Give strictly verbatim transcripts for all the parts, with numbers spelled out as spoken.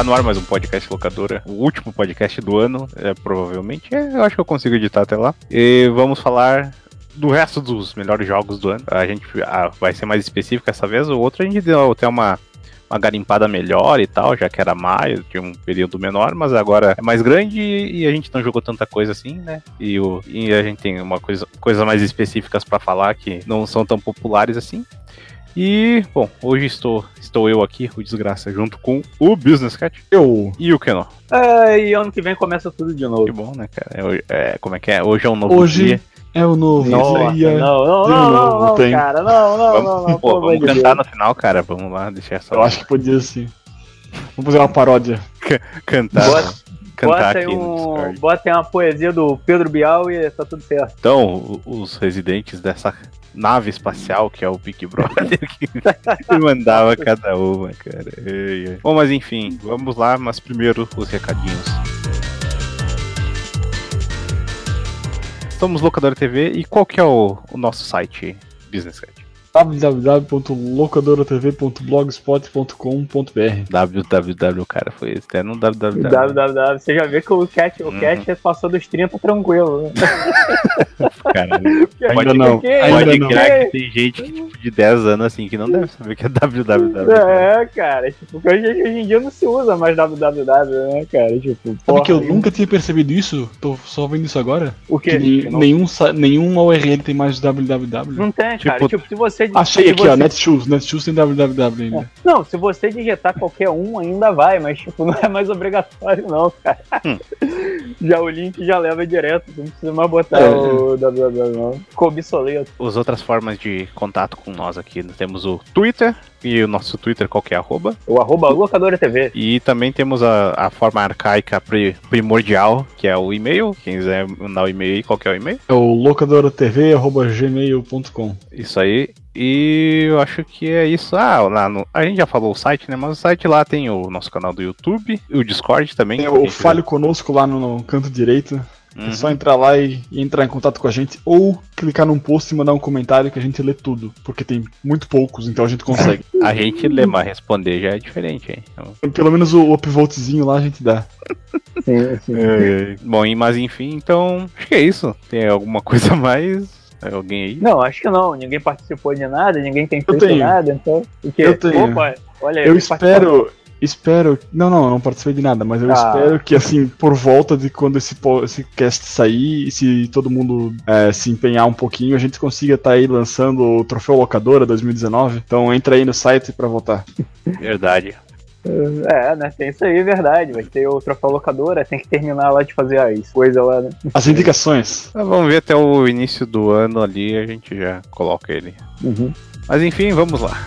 Tá no ar mais um podcast locadora, o último podcast do ano, é, provavelmente. É, eu acho que eu consigo editar até lá. E vamos falar do resto dos melhores jogos do ano. A gente ah, vai ser mais específico essa vez, o outro a gente deu até uma, uma garimpada melhor e tal, já que era maio, tinha um período menor, mas agora é mais grande e a gente não jogou tanta coisa assim, né? E, o, e a gente tem uma coisa, coisas mais específicas pra falar que não são tão populares assim. E, bom, hoje estou, estou eu aqui, o Desgraça, junto com o Business Cat. Eu. E o Keno. Ah, e ano que vem começa tudo de novo. Que bom, né, cara? É, é, como é que é? Hoje é um novo hoje dia. É o novo Nossa, dia. não, não, não, não, não, tem. cara, não, não, Vamos, não, não, pô, pelo vamos amor de cantar Deus. no final, cara. Vamos lá, deixar essa. Eu acho que podia sim. Vamos fazer uma paródia. cantar. Bota, cantar bota, aqui aí no um, Discord. bota aí uma poesia do Pedro Bial e tá tudo certo. Então, o- os residentes dessa nave espacial, que é o Big Brother, que mandava cada uma, cara. Ei, ei. Bom, mas enfim, vamos lá, mas primeiro os recadinhos. Somos Locadora T V e qual que é o, o nosso site, Business Cat? w w w ponto locadora t v ponto blogspot ponto com ponto b r www, cara, foi esse, até no www. www. Você já vê que o Cat, o Uhum. Cat passou dos trinta tranquilo, né? Caralho. Ainda Pode, não, que- ainda pode não. criar que tem gente que, tipo, de dez anos assim que não deve saber que é www. É, cara, tipo, porque hoje, hoje em dia não se usa mais www, né, cara? Tipo, Sabe porra, que eu nunca tinha percebido isso? Tô só vendo isso agora. O Que quê? nem- Não- nenhum, sa- nenhuma U R L tem mais www. Não tem, cara. Tipo, Tipo, se você. Achei se aqui, você... ó, Netshoes. Netshoes tem www ainda. Não, se você digitar qualquer um, ainda vai, mas tipo, não é mais obrigatório, não, cara. Hum. Já o link já leva direto, você não precisa mais botar É. o www, não. Ficou obsoleto. As outras formas de contato com nós aqui, nós temos o Twitter, e o nosso Twitter qual que é, arroba. O arroba locadora T V. E também temos a, a forma arcaica pri- primordial, que é o e-mail. Quem quiser mandar o e-mail aí, qual que é o e-mail? É o locadoratv arroba gmail ponto com. Isso aí. E eu acho que é isso. Ah, lá no, a gente já falou o site, né? Mas o site lá tem o nosso canal do YouTube, o Discord também. Tem que o quem Fale Conosco lá no, no canto direito. quiser. É Uhum. só entrar lá e, e entrar em contato com a gente, ou clicar num post e mandar um comentário que a gente lê tudo, porque tem muito poucos, então a gente consegue. A gente lê, mas responder já é diferente, hein? Então, Pelo menos o upvotezinho lá a gente dá. Sim, sim. bom, e- mas enfim, então acho que é isso. Tem alguma coisa a mais? Alguém aí? Não, acho que não. Ninguém participou de nada, ninguém tem feito tenho. nada, então. O quê? Eu tenho. Opa, olha aí. Eu alguém espero, espero. Não, não, eu não participei de nada, mas eu Ah. espero que, assim, por volta de quando esse, po- esse cast sair, e se todo mundo é, se empenhar um pouquinho, a gente consiga estar aí lançando o Troféu Locadora dois mil e dezenove. Então entra aí no site pra votar. Verdade. É, né? Tem isso aí, é verdade. Vai ter o troféu locadora, tem que terminar lá de fazer as coisas lá, né? As indicações. Mas vamos ver até o início do ano ali, a gente já coloca ele. Uhum. Mas enfim, vamos lá.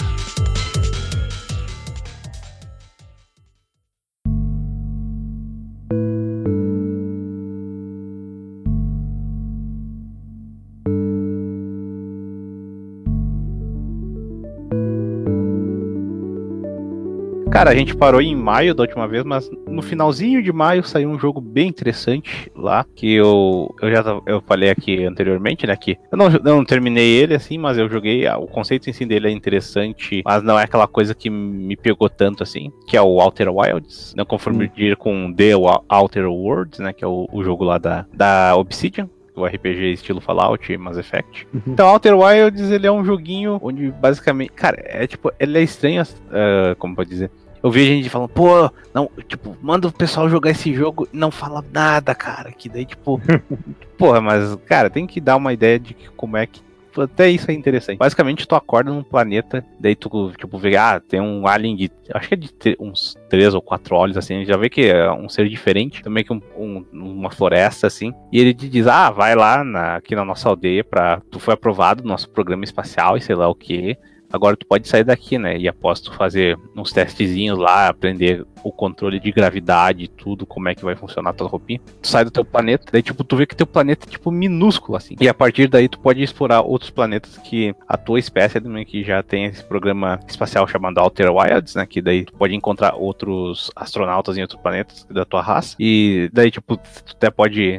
Cara, a gente parou em maio da última vez, mas no finalzinho de maio saiu um jogo bem interessante lá, que eu, eu já tava- eu falei aqui anteriormente, né, que eu não, eu não terminei ele assim, mas eu joguei, ah, o conceito em si dele é interessante, mas não é aquela coisa que me pegou tanto assim, que é o Outer Wilds, não confundir com The Outer Worlds, né, que é o, o jogo lá da, da Obsidian. O R P G estilo Fallout e Mass Effect. Uhum. Então, Outer Wilds, ele é um joguinho onde, basicamente... Cara, é tipo... Ele é estranho, ah, como pode dizer... Eu vi gente falando, pô, não, tipo, manda o pessoal jogar esse jogo e não fala nada, cara. Que daí, tipo... porra, mas, cara, tem que dar uma ideia de que, como é que... Até isso é interessante. Basicamente, tu acorda num planeta, daí tu, tipo, vê, ah, tem um alien de... Acho que é de tre- uns três ou quatro olhos, assim. Já vê que é um ser diferente. Também que um, um- uma floresta, assim. E ele te diz, ah, vai lá na- aqui na nossa aldeia pra... Tu foi aprovado no nosso programa espacial e sei lá o quê. Agora tu pode sair daqui, né? E após tu fazer uns testezinhos lá, aprender o controle de gravidade e tudo, como é que vai funcionar a tua roupinha, tu sai do teu planeta, daí tipo, tu vê que teu planeta é tipo minúsculo, assim. E a partir daí tu pode explorar outros planetas que a tua espécie também, que já tem esse programa espacial chamado Outer Wilds, né? Que daí tu pode encontrar outros astronautas em outros planetas da tua raça. E daí, tipo, tu até pode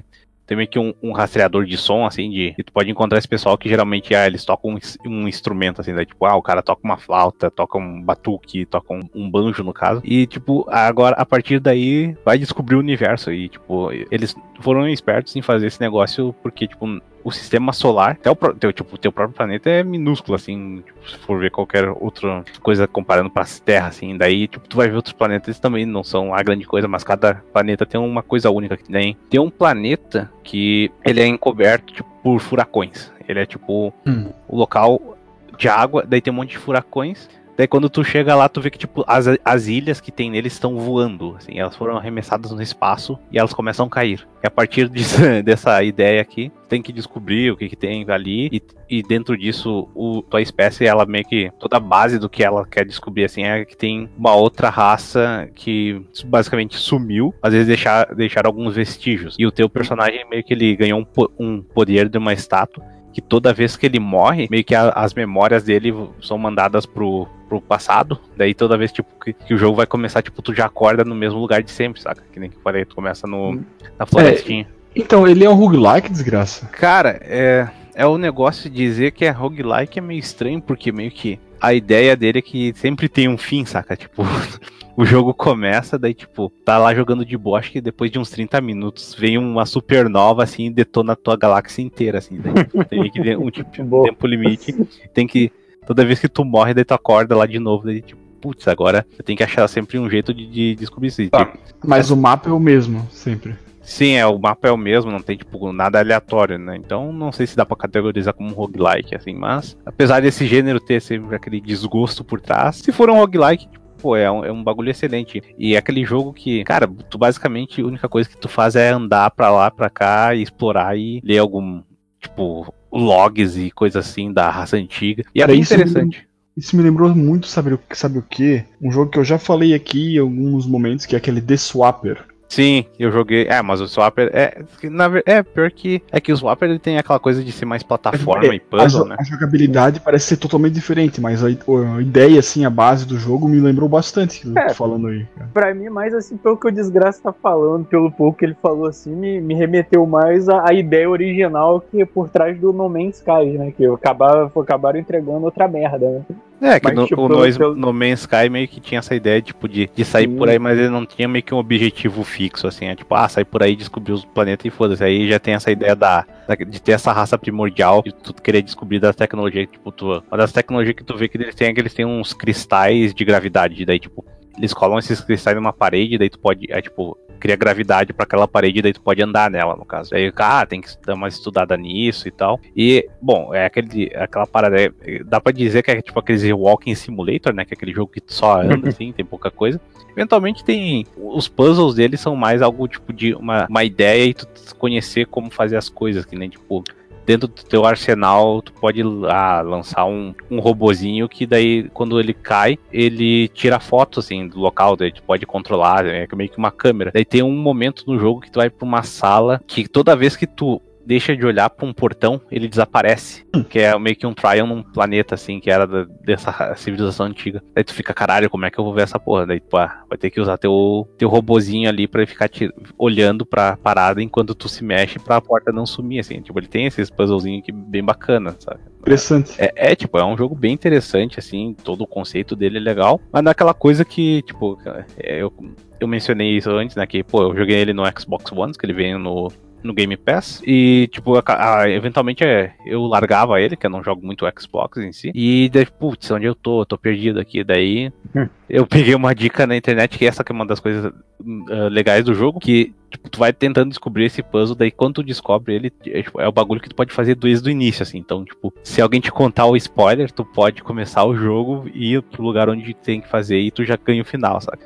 tem meio que um, um rastreador de som, assim, de... E tu pode encontrar esse pessoal que geralmente ah, eles tocam um, um instrumento, assim, daí, tipo, ah, o cara toca uma flauta, toca um batuque, toca um, um banjo, no caso. E, tipo, agora, a partir daí, vai descobrir o universo. E, tipo, eles foram espertos em fazer esse negócio porque, tipo, o sistema solar, até o teu, tipo, teu próprio planeta é minúsculo, assim, tipo, se for ver qualquer outra coisa comparando para as Terra, assim, daí, tipo, tu vai ver outros planetas, eles também não são a grande coisa, mas cada planeta tem uma coisa única que tem. Tem um planeta que ele é encoberto, tipo, por furacões. Ele é, tipo, hum. o local de água, daí tem um monte de furacões. Daí quando tu chega lá, tu vê que tipo as, as ilhas que tem nele estão voando, assim, elas foram arremessadas no espaço e elas começam a cair. E a partir disso, dessa ideia aqui, tem que descobrir o que, que tem ali e, e dentro disso, o, tua espécie, ela meio que, toda a base do que ela quer descobrir, assim, é que tem uma outra raça que basicamente sumiu, às vezes deixar, deixar alguns vestígios. E o teu personagem meio que ele ganhou um, um poder de uma estátua, que toda vez que ele morre, meio que a, as memórias dele são mandadas pro, pro passado. Daí toda vez tipo, que, que o jogo vai começar, tipo, tu já acorda no mesmo lugar de sempre, saca? Que nem que eu falei, tu começa no, na florestinha. É, então, ele é um roguelike, desgraça? Cara, é, é o negócio de dizer que é roguelike é meio estranho, porque meio que a ideia dele é que sempre tem um fim, saca? Tipo... O jogo começa, daí, tipo, tá lá jogando de boa, acho que depois de uns trinta minutos vem uma supernova, assim, e detona a tua galáxia inteira, assim. Daí, tipo, tem que ter um tipo de tempo limite. Tem que, toda vez que tu morre, daí tu acorda lá de novo, daí, tipo, putz, agora eu tenho que achar sempre um jeito de, de descobrir isso. Tá, tipo, mas é... o mapa é o mesmo, sempre. Sim, é, o mapa é o mesmo, não tem, tipo, nada aleatório, né? Então, não sei se dá pra categorizar como um roguelike, assim, mas, apesar desse gênero ter sempre aquele desgosto por trás, se for um roguelike, tipo, pô, é um, é um bagulho excelente. E é aquele jogo que, cara, tu basicamente, a única coisa que tu faz é andar pra lá, pra cá, e explorar e ler algum, tipo, logs e coisa assim da raça antiga. E é bem interessante. Isso me lembrou muito, sabe o, sabe o quê? Um jogo que eu já falei aqui em alguns momentos, que é aquele The Swapper. Sim, eu joguei. É, mas o Swapper é. Na, é, pior que. É que o Swapper ele tem aquela coisa de ser mais plataforma é, e puzzle, a, né? A jogabilidade parece ser totalmente diferente, mas a, a ideia, assim, a base do jogo me lembrou bastante é, falando aí. Cara. Pra mim, mais assim, pelo que o Desgraça tá falando, pelo pouco que ele falou assim, me, me remeteu mais à, à ideia original que é por trás do No Man's Sky, né? Que acabaram, acabaram entregando outra merda, né? É, que mas, no, tipo, o No, pelo... No Man's Sky meio que tinha essa ideia, tipo, de, de sair Sim. por aí, mas ele não tinha meio que um objetivo fixo, assim, é tipo, ah, sair por aí, descobrir os planetas e foda-se. Aí já tem essa ideia da, da, de ter essa raça primordial, de tu querer descobrir das tecnologias, tipo, tu, uma das tecnologias que tu vê que eles têm é que eles têm uns cristais de gravidade, daí, tipo, eles colam esses cristais numa parede, daí tu pode, é, tipo, cria gravidade pra aquela parede, daí tu pode andar nela, no caso. Aí, ah, tem que dar uma estudada nisso e tal. E, bom, é aquele, aquela parada, é, dá pra dizer que é tipo aqueles Walking Simulator, né, que é aquele jogo que tu só anda, assim, tem pouca coisa. Eventualmente tem, os puzzles deles são mais algo, tipo, de uma, uma ideia e tu conhecer como fazer as coisas, que nem, tipo... Dentro do teu arsenal, tu pode ah, lançar um, um robozinho que daí, quando ele cai, ele tira foto, assim, do local, daí tu pode controlar, é meio que uma câmera. Daí tem um momento no jogo que tu vai pra uma sala que toda vez que tu deixa de olhar pra um portão, ele desaparece. Que é meio que um trial num planeta, assim, que era da, dessa civilização antiga. Daí tu fica, caralho, como é que eu vou ver essa porra? Daí tu ah, vai ter que usar teu, teu robozinho ali pra ele ficar te, olhando pra parada enquanto tu se mexe pra porta não sumir, assim. Tipo, ele tem esses puzzlezinhos aqui bem bacana, sabe? Interessante. É, é, tipo, é um jogo bem interessante, assim, todo o conceito dele é legal, mas não é aquela coisa que, tipo, é, eu, eu mencionei isso antes, né, que, pô, eu joguei ele no Xbox One, que ele veio no no Game Pass, e tipo, a, a, eventualmente é, eu largava ele, que eu não jogo muito Xbox em si, e daí, putz, onde eu tô? Eu tô perdido aqui, daí hum. eu peguei uma dica na internet, que essa que é uma das coisas uh, legais do jogo, que tipo, tu vai tentando descobrir esse puzzle, daí quando tu descobre ele, é, tipo, é o bagulho que tu pode fazer desde o início, assim, então, tipo, se alguém te contar o spoiler, tu pode começar o jogo e ir pro lugar onde tem que fazer e tu já ganha o final, sabe?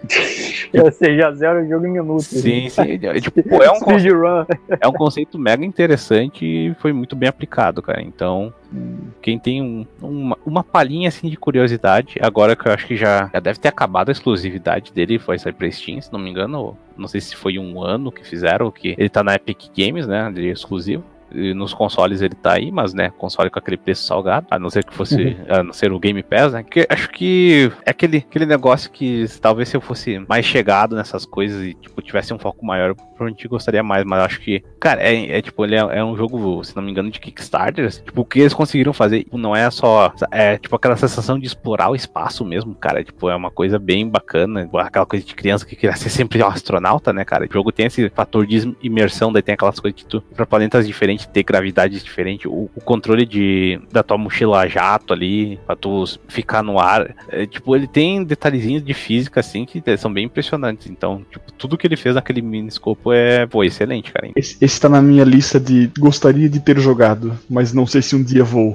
Você já zera o jogo em minutos. Sim, sim, é, tipo, pô, é um conceito, é um conceito mega interessante e foi muito bem aplicado, cara, então... Quem tem um, uma, uma palhinha assim de curiosidade, agora que eu acho que já, já deve ter acabado a exclusividade dele, foi sair pra Steam, se não me engano, não sei se foi um ano que fizeram, que ele tá na Epic Games, né, de exclusivo. E nos consoles ele tá aí, mas, né, console com aquele preço salgado, a não ser que fosse, uhum. a não ser o Game Pass, né, que acho que é aquele, aquele negócio que talvez se eu fosse mais chegado nessas coisas e, tipo, tivesse um foco maior, provavelmente gostaria mais, mas acho que, cara, é, é tipo, ele é, é um jogo, se não me engano, de Kickstarter, tipo, o que eles conseguiram fazer, não é só, é, tipo, aquela sensação de explorar o espaço mesmo, cara, tipo, é uma coisa bem bacana, aquela coisa de criança que queria ser sempre um astronauta, né, cara, o jogo tem esse fator de imersão, daí tem aquelas coisas de tu, pra planetas diferentes, ter gravidades diferentes, o, o controle de, da tua mochila jato ali, pra tu ficar no ar, é, tipo, ele tem detalhezinhos de física, assim, que são bem impressionantes, então, tipo, tudo que ele fez naquele miniscopo é, pô, excelente, cara. Esse, esse tá na minha lista de gostaria de ter jogado, mas não sei se um dia vou.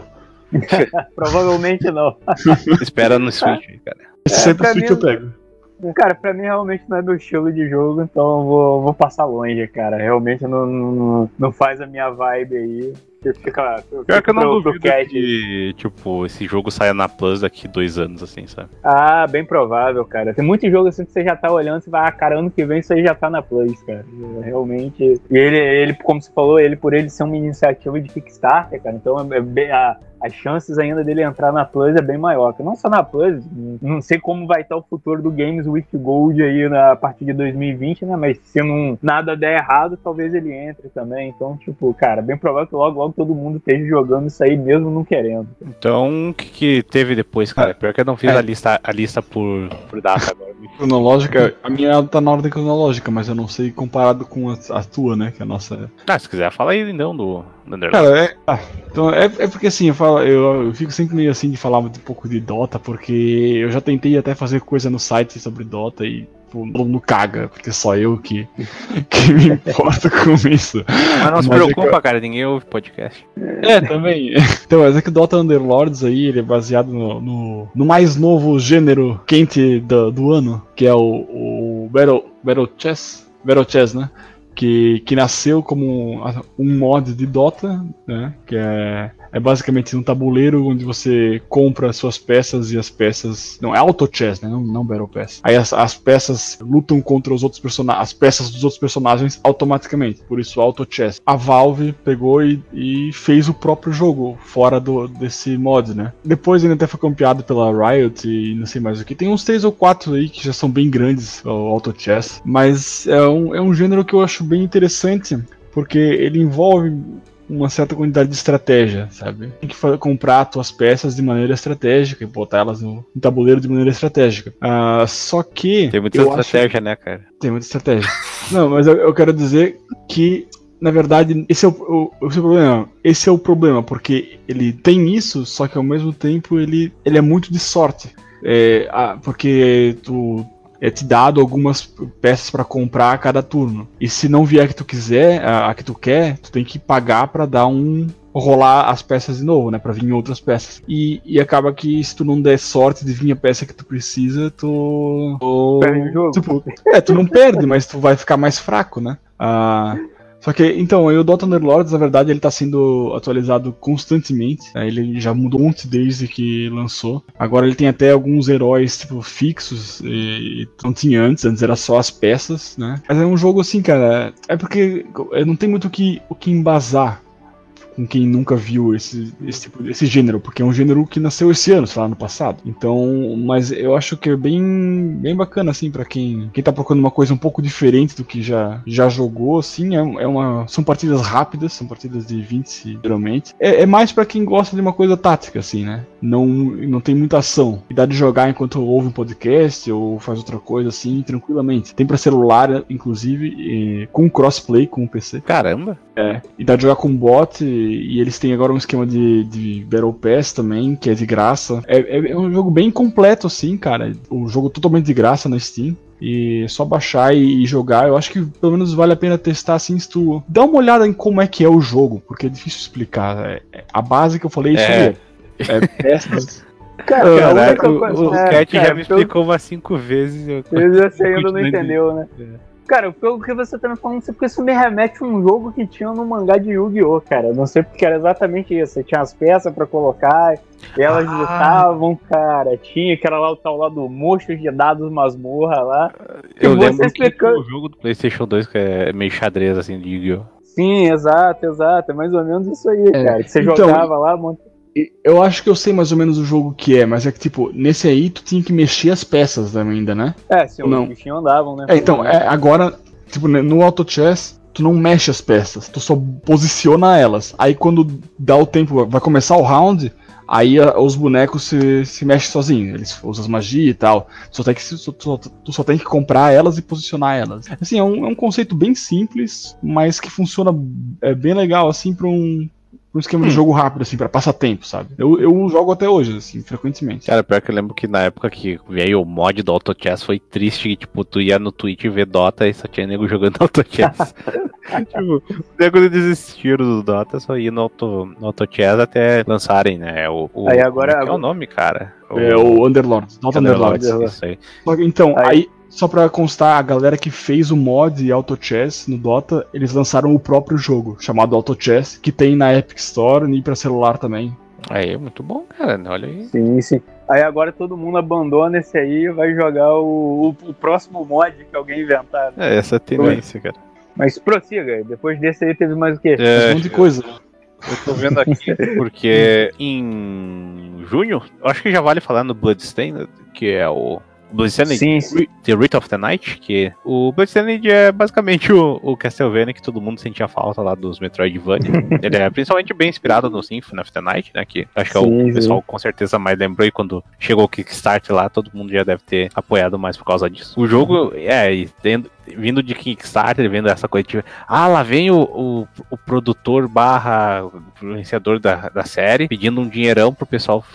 Provavelmente não. Espera no Switch, cara. Esse é, sempre o Switch mim, eu pego. Cara, pra mim realmente não é meu estilo de jogo, então eu vou, vou passar longe, cara. Realmente não, não, não faz a minha vibe aí. Fica, fica Pior que eu não pro, duvido pro que, tipo, esse jogo saia na Plus daqui dois anos, assim, sabe? Ah, bem provável, cara. Tem muito jogo assim que você já tá olhando, você vai, ah, cara, ano que vem isso aí já tá na Plus, cara. Realmente. E ele, ele, como você falou, ele por ele ser uma iniciativa de Kickstarter, cara, então é bem, a, as chances ainda dele entrar na Plus é bem maior. Não só na Plus, não sei como vai estar o futuro do Games with Gold aí na, a partir de dois mil e vinte, né? Mas se não, nada der errado, talvez ele entre também. Então, tipo, cara, bem provável que logo, logo todo mundo esteja jogando isso aí mesmo não querendo. Então, o que, que teve depois, cara? Ah, pior que eu não fiz é. a lista, a lista por, por data agora. Cronológica, a minha tá na ordem cronológica, mas eu não sei comparado com a, a tua, né? Que é a nossa. Ah, se quiser, fala aí então do, do Underlord. Cara, é, ah, então é, é porque assim, eu, falo, eu, eu fico sempre meio assim de falar um pouco de Dota, porque eu já tentei até fazer coisa no site sobre Dota e todo mundo caga, porque só eu que, que me importo com isso. Mas não se mas preocupa, é que... cara, ninguém ouve podcast. É, também. Então, mas é que o Dota Underlords aí, ele é baseado no, no, no mais novo gênero quente do, do ano, que é o, o Battle, Battle Chess, Battle Chess, né? Que, que nasceu como um, um mod de Dota, né? Que é... É basicamente um tabuleiro onde você compra suas peças e as peças... Não, é Auto Chess, né? Não, não Battle Pass. Aí as, as peças lutam contra os outros personagens... As peças dos outros personagens automaticamente. Por isso, Auto Chess. A Valve pegou e, e fez o próprio jogo fora do, desse mod, né? Depois ele até foi campeado pela Riot e não sei mais o que. Tem uns três ou quatro aí que já são bem grandes, o Auto Chess. Mas é um, é um gênero que eu acho bem interessante, porque ele envolve... uma certa quantidade de estratégia, sabe? Tem que comprar tuas peças de maneira estratégica e botar elas no, no tabuleiro de maneira estratégica. Uh, só que... Tem muita estratégia, acho... né, cara? Tem muita estratégia. Não, mas eu, eu quero dizer que, na verdade, esse é o, o, esse é o problema. Esse é o problema, porque ele tem isso, só que ao mesmo tempo ele, ele é muito de sorte. É, ah, porque tu... é te dado algumas peças para comprar a cada turno. E se não vier a que tu quiser, a, a que tu quer, tu tem que pagar para dar um... rolar as peças de novo, né? Pra vir outras peças. E, e acaba que se tu não der sorte de vir a peça que tu precisa, tu... tu perde o jogo. Tipo, é, tu não perde, mas tu vai ficar mais fraco, né? Ah... Só que, então, aí o Dota Underlords, na verdade, ele tá sendo atualizado constantemente. Né? Ele já mudou um monte desde que lançou. Agora ele tem até alguns heróis, tipo, fixos. E não tinha antes, antes era só as peças, né? Mas é um jogo assim, cara. É porque não tem muito o que, o que embasar com quem nunca viu esse, esse tipo esse gênero, porque é um gênero que nasceu esse ano, sei lá, no passado. Então, mas eu acho que é bem, bem bacana, assim, pra quem, quem tá procurando uma coisa um pouco diferente do que já, já jogou, assim, é, é uma, são partidas rápidas, são partidas de vinte, geralmente. É, é mais pra quem gosta de uma coisa tática, assim, né? Não, não tem muita ação. E dá de jogar enquanto ouve um podcast ou faz outra coisa, assim, tranquilamente. Tem pra celular, inclusive, e, com crossplay com o P C. Caramba! É, e dá de jogar com bot, e, e eles têm agora um esquema de, de Battle Pass também, que é de graça. É, é, é um jogo bem completo, assim, cara. O jogo totalmente de graça na Steam. E é só baixar e, e jogar. Eu acho que pelo menos vale a pena testar, assim, se tu dá uma olhada em como é que é o jogo, porque é difícil explicar. É, é, a base que eu falei, isso é. aí é, é peças. Cara, Caraca, o, o é, Cat cara, já me explicou eu... umas cinco vezes. Eu, eu já sei, ainda não entendeu, né? É. Cara, pelo que você tá me falando, porque isso me remete a um jogo que tinha no mangá de Yu-Gi-Oh, cara. Eu não sei porque era exatamente isso. Você tinha as peças pra colocar, e elas ah. lutavam, cara. Tinha que era lá o tal lá do monstro de dados masmorra lá. Eu lembro explicando... que o jogo do PlayStation dois, que é meio xadrez, assim, de Yu-Gi-Oh. Sim, exato, exato. É mais ou menos isso aí, É, cara. Que você então, jogava lá, monta... Eu acho que eu sei mais ou menos o jogo que é, mas é que, tipo, nesse aí tu tinha que mexer as peças ainda, né? É, sim, Não. os bichinhos andavam, né? É, então, é, agora, tipo, no Auto Chess, tu não mexe as peças, tu só posiciona elas. Aí quando dá o tempo, vai começar o round, aí a, os bonecos se, se mexem sozinhos. Eles usam as magias e tal. Só tem que, tu, só, tu só tem que comprar elas e posicionar elas. Assim, é um, é um conceito bem simples, mas que funciona é, bem legal, assim, pra um. Um esquema hum. de jogo rápido, assim, pra passar tempo, sabe? Eu, eu jogo até hoje, assim, frequentemente. Cara, pior que eu lembro que na época que veio o mod do Auto Chess foi triste, que, tipo, tu ia no Twitch ver Dota e só tinha nego jogando Auto Chess. Tipo, os negros desistiram do Dota, só ia no Auto, no Auto Chess até lançarem, né? O, o, aí agora... Qual é o nome, cara? O, é o Underlords, Dota Underlords. Underlords, isso aí. Então, aí... aí... Só pra constar, a galera que fez o mod Auto Chess no Dota, eles lançaram o próprio jogo, chamado Auto Chess, que tem na Epic Store e pra celular também. Aí, muito bom, cara, olha aí. Sim, sim. Aí agora todo mundo abandona esse aí e vai jogar o, o, o próximo mod que alguém inventar. É, essa é a tendência, cara. Mas prossiga, depois desse aí teve mais o quê? É, um monte de coisa. Eu tô vendo aqui porque em junho, eu acho que já vale falar no Bloodstained, que é o Bloodstained sim, sim. The Rite of the Night, que o Bloodstained é basicamente o, o Castlevania que todo mundo sentia falta lá dos Metroidvania. Ele é principalmente bem inspirado no Symphony of the Night, né, que acho que sim, é o sim. pessoal com certeza mais lembrou, e quando chegou o Kickstarter lá, todo mundo já deve ter apoiado mais por causa disso. O jogo, é, e tendo, vindo de Kickstarter, vendo essa coisa de, ah, lá vem o, o, o produtor barra influenciador da, da série, pedindo um dinheirão pro pessoal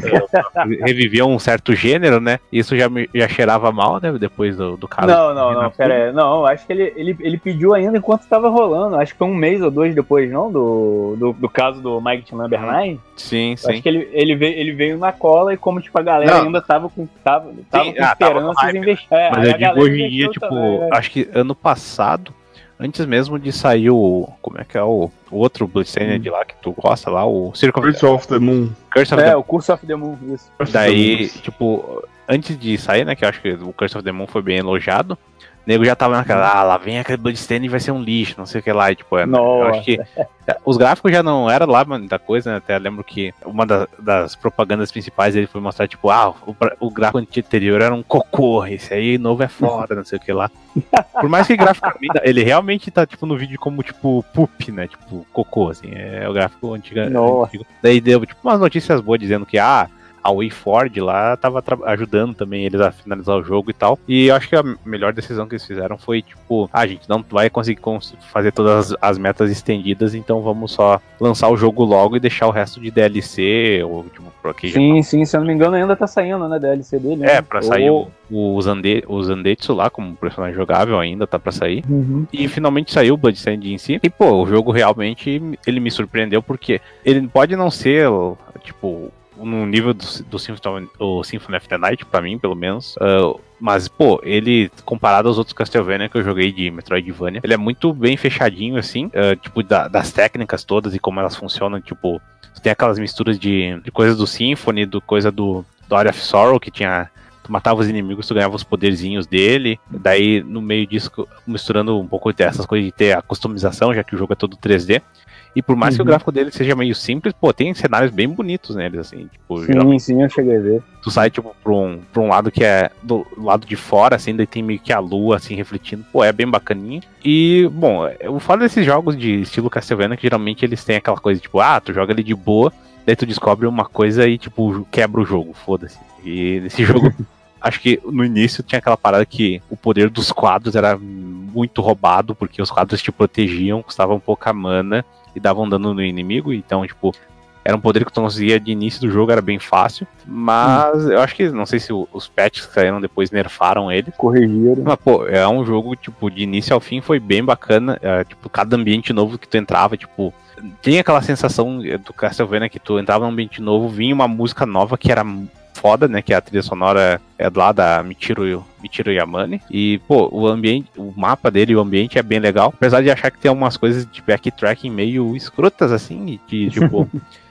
uh, reviver um certo gênero, né, isso já me já cheirava mal, né, depois do, do caso. Não, não, não, pera aí. Não, acho que ele, ele, ele pediu ainda enquanto estava rolando. Acho que foi um mês ou dois depois, não? Do, do, do caso do Mike Number nine. Sim, sim. Acho que ele, ele, veio, ele veio na cola e como, tipo, a galera não. ainda tava com, tava, tava com ah, esperanças em investir. É, mas eu digo hoje em dia, tipo, também, né? Acho que ano passado, antes mesmo de sair o... Como é que é o, o outro Bloodstained hum. lá que tu gosta lá, o Circle Curse of the Moon. Curse of é, the... o Curse of the Moon, isso. Daí, tipo, antes de sair, né, que eu acho que o Curse of the Moon foi bem elogiado, o nego já tava naquela, ah, lá vem aquele Bloodstained e vai ser um lixo, não sei o que lá, e, tipo, é, eu acho que os gráficos já não eram lá muita coisa, né, até lembro que uma da, das propagandas principais ele foi mostrar, tipo, ah, o, o gráfico anterior era um cocô, esse aí novo é foda, não sei o que lá. Por mais que graficamente, ele realmente tá, tipo, no vídeo como, tipo, poop, né, tipo, cocô, assim, é o gráfico antigo. antigo. Daí deu, tipo, umas notícias boas dizendo que, ah, a WayForward lá tava ajudando também eles a finalizar o jogo e tal. E eu acho que a melhor decisão que eles fizeram foi, tipo, ah, a gente não vai conseguir cons- fazer todas as, as metas estendidas, então vamos só lançar o jogo logo e deixar o resto de D L C, ou, tipo, por aqui. Sim, já... sim, se eu não me engano ainda tá saindo, né, D L C dele. É, né? pra sair ou... o, o, Zande, o Zandetsu lá, como personagem jogável ainda, tá pra sair. Uhum. E finalmente saiu o Bloodstained em si. E, pô, o jogo realmente, ele me surpreendeu, porque ele pode não ser, tipo... no nível do, do Symphony, o Symphony of the Night, pra mim, pelo menos. Uh, mas, pô, ele, comparado aos outros Castlevania que eu joguei de Metroidvania, ele é muito bem fechadinho, assim, uh, tipo, da, das técnicas todas e como elas funcionam, tipo, tem aquelas misturas de, de coisas do Symphony, do coisa do, do Area of Sorrow, que tinha... Tu matava os inimigos, tu ganhava os poderzinhos dele. Daí, no meio disso, misturando um pouco dessas coisas de ter a customização, já que o jogo é todo três D. E por mais uhum. que o gráfico dele seja meio simples, pô, tem cenários bem bonitos neles, assim, tipo... Sim, sim, eu cheguei a ver. Tu sai, tipo, pra um, pra um lado que é do lado de fora, assim, daí tem meio que a lua, assim, refletindo. Pô, é bem bacaninha. E, bom, o fato desses jogos de estilo Castlevania, que geralmente eles têm aquela coisa, tipo, ah, tu joga ele de boa, daí tu descobre uma coisa e, tipo, quebra o jogo, foda-se. E nesse jogo... Acho que no início tinha aquela parada que o poder dos quadros era muito roubado, porque os quadros te protegiam, custavam pouca mana e davam dano no inimigo, então, tipo, era um poder que tu conseguia de início do jogo, era bem fácil, mas hum. eu acho que, não sei se os patches que saíram depois nerfaram ele. Corrigiram. Mas, pô, é um jogo, tipo, de início ao fim foi bem bacana, é, tipo, cada ambiente novo que tu entrava, tipo, tem aquela sensação do Castlevania que tu entrava num ambiente novo, vinha uma música nova que era... foda, né, que a trilha sonora é lá da Michiru, Michiru Yamane, e, pô, o ambiente, o mapa dele e o ambiente é bem legal, apesar de achar que tem algumas coisas de backtracking meio escrotas, assim, de, tipo,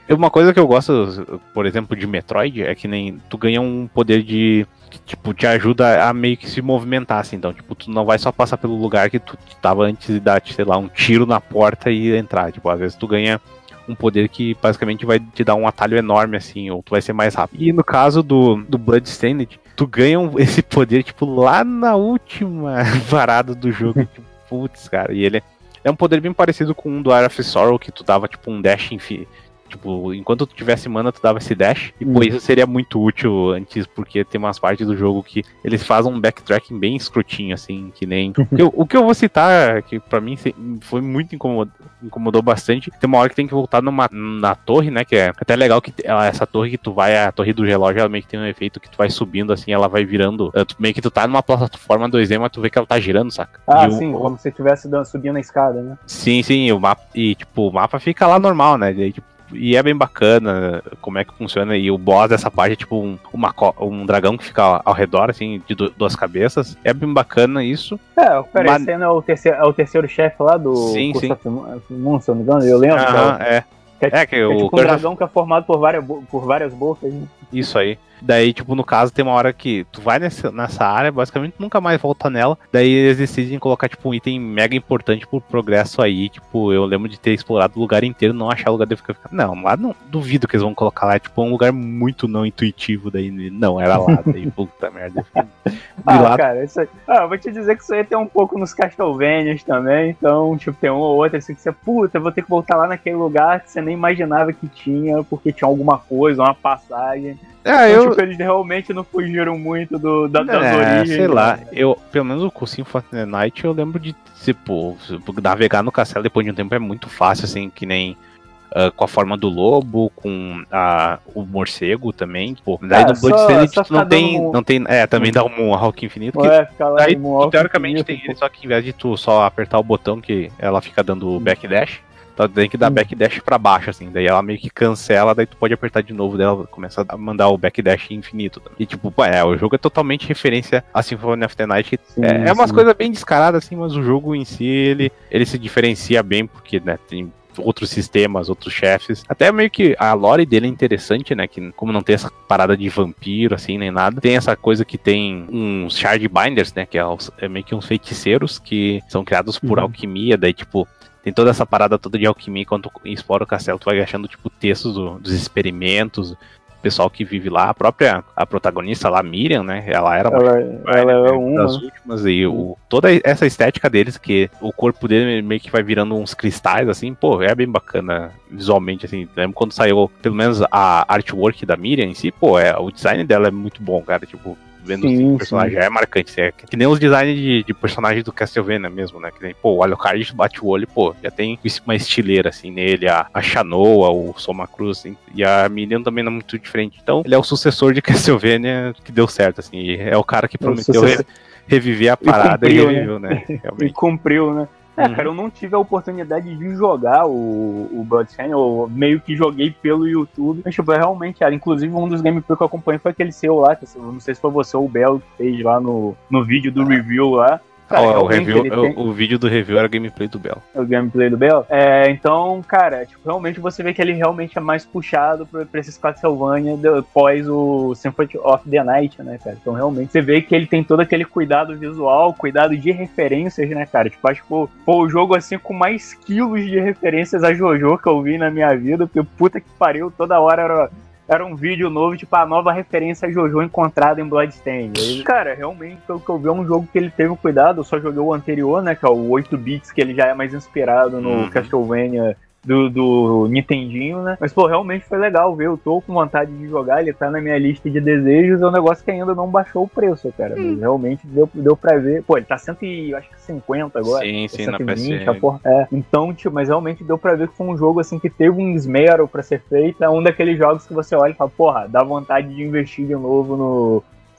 Uma coisa que eu gosto, por exemplo, de Metroid, é que nem tu ganha um poder de... que, tipo, te ajuda a meio que se movimentar, assim. Então, tipo, tu não vai só passar pelo lugar que tu tava antes de dar, sei lá, um tiro na porta e entrar. Tipo, às vezes tu ganha um poder que basicamente vai te dar um atalho enorme, assim, ou tu vai ser mais rápido. E no caso do, do Bloodstained, tu ganha um, esse poder, tipo, lá na última parada do jogo. Tipo, putz, cara, e ele é, é um poder bem parecido com um do Eye of Sorrow, que tu dava, tipo, um dash infinito. Tipo, enquanto tu tivesse mana, tu dava esse dash. E, pô, isso seria muito útil antes, porque tem umas partes do jogo que eles fazem um backtracking bem escrotinho, assim, que nem... eu, o que eu vou citar, que pra mim foi muito incomodou, incomodou bastante, tem uma hora que tem que voltar numa, na torre, né, que é até legal que ela, essa torre que tu vai, a torre do relógio, ela meio que tem um efeito que tu vai subindo, assim, ela vai virando... Tu, meio que tu tá numa plataforma dois D, mas tu vê que ela tá girando, saca? Ah, e sim, o, como se estivesse subindo a escada, né? Sim, sim, o mapa, e, tipo, o mapa fica lá normal, né, e aí, tipo, e é bem bacana como é que funciona. E o boss dessa parte é tipo um, uma, um dragão que fica ao redor, assim, de duas cabeças. É bem bacana isso. É, peraí, Mas... esse é o terceiro, é o terceiro chefe lá do sim, sim. Moon, se eu não me engano, eu lembro. Aham, é. é. Que é, é, que é o tipo um dragão que é formado por várias, por várias bocas. Né? Isso aí. Daí, tipo, no caso, tem uma hora que tu vai nessa, nessa área, basicamente nunca mais volta nela. Daí eles decidem colocar, tipo, um item mega importante pro progresso aí. Tipo, eu lembro de ter explorado o lugar inteiro, não achar o lugar de ficar. Não, lá não duvido que eles vão colocar lá. É tipo um lugar muito não intuitivo. Daí não, era lá. Daí, puta merda. Ah, lá... cara, isso aí. Ah, eu vou te dizer que isso aí tem um pouco nos Castlevanias também. Então, tipo, tem um ou outro assim que você, puta, eu vou ter que voltar lá naquele lugar que você nem imaginava que tinha, porque tinha alguma coisa, uma passagem. É, então, eu... tipo, eles realmente não fugiram muito do, da, das é, origens. Sei lá, né? eu, pelo menos o Symphony of the Night, eu lembro de, tipo, navegar no castelo depois de um tempo é muito fácil, assim, que nem uh, com a forma do lobo, com a, o morcego também. Pô, daí ah, no Bloodstained não tem, um... não tem. É, também dá um Moonwalk infinito. Que, é, fica lá daí, tu, teoricamente, infinito, tem ele, só que em vez de tu só apertar o botão que ela fica dando o backdash. Então tem que dar hum. backdash pra baixo, assim. Daí ela meio que cancela, daí tu pode apertar de novo, daí ela começa a mandar o backdash infinito. E tipo, é, o jogo é totalmente referência a Symphony of the Night. Sim, é, é umas coisas bem descaradas, assim, mas o jogo em si, ele, ele se diferencia bem, porque, né, tem outros sistemas, outros chefes. Até meio que a lore dele é interessante, né? Que como não tem essa parada de vampiro, assim, nem nada. Tem essa coisa que tem uns Shard Binders, né? Que é, os, é meio que uns feiticeiros que são criados por uhum. alquimia. Daí, tipo, tem toda essa parada toda de alquimia. Quando tu explora o castelo, tu vai achando, tipo, textos do, dos experimentos, pessoal que vive lá, a própria a protagonista lá, Miriam, né? Ela era uma, ela, ela é uma das últimas e o, toda essa estética deles, que o corpo dele meio que vai virando uns cristais, assim, pô, é bem bacana visualmente, assim. Lembro quando saiu, pelo menos a artwork da Miriam em si, pô, é, o design dela é muito bom, cara, tipo, vendo sim, assim, o personagem sim. é marcante, é que nem os designs de, de personagens do Castlevania mesmo, né, que nem, pô, o Alucard bate o olho, pô, já tem uma estileira, assim, nele, a, a Shanoa, o Soma Cruz, assim, e a Miriam também não é muito diferente, então ele é o sucessor de Castlevania que deu certo, assim, e é o cara que prometeu re, reviver a parada e, cumpriu, e reviveu, né, né realmente. E cumpriu, né. É, uhum. cara, eu não tive a oportunidade de jogar o, o Bloodstained, eu meio que joguei pelo YouTube, mas tipo, realmente, cara, inclusive um dos gameplays que eu acompanhei foi aquele seu lá, que eu não sei se foi você ou o Bel que fez lá no, no vídeo do review lá. Cara, oh, o, review, tem... o vídeo do review era gameplay do Bel. O gameplay do Bel? É, então, cara, tipo, realmente você vê que ele realmente é mais puxado pra, pra esses Castlevania após o Symphony of the Night, né, cara? Então, realmente, você vê que ele tem todo aquele cuidado visual, cuidado de referências, né, cara? Tipo, acho que foi o jogo, assim, com mais quilos de referências a JoJo que eu vi na minha vida, porque puta que pariu, toda hora era... Era um vídeo novo, tipo, a nova referência a JoJo encontrada em Bloodstained. Ele, cara, realmente, pelo que eu vi, é um jogo que ele teve cuidado. Eu só joguei o anterior, né, que é o oito bits, que ele já é mais inspirado no uhum. Castlevania do, do Nintendinho, né? Mas, pô, realmente foi legal ver. Eu tô com vontade de jogar, ele tá na minha lista de desejos. É um negócio que ainda não baixou o preço, cara. Mas realmente deu, deu pra ver. Pô, ele tá cento e cinquenta agora. Sim, sim, cento e vinte, na P C. a porra. É. Então, tipo, mas realmente deu pra ver que foi um jogo, assim, que teve um esmero pra ser feito. É um daqueles jogos que você olha e fala, porra, dá vontade de investir de novo no...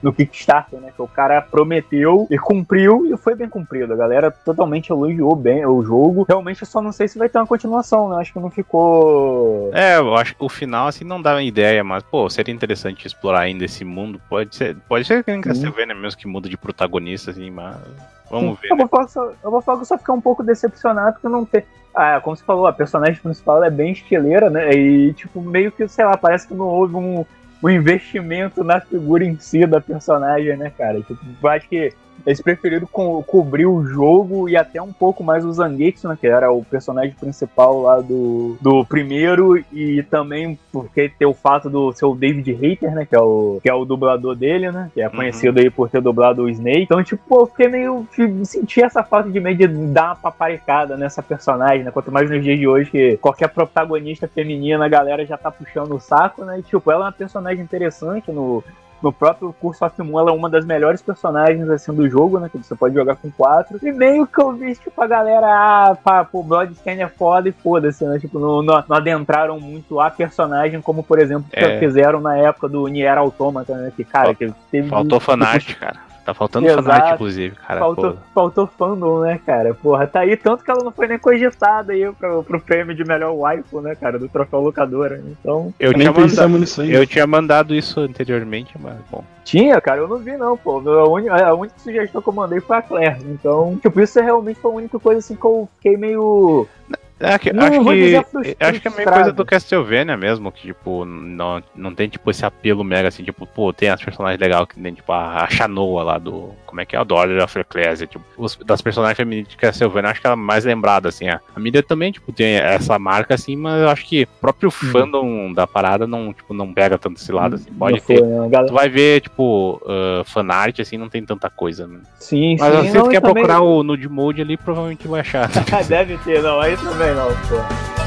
no Kickstarter, né? Que o cara prometeu e cumpriu e foi bem cumprido. A galera totalmente elogiou bem o jogo. Realmente eu só não sei se vai ter uma continuação, né? Acho que não ficou... É, eu acho que o final, assim, não dá uma ideia, mas, pô, seria interessante explorar ainda esse mundo. Pode ser, pode ser que nem Castlevania mesmo, que muda de protagonista, assim, mas vamos ver. Eu, né? vou falar só, eu vou falar que eu só ficar um pouco decepcionado porque não tem... Ah, como você falou, a personagem principal é bem estileira, né? E, tipo, meio que, sei lá, parece que não houve um, um investimento na figura em si da personagem, né, cara? Tipo, eu acho que eles preferiram co- cobrir o jogo e até um pouco mais o Zangetsu, né, que era o personagem principal lá do, do primeiro, e também porque tem o fato do seu David Hayter, né, que é o, que é o dublador dele, né, que é conhecido uhum. aí por ter dublado o Snake. Então, tipo, pô, eu fiquei meio... senti essa falta de meio de dar uma paparicada nessa personagem, né, quanto mais nos dias de hoje que qualquer protagonista feminina a galera já tá puxando o saco, né, e tipo, ela é uma personagem interessante no... No próprio Curse of Moon, ela é uma das melhores personagens, assim, do jogo, né? Que você pode jogar com quatro. E meio que eu vi, tipo, a galera, ah, pá, pô, Bloodstained é foda e foda-se, né? Tipo, não, não, não adentraram muito a personagem, como, por exemplo, que é. fizeram na época do Nier Automata, né? Que, cara, que teve... Faltou fanart, tipo, cara. Tá faltando Exato. fanart, inclusive, cara. Faltou, faltou fandom, né, cara? Porra, tá aí. Tanto que ela não foi nem cogitada aí pro, pro prêmio de melhor waifu, né, cara? Do troféu locadora. Então... Eu, tinha mandado, nisso aí. eu tinha mandado isso anteriormente, mas, bom... Tinha, cara? Eu não vi, não, pô. A única, a única sugestão que eu mandei foi a Claire. Então, tipo, isso realmente foi a única coisa, assim, que eu fiquei meio... É, que, acho, que, acho que é meio coisa do Castlevania mesmo, que, tipo, não, não tem, tipo, esse apelo mega, assim, tipo, pô, tem as personagens legais que tem, tipo, a, a Shanoa lá do, como é que é, a do Order of Ecclesia, tipo, os, das personagens femininas de Castlevania, acho que ela é mais lembrada, assim, a, a Miriam também, tipo, tem essa marca, assim, mas eu acho que o próprio hum. fandom da parada não, tipo, não pega tanto esse lado, assim, pode não ter, foi, né? Galera... tu vai ver, tipo, uh, fanart, assim, não tem tanta coisa, né? Sim, mas, sim. Mas se você quer também... procurar o Nude Mode ali, provavelmente vai achar. Deve ter, não, aí também não, pô.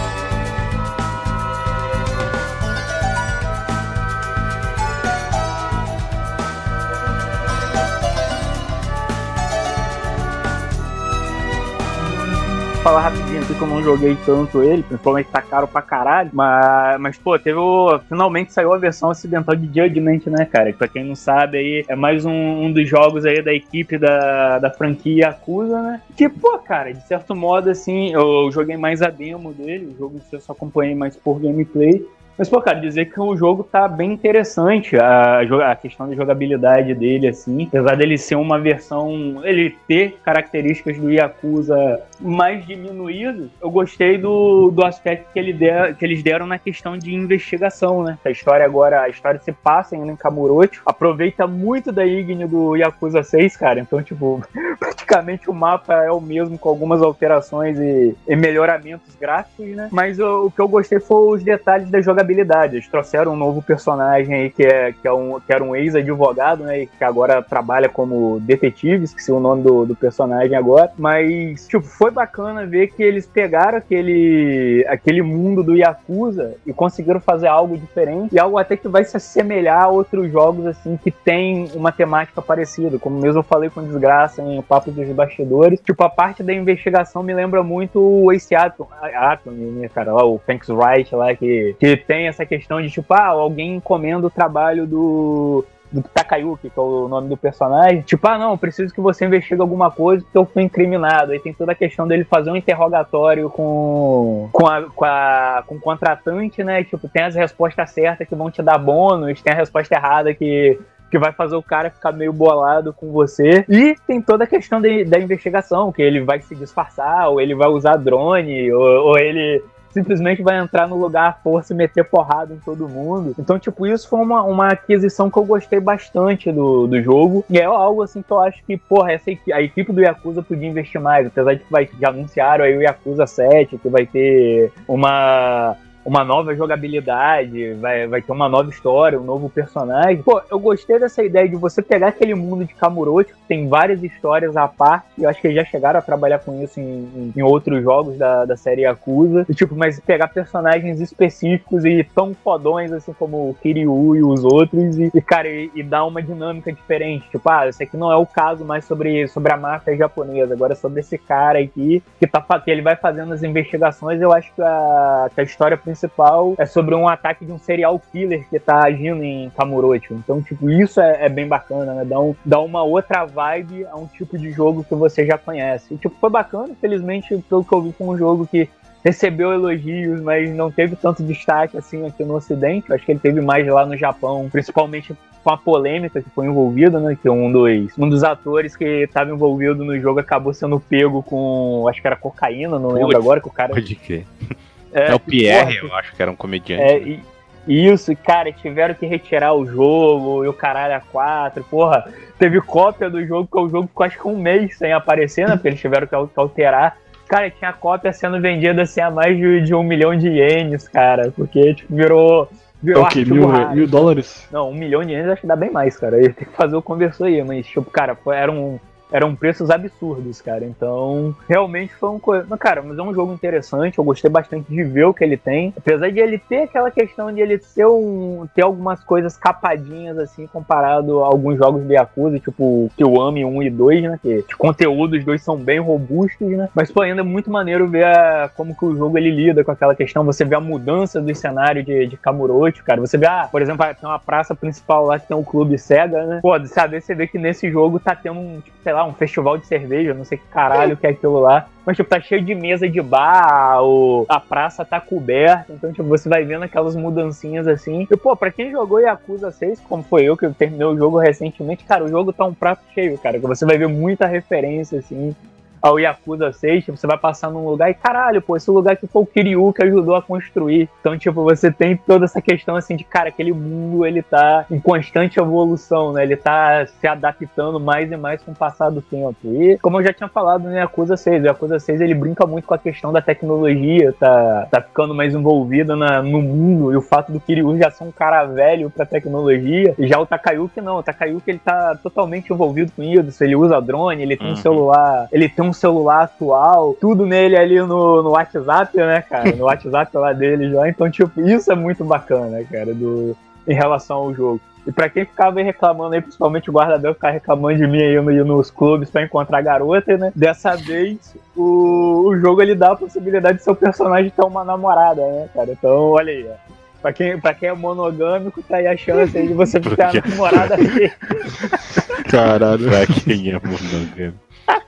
Falar rapidinho aqui que eu não joguei tanto ele, principalmente tá caro pra caralho, mas, mas pô, teve o... finalmente saiu a versão ocidental de Judgment, né, cara? Que pra quem não sabe aí, é mais um, um dos jogos aí da equipe da, da franquia Yakuza, né? Que, pô, cara, de certo modo, assim, eu joguei mais a demo dele, o jogo eu só acompanhei mais por gameplay. Mas, pô, cara, dizer que o jogo tá bem interessante, a, a questão da jogabilidade dele, assim, apesar dele ser uma versão, ele ter características do Yakuza mais diminuídas, eu gostei do, do aspecto que, ele der, que eles deram na questão de investigação, né? A história agora, a história se passa em Kamurocho, aproveita muito da ígne do Yakuza seis, cara, então, tipo, praticamente o mapa é o mesmo, com algumas alterações e, e melhoramentos gráficos, né? Mas o, o que eu gostei foi os detalhes da jogabilidade. Eles trouxeram um novo personagem aí que, é, que, é um, que era um ex-advogado, né? E que agora trabalha como detetive, esqueci o nome do, do personagem agora. Mas, tipo, foi bacana ver que eles pegaram aquele, aquele mundo do Yakuza e conseguiram fazer algo diferente. E algo até que vai se assemelhar a outros jogos, assim, que tem uma temática parecida. Como mesmo eu falei com Desgraça em Papo dos Bastidores. Tipo, a parte da investigação me lembra muito o Ace Attorney, né, cara? Lá, o Phoenix Wright lá, que, que tem essa questão de, tipo, ah, alguém encomenda o trabalho do, do Takayuki, que é o nome do personagem. Tipo, ah, não, preciso que você investigue alguma coisa porque eu fui incriminado. Aí tem toda a questão dele fazer um interrogatório com, com, a, com, a, com o contratante, né? Tipo, tem as respostas certas que vão te dar bônus, tem a resposta errada que... que vai fazer o cara ficar meio bolado com você. E tem toda a questão de, da investigação, que ele vai se disfarçar, ou ele vai usar drone, ou, ou ele simplesmente vai entrar no lugar à força e meter porrada em todo mundo. Então, tipo, isso foi uma, uma aquisição que eu gostei bastante do, do jogo. E é algo, assim, que eu acho que, porra, essa, a equipe do Yakuza podia investir mais. Apesar de que vai, já anunciaram aí o Yakuza sete, que vai ter uma... uma nova jogabilidade, vai, vai ter uma nova história, um novo personagem. Pô, eu gostei dessa ideia de você pegar aquele mundo de Kamurocho, que tem várias histórias à parte, e eu acho que eles já chegaram a trabalhar com isso em, em outros jogos da, da série Yakuza, e, tipo, mas pegar personagens específicos e tão fodões, assim, como o Kiryu e os outros, e, e cara, e, e dar uma dinâmica diferente. Tipo, ah, esse aqui não é o caso mais sobre, sobre a máfia japonesa, agora é sobre esse cara aqui, que, tá, que ele vai fazendo as investigações. Eu acho que a, que a história principal principal é sobre um ataque de um serial killer que tá agindo em Kamurocho. Então, tipo, isso é, é bem bacana, né? Dá, um, dá uma outra vibe a um tipo de jogo que você já conhece. E, tipo, foi bacana, infelizmente, pelo que eu vi, foi um jogo que recebeu elogios, mas não teve tanto destaque assim aqui no Ocidente. Eu acho que ele teve mais lá no Japão, principalmente com a polêmica que foi envolvida, né? Que um dos, um dos atores que estava envolvido no jogo acabou sendo pego com, acho que era cocaína, não lembro agora, que o cara... Pode crer. É, é o Pierre, porra, eu acho que era um comediante. É, né? e, Isso, cara, tiveram que retirar o jogo e o caralho a quatro, porra, teve cópia do jogo, que o jogo ficou acho que um mês sem aparecer, né? Porque eles tiveram que alterar. Cara, tinha cópia sendo vendida assim a mais de, de um milhão de ienes, cara, porque tipo, virou... virou ok, mil, mil dólares? Não, um milhão de ienes acho que dá bem mais, cara. Eu ia ter que fazer o conversor aí, mas tipo, cara, foi, era um... eram preços absurdos, cara. Então, realmente foi um coisa. Mas, cara, mas é um jogo interessante. Eu gostei bastante de ver o que ele tem. Apesar de ele ter aquela questão de ele ser um. ter algumas coisas capadinhas, assim, comparado a alguns jogos de Yakuza, tipo o Kiwami um e dois, né? Que de conteúdo, os dois são bem robustos, né? Mas, pô, ainda é muito maneiro ver a, como que o jogo ele lida com aquela questão. Você vê a mudança do cenário de, de Kamurocho, cara. Você vê, ah, por exemplo, tem uma praça principal lá que tem um clube Sega, né? Pô, sabe, você vê que nesse jogo tá tendo um, tipo, sei lá, um festival de cerveja, não sei que caralho que é aquilo lá, mas tipo, tá cheio de mesa de bar, o, a praça tá coberta, então tipo, você vai vendo aquelas mudancinhas assim, e pô, pra quem jogou Yakuza seis, como foi eu, que eu terminei o jogo recentemente, cara, o jogo tá um prato cheio, cara, que você vai ver muita referência, assim, ao Yakuza seis, tipo, você vai passar num lugar e caralho, pô, esse lugar que foi o Kiryu que ajudou a construir. Então, tipo, você tem toda essa questão, assim, de, cara, aquele mundo, ele tá em constante evolução, né? Ele tá se adaptando mais e mais com o passar do tempo. E, como eu já tinha falado no Yakuza seis, o Yakuza seis, ele brinca muito com a questão da tecnologia, tá, tá ficando mais envolvida na, no mundo, e o fato do Kiryu já ser um cara velho pra tecnologia, e já o Takayuki não, o Takayuki, ele tá totalmente envolvido com isso, ele usa drone, ele tem um celular, ele tem um celular atual, tudo nele ali no, no WhatsApp, né, cara? No WhatsApp lá dele já. Então, tipo, isso é muito bacana, cara, do, em relação ao jogo. E pra quem ficava aí reclamando aí, principalmente o guarda-bel ficar reclamando de mim aí no, nos clubes pra encontrar garota, né? Dessa vez, o, o jogo ele dá a possibilidade de seu personagem ter uma namorada, né, cara? Então, olha aí, ó. Pra quem, pra quem é monogâmico, tá aí a chance aí de você ficar a namorada aí. Caralho. Pra quem é monogâmico.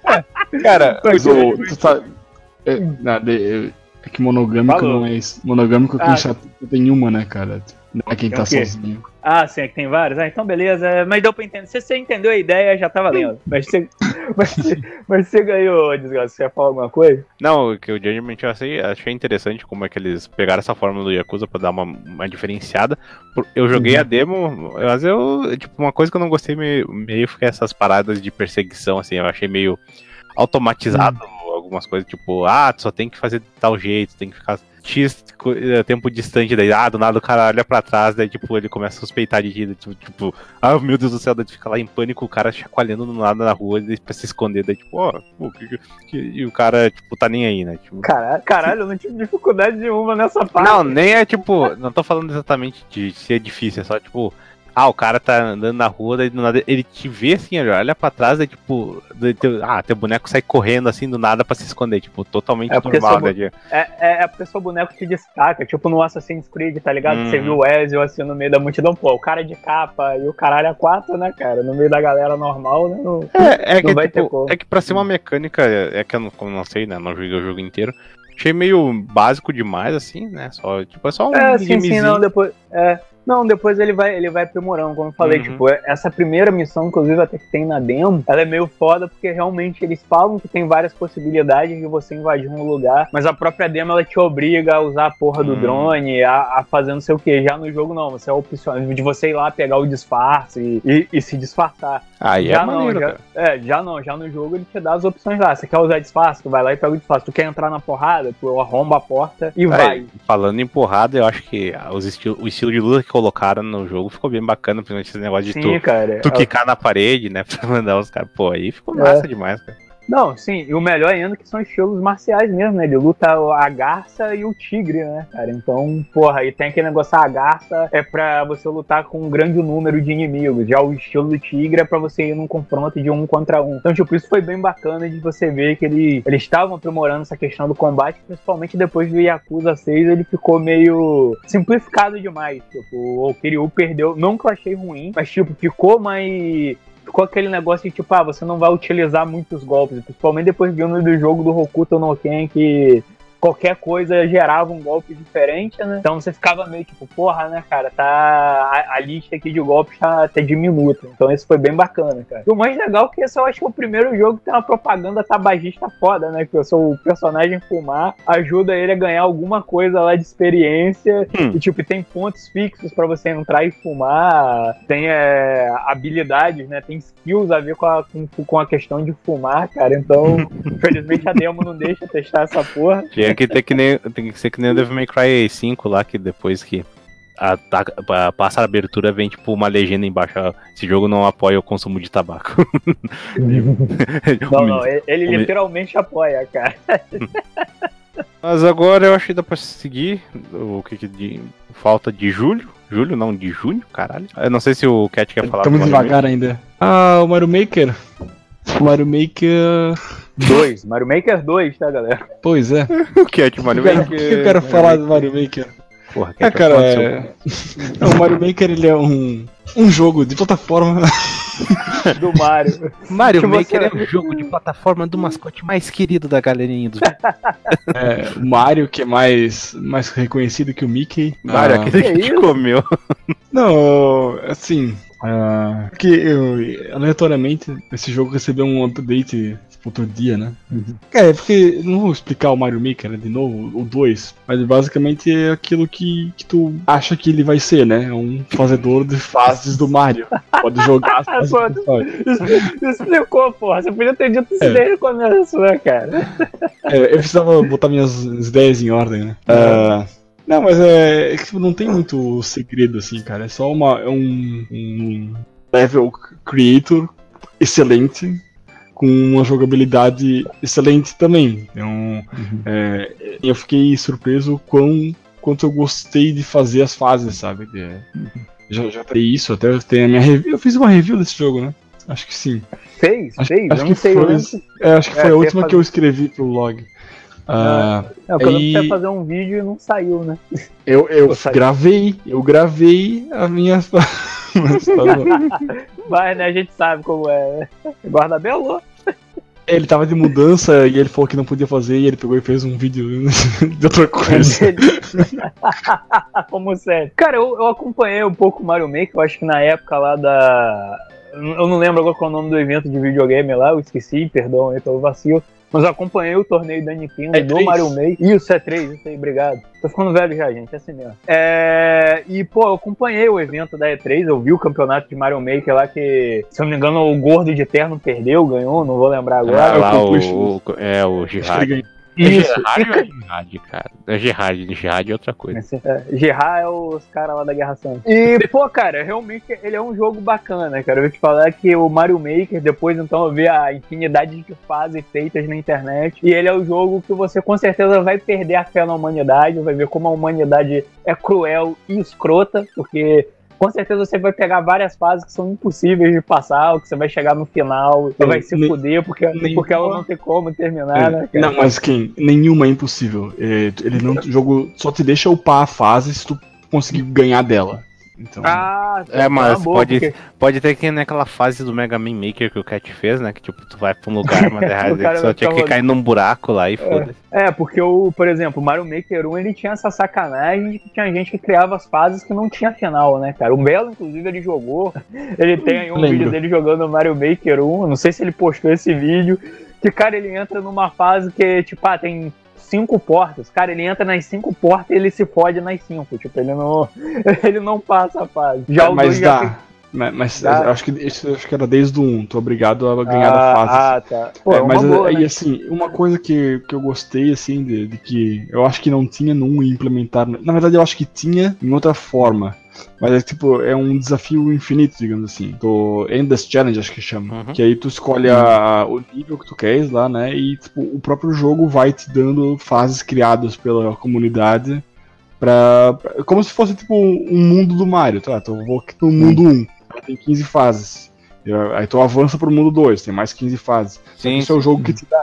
Cara, mas o, tu tá. É, nada, é, é que monogâmico Falou. Não é isso. Monogâmico é quem ah, já tem uma, né, cara? Não é quem tá sozinho. Ah, sim, é que tem vários? Ah, então beleza. Mas deu pra entender. Se você entendeu a ideia, já tá valendo. Mas você, mas você, mas você ganhou, desgraça. Você ia falar alguma coisa? Não, que eu geralmente achei, achei interessante como é que eles pegaram essa fórmula do Yakuza pra dar uma, uma diferenciada. Eu joguei uhum. a demo, mas eu. Tipo, uma coisa que eu não gostei meio, meio foi essas paradas de perseguição, assim. Eu achei meio automatizado uhum. algumas coisas, tipo, ah, tu só tem que fazer de tal jeito, tem que ficar X tempo distante daí, ah, do nada o cara olha pra trás, daí tipo, ele começa a suspeitar de ti, tipo, tipo, ah, meu Deus do céu, daí tu fica lá em pânico, o cara chacoalhando do lado na rua pra se esconder, daí tipo, ó, oh, que, que, e o cara, tipo, tá nem aí, né? Tipo, caralho, caralho, eu não tive dificuldade nenhuma nessa parte. Não, nem é tipo, não tô falando exatamente de ser difícil, é só tipo, ah, o cara tá andando na rua, daí do nada ele te vê assim, ele olha pra trás, daí tipo, daí teu, ah, teu boneco sai correndo assim do nada pra se esconder, tipo, totalmente é normal, né? É, é, é porque seu boneco te destaca, tipo no Assassin's Creed, tá ligado? Hum. Você viu o Ezio assim no meio da multidão, pô, o cara de capa e o caralho a quatro, né, cara? No meio da galera normal, né? Não, é, é não que, vai tipo, ter como. É que pra ser uma mecânica, é que eu não, como não sei, né, não joguei o jogo inteiro, achei meio básico demais, assim, né? Só, tipo, é só um É, sim, sim, não, depois. É. Não, depois ele vai, ele vai aprimorando, como eu falei, uhum. tipo, essa primeira missão, inclusive até que tem na demo, ela é meio foda porque realmente eles falam que tem várias possibilidades de você invadir um lugar, mas a própria demo ela te obriga a usar a porra do uhum. drone, a, a fazer não sei o que. Já no jogo não, você é opcional de você ir lá pegar o disfarce e, e, e se disfarçar. Aí já é não, maneiro, já, cara. É, já não, já no jogo ele te dá as opções lá. Você quer usar disfarce, tu vai lá e pega o disfarce. Tu quer entrar na porrada, tu arromba a porta e é, vai. Falando em porrada, eu acho que os esti- o estilo de luta que colocaram no jogo ficou bem bacana, principalmente esse negócio de Sim, tu, cara, tu é... quicar na parede, né, pra mandar os caras, pô, aí ficou massa é. demais, cara. Não, sim, e o melhor ainda que são estilos marciais mesmo, né? Ele luta a garça e o tigre, né, cara? Então, porra, e tem aquele negócio, a garça é pra você lutar com um grande número de inimigos, já o estilo do tigre é pra você ir num confronto de um contra um. Então, tipo, isso foi bem bacana de você ver que ele, eles estavam aprimorando essa questão do combate, principalmente depois do Yakuza seis, ele ficou meio simplificado demais. Tipo, o Kiryu perdeu, não que eu achei ruim, mas, tipo, ficou mais... Ficou aquele negócio de, tipo, ah, você não vai utilizar muitos golpes, principalmente depois vindo do jogo do Hokuto no Ken, que qualquer coisa gerava um golpe diferente, né? Então você ficava meio tipo, porra, né, cara, tá... A, a lista aqui de golpes tá até diminuta. Então isso foi bem bacana, cara. E o mais legal é que esse eu acho que é o primeiro jogo que tem uma propaganda tabagista foda, né? Que eu sou o personagem fumar, ajuda ele a ganhar alguma coisa lá de experiência. Hum. E, tipo, tem pontos fixos pra você entrar e fumar. Tem é, habilidades, né? Tem skills a ver com a, com, com a questão de fumar, cara. Então, infelizmente a demo não deixa testar essa porra. Tinha que ter que nem, tem que ser que nem o Devil May Cry cinco lá, que depois que a, a, a, passa a abertura vem tipo uma legenda embaixo, esse jogo não apoia o consumo de tabaco. Não, não, ele, ele literalmente apoia, cara. Mas agora eu acho que dá pra seguir o que, que de falta de julho. Julho, não, de junho, caralho. Eu não sei se o Cat quer falar. Estamos devagar ainda. Ah, o Mario Maker. O Mario Maker... dois, Mario Maker dois, tá, galera? Pois é. O Cat, Mario Maker. O que eu quero Mario falar Maker. do Mario Maker? Porra, é, cara, é... o Mario Maker, ele é um, um jogo de plataforma do Mario. Mario tipo Maker você... é um jogo de plataforma do mascote mais querido da galerinha dos... É, o Mario, que é mais, mais reconhecido que o Mickey. Mario, ah, aquele que, que te comeu. Não, assim... Uh, porque eu, aleatoriamente, esse jogo recebeu um update outro dia, né? Uhum. É, porque não vou explicar o Mario Maker, né, de novo, o dois, mas basicamente é aquilo que, que tu acha que ele vai ser, né? É um fazedor de fases do Mario. Pode jogar as fases pô, tu, tu explicou, porra. Você podia ter dito isso é. desde o começo, né, cara? É, eu precisava botar minhas ideias em ordem, né? Uh, Não, mas é, é que não tem muito segredo assim, cara. É só uma, é um, um level creator excelente com uma jogabilidade excelente também. Então, uhum. é, eu fiquei surpreso quão, quanto eu gostei de fazer as fases, sabe? É, uhum. Já, já tem isso, até tem a minha review. Eu fiz uma review desse jogo, né? Acho que sim. Fez? Acho, fez? Acho eu que não sei. foi, eu é, acho que foi é, a última fazer... que eu escrevi pro log. Ah, uh, eu comecei a fazer um vídeo e não saiu, né? Eu, eu gravei, eu gravei a minha. Vai, né? A gente sabe como é. Guarda-belo. Ele tava de mudança e ele falou que não podia fazer e ele pegou e fez um vídeo de outra coisa. Como sério. Cara, eu, eu acompanhei um pouco o Mario Maker, eu acho que na época lá da... Eu não lembro agora qual é o nome do evento de videogame lá, eu esqueci, perdão aí pelo vacilo. Mas eu acompanhei o torneio da Nintendo, é do Mario Maker. Isso, é três, isso aí, obrigado. Tô ficando velho já, gente, é assim mesmo. É... E, pô, eu acompanhei o evento da E três, eu vi o campeonato de Mario Maker lá que, se eu não me engano, o Gordo de Terno perdeu, ganhou, não vou lembrar agora. Ah, lá, o, o, é, o Gerard. Isso. É Gerard ou é Gerard, cara? É Gerard, Gerard é outra coisa. É, Gerard é os caras lá da Guerra Santa. E, pô, cara, realmente ele é um jogo bacana, cara. Eu vou te falar que o Mario Maker, depois então eu vi a infinidade de fases feitas na internet, e ele é o jogo que você com certeza vai perder a fé na humanidade, vai ver como a humanidade é cruel e escrota, porque... Com certeza você vai pegar várias fases que são impossíveis de passar, ou que você vai chegar no final, você vai se nem, fuder porque, porque ela não tem como terminar, é, né, cara? Não, mas quem? Nenhuma é impossível. É, ele não, o jogo só te deixa upar a fase se tu conseguir ganhar dela. Então, ah, é, mas boa, pode, porque... pode ter que naquela fase do Mega Man Maker que o Cat fez, né? Que tipo, tu vai pra um lugar, mas é só tinha que cair num buraco lá e foda-se. É, é, porque o, por exemplo, o Mario Maker um, ele tinha essa sacanagem de que tinha gente que criava as fases que não tinha final, né, cara? O Belo, inclusive, ele jogou. Ele tem aí um Lembro. vídeo dele jogando Mario Maker um, não sei se ele postou esse vídeo, que, cara, ele entra numa fase que, tipo, ah, tem... cinco portas, cara, ele entra nas cinco portas e ele se fode nas cinco, tipo, ele não ele não passa a fase. Já é, o mas dá, já... Mas, mas Dá. eu acho que isso acho que era desde o um, tô obrigado a ganhar ah, da fase. Ah, tá. Pô, É, é uma mas boa, e né? assim, uma coisa que, que eu gostei, assim, de, de que eu acho que não tinha num e implementar. Na verdade, eu acho que tinha em outra forma. Mas é tipo, é um desafio infinito, digamos assim. Do Endless Challenge, acho que chama. Uhum. Que aí tu escolhe a, o nível que tu queres lá, né? E tipo, o próprio jogo vai te dando fases criadas pela comunidade. Pra, pra- como se fosse tipo um mundo do Mario, tá? Então eu vou aqui no mundo um, tem quinze fases. Eu- Aí tu avança pro mundo dois, tem mais quinze fases. Só que Sim, isso é o sim. jogo que te dá.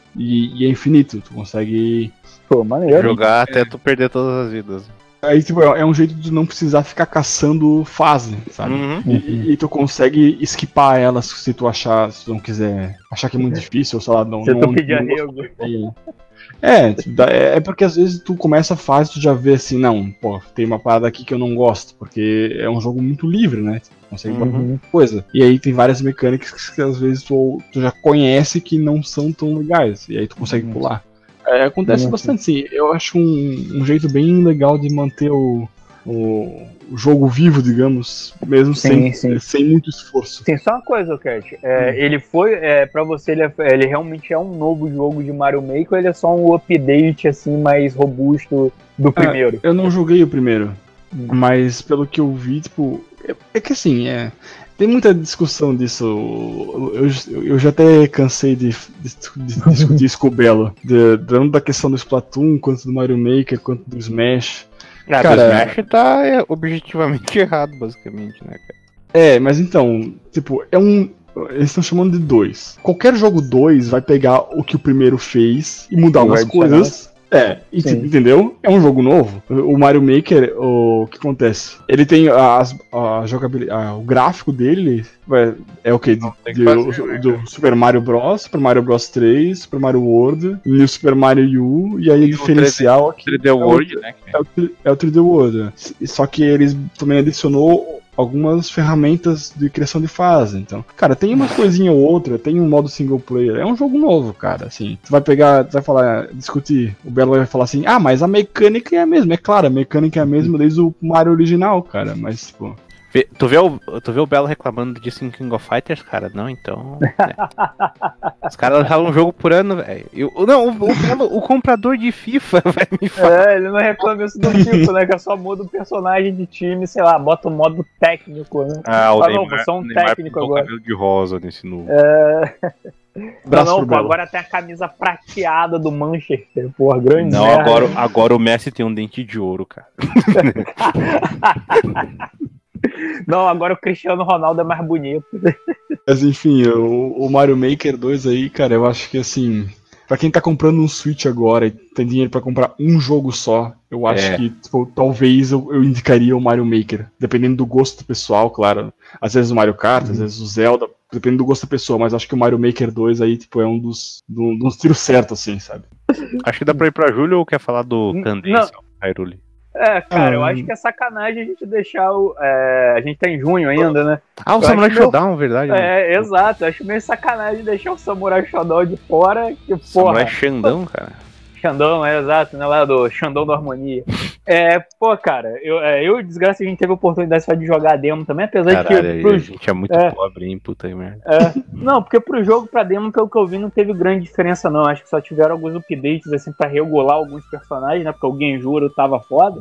E, e é infinito, tu consegue. Pô, maneiro. Jogar até tu perder todas as vidas. Aí, tipo, é é um jeito de não precisar ficar caçando fase, sabe? Uhum. E, e- e tu consegue esquipar elas se tu achar, se tu não quiser, achar que é muito difícil, ou sei lá, não. Se tu não, pedir não arrego. gostou. É, tipo, dá- é é porque às vezes tu começa a fase e tu já vê assim, não, pô, tem uma parada aqui que eu não gosto, porque é um jogo muito livre, né? Tu consegue botar Uhum. muita coisa. E aí tem várias mecânicas que, que às vezes tu, tu já conhece que não são tão legais, e aí tu consegue Uhum. pular. É, acontece Uhum. bastante, sim. Eu acho um, um jeito bem legal de manter o, o, o jogo vivo, digamos, mesmo Sim, sem, sim. sem muito esforço. Tem só uma coisa, Cat. É, Hum. Ele foi, é, pra você, ele, é- ele realmente é um novo jogo de Mario Maker ou ele é só um update, assim, mais robusto do primeiro? Eu não joguei o primeiro, Hum. mas pelo que eu vi, tipo, é, é que assim, é, tem muita discussão disso. Eu, eu, eu já até cansei de, de, de discutir isso com o Belo, de, tanto da questão do Splatoon, quanto do Mario Maker, quanto do Smash. Ah, Cara, do Smash tá é, objetivamente errado, basicamente, né, cara? É, mas então, tipo, é um. Eles estão chamando de dois. Qualquer jogo dois vai pegar o que o primeiro fez e mudar E umas vai adicionar. coisas. É, e, Sim. tipo, entendeu? É um jogo novo. O Mario Maker, o, o que acontece? Ele tem as, a jogabilidade. O gráfico dele vai- é o que? tem que fazer, né, Do Super Mario Bros, Super Mario Bros três, Super Mario World, e o Super Mario U, e aí o E o diferencial aqui três D é o- World, né? é o, tri- é o três D World. Só que eles também adicionou algumas ferramentas de criação de fase. Então, cara, tem uma coisinha ou outra, tem um modo single player. É um jogo novo, cara. Assim, tu vai pegar, tu vai falar, discutir. O Belo vai falar assim: ah, mas a mecânica é a mesma. É claro, a mecânica é a mesma desde o Mario original, cara. Mas, tipo. Vê- Tu vê, o, tu vê o Belo reclamando disso em King of Fighters, cara? Não, então. né. Os caras lançaram um jogo por ano, velho. E o- Não, o, o Belo, o comprador de FIFA vai me falar. É, ele não reclama isso do tipo, né? Que é só muda o personagem de time, sei lá, bota o modo técnico, né? Ah, o Ah, Neymar, não, só um o Neymar técnico pintou o agora. cabelo de rosa nesse novo. Não, Braço não, pro pô, Belo. agora tem a camisa prateada do Manchester, porra, grande Não, merda. agora, agora o Messi tem um dente de ouro, cara. Não, agora o Cristiano Ronaldo é mais bonito. Mas enfim, o, o Mario Maker dois aí, cara, eu acho que assim. Pra quem tá comprando um Switch agora e tem dinheiro pra comprar um jogo só, eu acho É. que, tipo, talvez eu, eu indicaria o Mario Maker. Dependendo do gosto do pessoal, claro. Às vezes o Mario Kart, às vezes o Zelda, dependendo do gosto da pessoa, mas acho que o Mario Maker dois aí, tipo, é um dos, do, dos tiros certos, assim, sabe? Acho que dá pra ir pra Júlio ou quer falar do N- Candence, Hyrule? É, cara, eu Ah, acho que é sacanagem a gente deixar o. é, a gente tá em junho ainda, né? Ah, o Eu Samurai acho meu- Shodown, verdade. né? É, exato. Eu acho meio sacanagem deixar o Samurai Shodown de fora, que Samurai porra. Xandão, cara. Xandão, é exato, né? Lá do Xandão da Harmonia. É, pô, cara, eu, é, eu desgraça, a gente teve a oportunidade só de jogar a demo também, apesar Caralho, de que. a Pro, gente é muito é. pobre, hein, puta merda. é, não, porque pro jogo, pra demo, pelo que eu vi, não teve grande diferença, não. Acho que só tiveram alguns updates, assim, pra regular alguns personagens, né? Porque o Genjuro tava foda.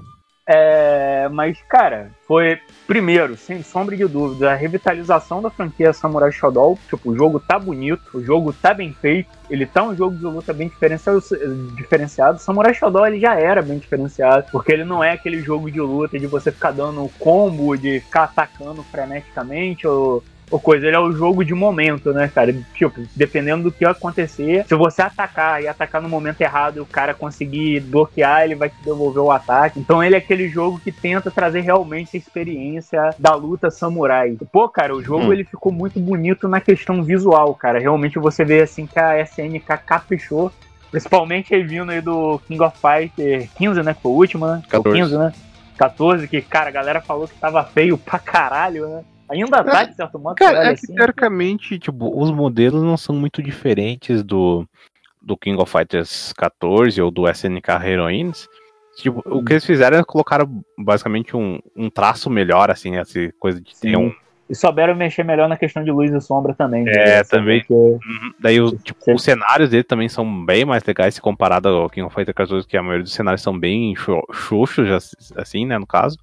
É, mas, cara, foi, primeiro, sem sombra de dúvida, a revitalização da franquia Samurai Shodown. Tipo, o jogo tá bonito, o jogo tá bem feito, ele tá um jogo de luta bem diferenciado. diferenciado. Samurai Shodown ele já era bem diferenciado, porque ele não é aquele jogo de luta de você ficar dando combo, de ficar atacando freneticamente ou ou coisa, ele é o jogo de momento, né, cara? Tipo, dependendo do que acontecer, se você atacar e atacar no momento errado e o cara conseguir bloquear, ele vai te devolver o ataque. Então ele é aquele jogo que tenta trazer realmente a experiência da luta samurai. Pô, cara, o jogo Hum. ele ficou muito bonito na questão visual, cara. Realmente você vê assim que a S N K caprichou. Principalmente aí vindo aí do King of Fighters quinze, né? Que foi o último, né? Foi o quatorze. quinze, né? quatorze, que, cara, a galera falou que tava feio pra caralho, né? Ainda tá, de certo modo, Cara, olha é que assim. teoricamente, tipo, os modelos não são muito diferentes do, do King of Fighters quatorze ou do S N K Heroines. Tipo, o que eles fizeram é colocaram basicamente um, um traço melhor, assim, essa coisa de ter Sim. um, E souberam mexer melhor na questão de luz e sombra também. É, né? também. Porque... Uhum. Daí os, tipo, Você... os cenários dele também são bem mais legais se comparado ao King of Fighters quatorze, que a maioria dos cenários são bem xoxos, assim, né, no caso.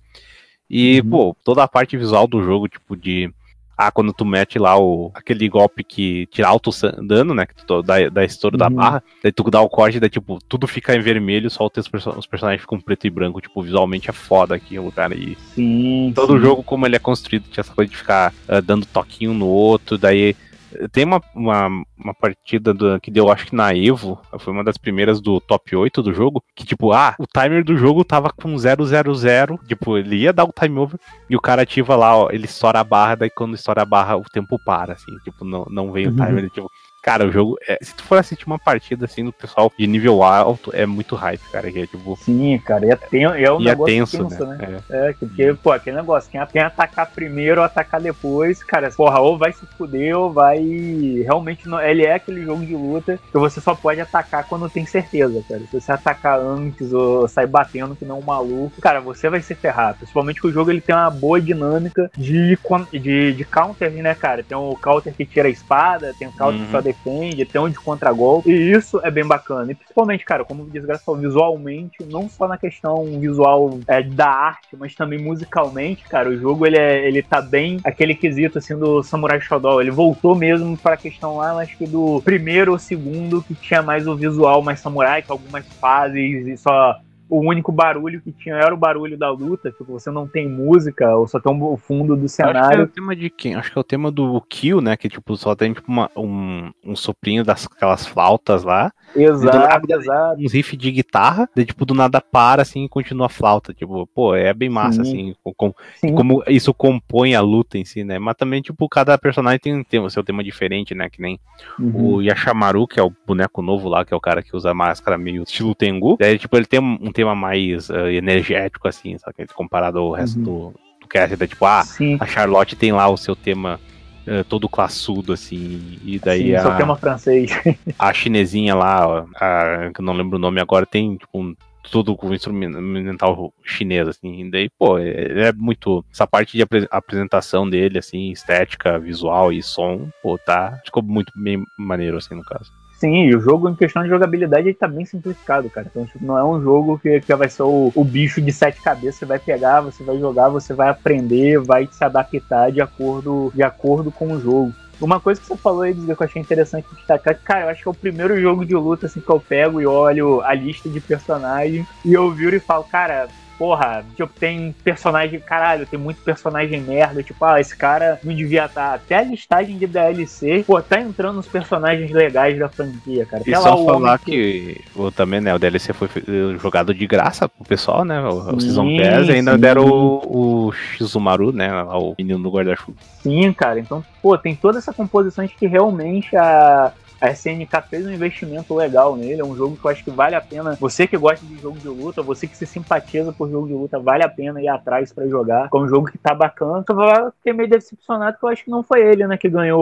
E, uhum. pô, toda a parte visual do jogo, tipo, de... Ah, quando tu mete lá o, aquele golpe que tira alto dano, né? Que tu dá, dá estouro uhum. da barra, daí tu dá o corte, daí tipo, tudo fica em vermelho, só os, perso os personagens ficam preto e branco, tipo, visualmente é foda aquilo, cara. E sim, todo sim. jogo, como ele é construído, tinha essa coisa de ficar uh, dando toquinho no outro, daí. Tem uma, uma, uma partida do, que deu, acho que na Evo, foi uma das primeiras do top oito do jogo, que tipo, ah, o timer do jogo tava com zero zero zero, tipo, ele ia dar o time over, e o cara ativa lá, ó, ele estoura a barra, daí quando estoura a barra o tempo para, assim, tipo, não, não vem o timer, ele, tipo... Cara, o jogo, é, se tu for assistir uma partida assim do pessoal de nível alto, é muito hype, cara. Que é, tipo... Sim, cara, e é, ten, é um e negócio é tenso, tenso, né? né? É, é porque, pô, aquele negócio, quem, quem atacar primeiro ou atacar depois, cara, porra, ou vai se fuder ou vai... Realmente, não, ele é aquele jogo de luta que você só pode atacar quando tem certeza, cara. Se você atacar antes ou sair batendo que não um maluco, cara, você vai se ferrar. Principalmente que o jogo ele tem uma boa dinâmica de, de, de counters, né, cara? Tem o counter que tira a espada, tem o counter uhum. que só defende, tem um de contra-golpe, e isso é bem bacana. E principalmente, cara, como o Desgraça falou, visualmente, não só na questão visual é, da arte, mas também musicalmente, cara, o jogo ele, é, ele tá bem aquele quesito assim do Samurai Shodown. Ele voltou mesmo pra questão lá, acho que do primeiro ou segundo, que tinha mais o visual mais samurai, com algumas fases e só. O único barulho que tinha era o barulho da luta, tipo, você não tem música, ou só tem o fundo do cenário. Acho que é o tema de quem? Acho que é o tema do Kill, né? Que tipo, só tem tipo, uma, um, um soprinho das aquelas flautas lá. Exato, nada, exato. Um riff de guitarra, daí tipo, do nada para assim e continua a flauta. Tipo, pô, é bem massa, Sim. assim. Com, com, e como isso compõe a luta em si, né? Mas também, tipo, cada personagem tem, tem o seu tema diferente, né? Que nem uhum. o Yashamaru, que é o boneco novo lá, que é o cara que usa a máscara meio estilo Tengu. Daí, tipo, ele tem um tema mais uh, energético, assim, sabe? Comparado ao resto uhum. do, do cast. Daí, tipo, ah, Sim. a Charlotte tem lá o seu tema uh, todo classudo, assim, e daí Sim, a... seu tema francês. A chinesinha lá, a, que eu não lembro o nome agora, tem, tipo, um, tudo com instrumental chinês, assim, e daí, pô, é, é muito... Essa parte de apre- apresentação dele, assim, estética, visual e som, pô, tá... Ficou muito bem maneiro, assim, no caso. Sim, e o jogo, em questão de jogabilidade, ele tá bem simplificado, cara. Então, tipo, não é um jogo que, que vai ser o, o bicho de sete cabeças. Você vai pegar, você vai jogar, você vai aprender, vai se adaptar de acordo, de acordo com o jogo. Uma coisa que você falou aí, que eu achei interessante destacar, cara, eu acho que é o primeiro jogo de luta, assim, que eu pego e olho a lista de personagens e eu viro e falo, cara... Porra, tipo, tem personagem, caralho, tem muito personagem merda, tipo, ah, esse cara não devia estar. Até a listagem de D L C, pô, tá entrando os personagens legais da franquia, cara. E só falar que, que também, né, o D L C foi jogado de graça pro pessoal, né, o Season Pass, e ainda sim. deram o, o Shizumaru, né, o menino do guarda-chuva. Sim, cara, então, pô, tem toda essa composição de que realmente a... A S N K fez um investimento legal nele, é um jogo que eu acho que vale a pena. Você que gosta de jogo de luta, você que se simpatiza por jogo de luta, vale a pena ir atrás pra jogar. É um jogo que tá bacana. Eu fiquei meio decepcionado que eu acho que não foi ele, né, que ganhou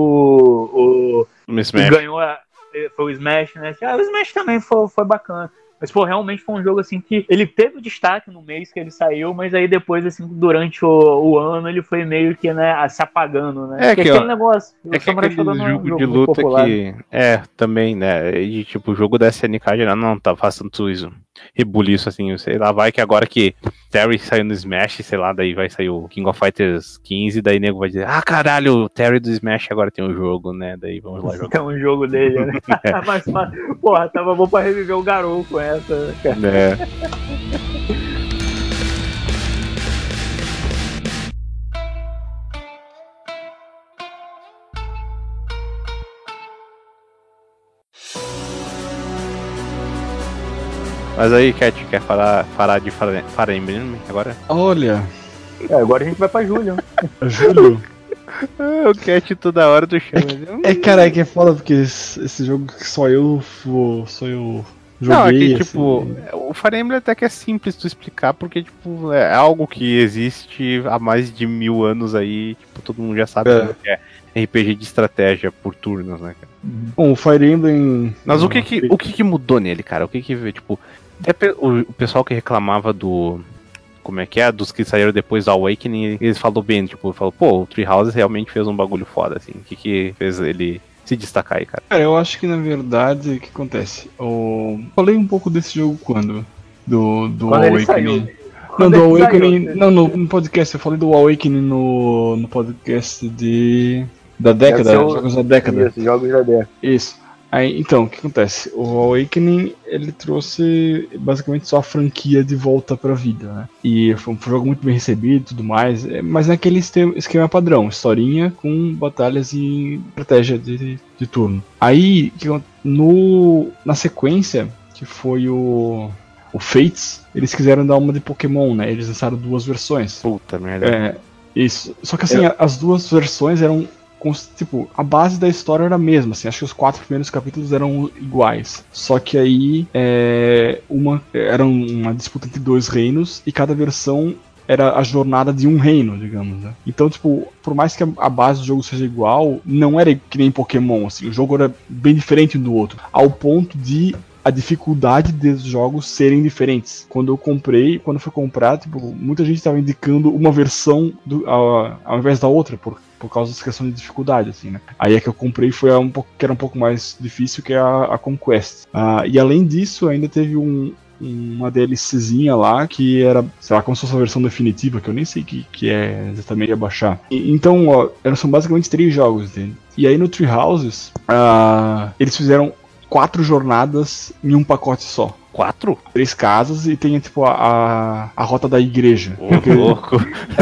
o... o Smash. Ganhou a, foi o Smash, né? Ah, o Smash também foi, foi bacana. Mas, pô, realmente foi um jogo, assim, que ele teve destaque no mês que ele saiu, mas aí depois, assim, durante o, o ano, ele foi meio que, né, se apagando, né? É Porque que, aquele ó, negócio, é o Samurai Shodown não é um jogo jogo de muito luta popular. que... É, também, né, e tipo, o jogo da S N K já não tá fazendo tudo isso, rebuliço, assim, sei lá, vai que agora que Terry saiu no Smash, sei lá, daí vai sair o King of Fighters quinze, daí nego vai dizer, ah, caralho, o Terry do Smash agora tem um jogo, né, daí vamos lá jogar. Tem um jogo dele, né? É. Mas, porra, tava bom pra reviver o Garou com essa, cara. É. Mas aí, Cat, quer falar, falar de Fire Emblem agora? Olha... É, agora a gente vai pra Julho. Julho? Ah, o Cat toda hora do chão. É, é cara, que é foda, porque esse, esse jogo que só eu, só eu joguei... Não, é que, assim, tipo, o Fire Emblem até que é simples tu explicar, porque, tipo, é algo que existe há mais de mil anos aí, tipo, todo mundo já sabe é. que é R P G de estratégia por turnos, né, cara? Bom, o Fire Emblem... Mas o que que, o que que mudou nele, cara? O que que, tipo... O, o pessoal que reclamava do... como é que é, dos que saíram depois do Awakening, eles falou bem, tipo, falou, pô, o Treehouse realmente fez um bagulho foda, assim, o que que fez ele se destacar aí, cara? Cara, eu acho que na verdade, o que acontece? Eu falei um pouco desse jogo quando? Do, do Quando ele Awakening. saiu. Não, Quando do ele Awakening. saiu. Não, no, no podcast, eu falei do Awakening no, no podcast de. Da Deve década, ser o- jogos da década. Isso, jogos da década. Isso. Aí, então, o que acontece? O Awakening, ele trouxe basicamente só a franquia de volta pra vida, né? E foi um jogo muito bem recebido e tudo mais, é, mas naquele esquema padrão, historinha com batalhas e estratégia de, de turno. Aí, no, na sequência, que foi o, o Fates, eles quiseram dar uma de Pokémon, né? Eles lançaram duas versões. Puta merda. É, isso. Só que assim, é. as duas versões eram... Tipo, a base da história era a mesma, assim, acho que os quatro primeiros capítulos eram iguais. Só que aí é, uma, era uma disputa entre dois reinos e cada versão era a jornada de um reino, digamos, né? Então, tipo, por mais que a base do jogo seja igual, não era que nem Pokémon, assim, o jogo era bem diferente um do outro, ao ponto de a dificuldade dos jogos serem diferentes. Quando eu comprei, quando eu fui comprar, tipo, muita gente estava indicando uma versão do, ao, ao invés da outra, por, por causa dessa questão de dificuldade, assim, né? Aí a que eu comprei foi a um pouco, que era um pouco mais difícil, que é a, a Conquest. Ah, e além disso, ainda teve um, uma DLCzinha lá, que era, sei lá, como se fosse a versão definitiva, que eu nem sei que, que é exatamente ia baixar. E, então, ó, são basicamente três jogos, entende? E aí no Treehouses, ah, eles fizeram quatro jornadas em um pacote só. Quatro? Três casas e tem, tipo, a, a, a rota da igreja. Ô, louco.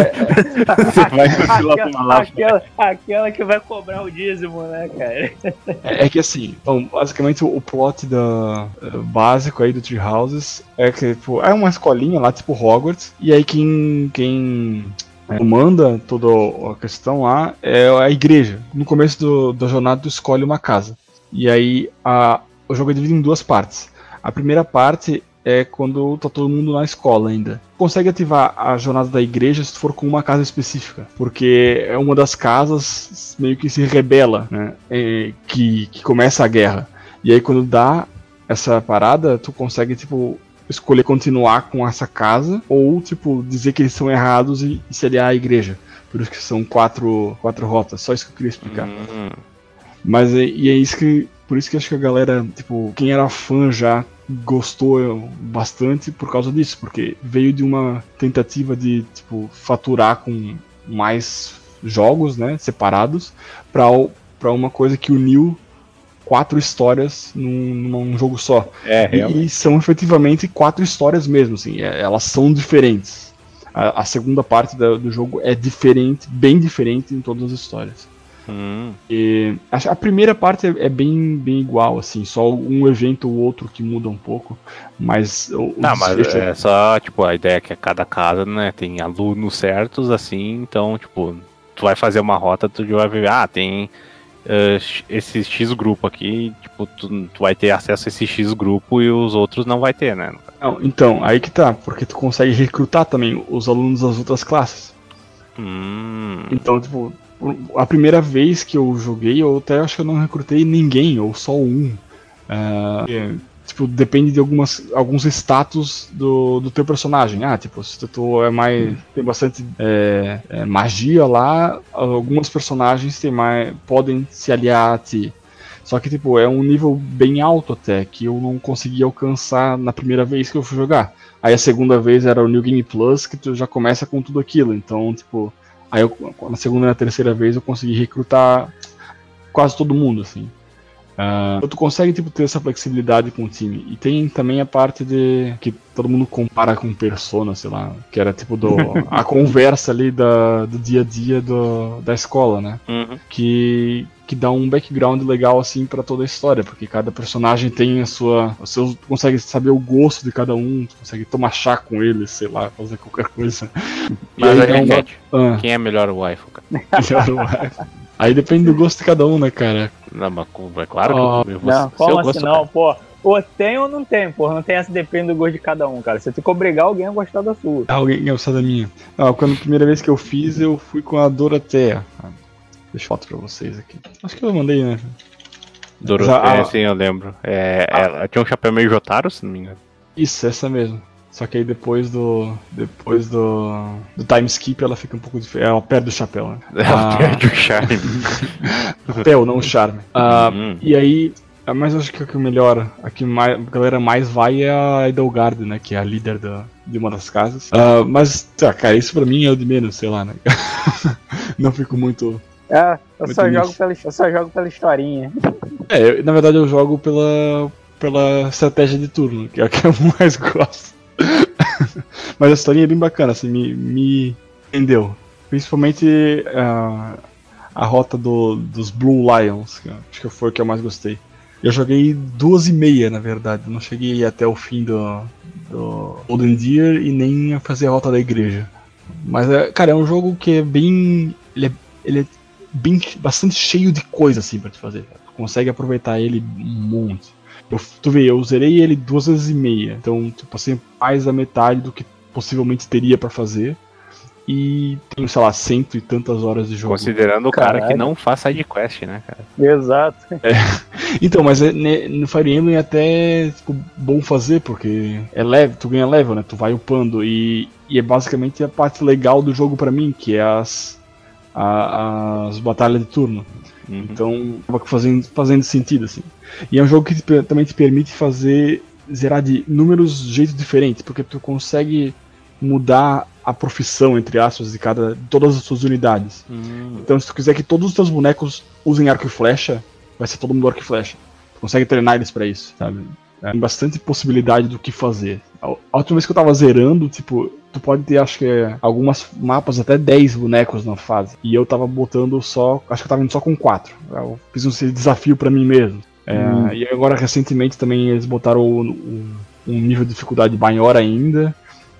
Você vai aquela, lá, aquela, aquela que vai cobrar o dízimo, né, cara? É, é que assim, então, basicamente o, o plot da, uh, básico aí do Treehouses é que, tipo, é uma escolinha lá, tipo Hogwarts, e aí quem... quem comanda toda a questão lá é a igreja. No começo do, da jornada tu escolhe uma casa. E aí a, o jogo é dividido em duas partes. A primeira parte é quando tá todo mundo na escola ainda. Consegue ativar a jornada da igreja se tu for com uma casa específica, porque é uma das casas meio que se rebela, né? É, que, que começa a guerra. E aí quando dá essa parada, tu consegue tipo escolher continuar com essa casa ou tipo dizer que eles são errados e, e se aliar à igreja. Por isso que são quatro, quatro rotas. Só isso que eu queria explicar. Hum. Mas é, e é isso que. Por isso que acho que a galera, tipo, quem era fã já gostou bastante por causa disso, porque veio de uma tentativa de, tipo, faturar com mais jogos, né, separados, pra, pra uma coisa que uniu quatro histórias num, num jogo só. É, e, e são efetivamente quatro histórias mesmo, assim, é, elas são diferentes. A, a segunda parte da, do jogo é diferente, bem diferente em todas as histórias. Hum. E a, a primeira parte é, é bem, bem igual, assim, só um evento ou outro que muda um pouco, mas o, Não, o mas desfecho é só, tipo, a ideia é que cada casa, né, tem alunos certos, assim, então, tipo, tu vai fazer uma rota, tu já vai ver, ah, tem uh, esse X grupo aqui, tipo, tu, tu vai ter acesso a esse X grupo e os outros não vai ter, né? Não, então, aí que tá, porque tu consegue recrutar também os alunos das outras classes. Hum. Então, tipo, a primeira vez que eu joguei, eu até acho que eu não recrutei ninguém, ou só um. Uh, é, tipo, depende de algumas, alguns status do, do teu personagem. Ah, tipo, se tu é mais. Tem bastante é, é, magia lá, algumas personagens tem mais, podem se aliar a ti. Só que, tipo, é um nível bem alto até, que eu não consegui alcançar na primeira vez que eu fui jogar. Aí a segunda vez era o New Game Plus, que tu já começa com tudo aquilo. Então, tipo, aí eu, na segunda e na terceira vez eu consegui recrutar quase todo mundo, assim. Uh, tu consegue tipo, ter essa flexibilidade com o time. E tem também a parte de que todo mundo compara com Persona, sei lá, que era tipo do, a conversa ali da, do dia a dia do, da escola, né? Uhum. Que, que dá um background legal assim para toda a história, porque cada personagem tem a sua. O seu, tu consegue saber o gosto de cada um, tu consegue tomar chá com eles, sei lá, fazer qualquer coisa. Mas aí, a gente, uma... ah. Quem é melhor o waifu, cara? Melhor o waifu. Aí depende do gosto de cada um, né, cara? Não, mas é claro oh, que eu vou Não, como gosto, assim não, cara. Pô? Ou tem ou não tem, pô. Não tem essa, depende do gosto de cada um, cara. Você tem que obrigar alguém a gostar da sua. Alguém a gostar da minha. Ah, quando a primeira vez que eu fiz, eu fui com a Dorothea. Deixa eu foto pra vocês aqui. Acho que eu mandei, né? Dorothea, ah, sim, eu lembro. É, ah, ela tinha um chapéu meio Jotaro, se não me engano. Isso, essa mesmo. Só que aí depois do. Depois do. Do time skip ela fica um pouco diferente. Ela perde o chapéu, né? Ela Ah, perde o charme. o chapéu, não o charme. Ah, Uhum. E aí. Mas eu acho que o que melhor, a que mais, a galera mais vai é a Edelgard, né? Que é a líder da, de uma das casas. Ah, mas, tá, cara, isso pra mim é o de menos, sei lá, né? Não fico muito. É, eu Muito só, jogo nisso. pela, eu só jogo pela historinha. É, eu- na verdade eu jogo pela, pela estratégia de turno, que é a que eu mais gosto. Mas a historinha é bem bacana, assim, me, me rendeu. Principalmente ah, a rota do, dos Blue Lions, que eu acho que foi o que eu mais gostei. Eu joguei duas e meia, na verdade, não cheguei até o fim do, do Golden Deer e nem a fazer a rota da igreja. Mas, é, cara, é um jogo que é bem. Ele é, ele é bem, bastante cheio de coisa assim pra te fazer. Cara. Tu consegue aproveitar ele um monte. Eu, tu vê, eu zerei ele duas vezes e meia, então tu passei mais da metade do que possivelmente teria pra fazer. E tenho, sei lá, cento e tantas horas de jogo. Considerando o cara Caralho. que não faz sidequest, né, cara? Exato. Então, mas é, né, no Fire Emblem é até tipo, bom fazer, porque é leve, tu ganha level, né? Tu vai upando e, e é basicamente a parte legal do jogo pra mim, que é as, a- as batalhas de turno. Uhum. Então, acaba fazendo, fazendo sentido, assim. E é um jogo que te per- também te permite fazer, zerar de inúmeros jeitos diferentes, porque tu consegue mudar a profissão, entre aspas, de cada, de todas as suas unidades. Hum. Então, se tu quiser que todos os teus bonecos usem arco e flecha, vai ser todo mundo arco e flecha. Tu consegue treinar eles pra isso, sabe? Tem bastante possibilidade do que fazer. A a última vez que eu tava zerando, tipo, tu pode ter, acho que, é, algumas mapas até dez bonecos na fase. E eu tava botando só, acho que eu tava indo só com quatro. Eu fiz um desafio pra mim mesmo. É, Hum. E agora, recentemente, também eles botaram o- o- um nível de dificuldade maior ainda.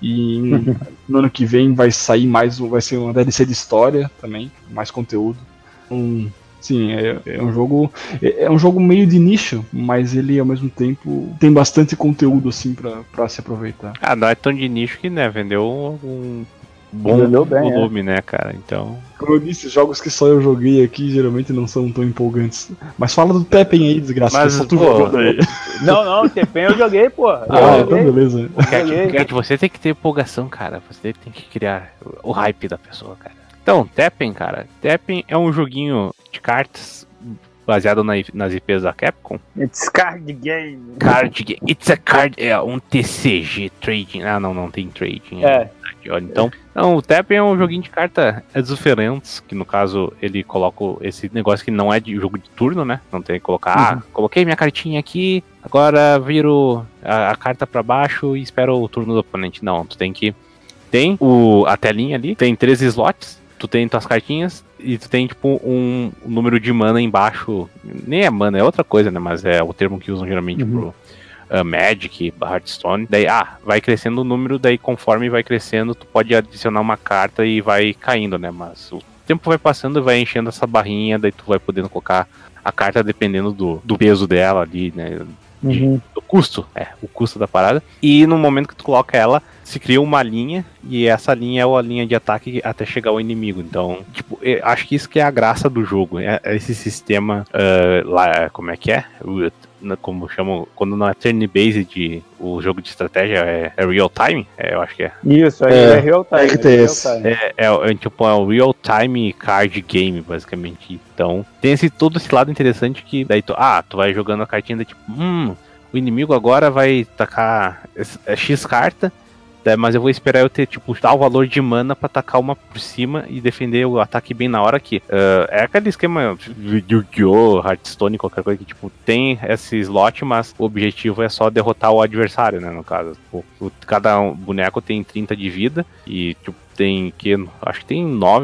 E em- no ano que vem vai sair mais, um- vai ser uma D L C de história também, mais conteúdo. Um, sim, é, é um jogo, é, é um jogo meio de nicho, mas ele ao mesmo tempo tem bastante conteúdo assim pra, pra se aproveitar. Ah, não é tão de nicho que, né, vendeu um bom Vendeu bem, volume, né, cara? Então. Como eu disse, jogos que só eu joguei aqui geralmente não são tão empolgantes. Mas fala do Tekken aí, desgraça, Mas, que só tu pô, jogou daí. Não, não, o T P eu joguei, porra. Eu Ah, joguei. então beleza. Cat, Joguei. Cat, você tem que ter empolgação, cara. Você tem que criar o hype da pessoa, cara. Então, Tekken, cara. Tekken é um joguinho de cartas baseado na, nas I Ps da Capcom. It's card game. Card game. It's a card. É um T C G trading. Ah, não, não tem trading. É. Olha, então, não, o Tekken é um joguinho de carta diferentes, que no caso ele coloca esse negócio que não é de jogo de turno, né? Não tem que colocar, Uhum. ah, coloquei minha cartinha aqui, agora viro a, a carta pra baixo e espero o turno do oponente. Não, tu tem que tem o, a telinha ali, tem três slots, tu tem tuas cartinhas e tu tem tipo um, um número de mana embaixo, nem é mana, é outra coisa, né? Mas é o termo que usam geralmente Uhum. pro Uh, Magic, Hearthstone, daí, ah, vai crescendo o número, daí conforme vai crescendo, tu pode adicionar uma carta e vai caindo, né, mas o tempo vai passando e vai enchendo essa barrinha, daí tu vai podendo colocar a carta dependendo do, do peso dela ali, né, de- Uhum. do custo, é, o custo da parada, e no momento que tu coloca ela, se cria uma linha, e essa linha é a linha de ataque até chegar ao inimigo, então, tipo, eu acho que isso que é a graça do jogo, é, é esse sistema, uh, lá, como é que é? O- como chamam, quando não é turn-based, o jogo de estratégia é, é real time, é, eu acho que é. Isso, aí É, é, real time. R T S. É real time. É, é, é tipo é um real time card game, basicamente. Então, tem esse, todo esse lado interessante que daí tu, ah, tu vai jogando a cartinha, daí, tipo, hum, o inimigo agora vai tacar esse- é X carta, daí, mas eu vou esperar eu ter, tipo, tal valor de mana pra tacar uma por cima e defender o ataque bem na hora aqui. Ah, é aquele esquema de Yu-Gi-Oh!, Hearthstone, qualquer coisa que, tipo, tem esse slot, mas o objetivo é só derrotar o adversário, né, no caso. Tipo, o- cada um- boneco tem trinta de vida e, tipo, tem que, acho que tem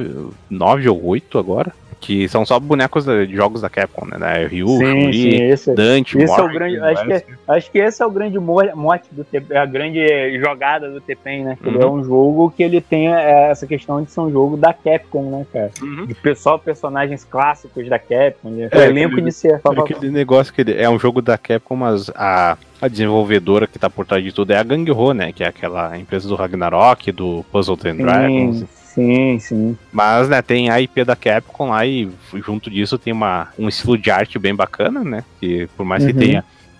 nove ou oito agora, que são só bonecos de de jogos da Capcom, né, da Ryu, Sim, sim, Chun-Li, esse, Dante, esse é o Morgan, grande. Acho que, Wesker. acho que esse é o grande mo- mote do T P, a grande jogada do T P E N, né? Que ele Uhum. é um jogo que ele tem é, essa questão de ser um jogo da Capcom, né, cara? Uhum. De pessoal, personagens clássicos da Capcom, né? o É, elenco aquele- de ser. É aquele negócio que ele- é um jogo da Capcom, mas a, a desenvolvedora que tá por trás de tudo é a Gang-Ho, né? Que é aquela empresa do Ragnarok, do Puzzle and Dragons. Sim, sim, sim. Mas, né, tem a I P da Capcom lá e junto disso tem uma, um estilo de arte bem bacana, né? Que por mais que Uhum. tenha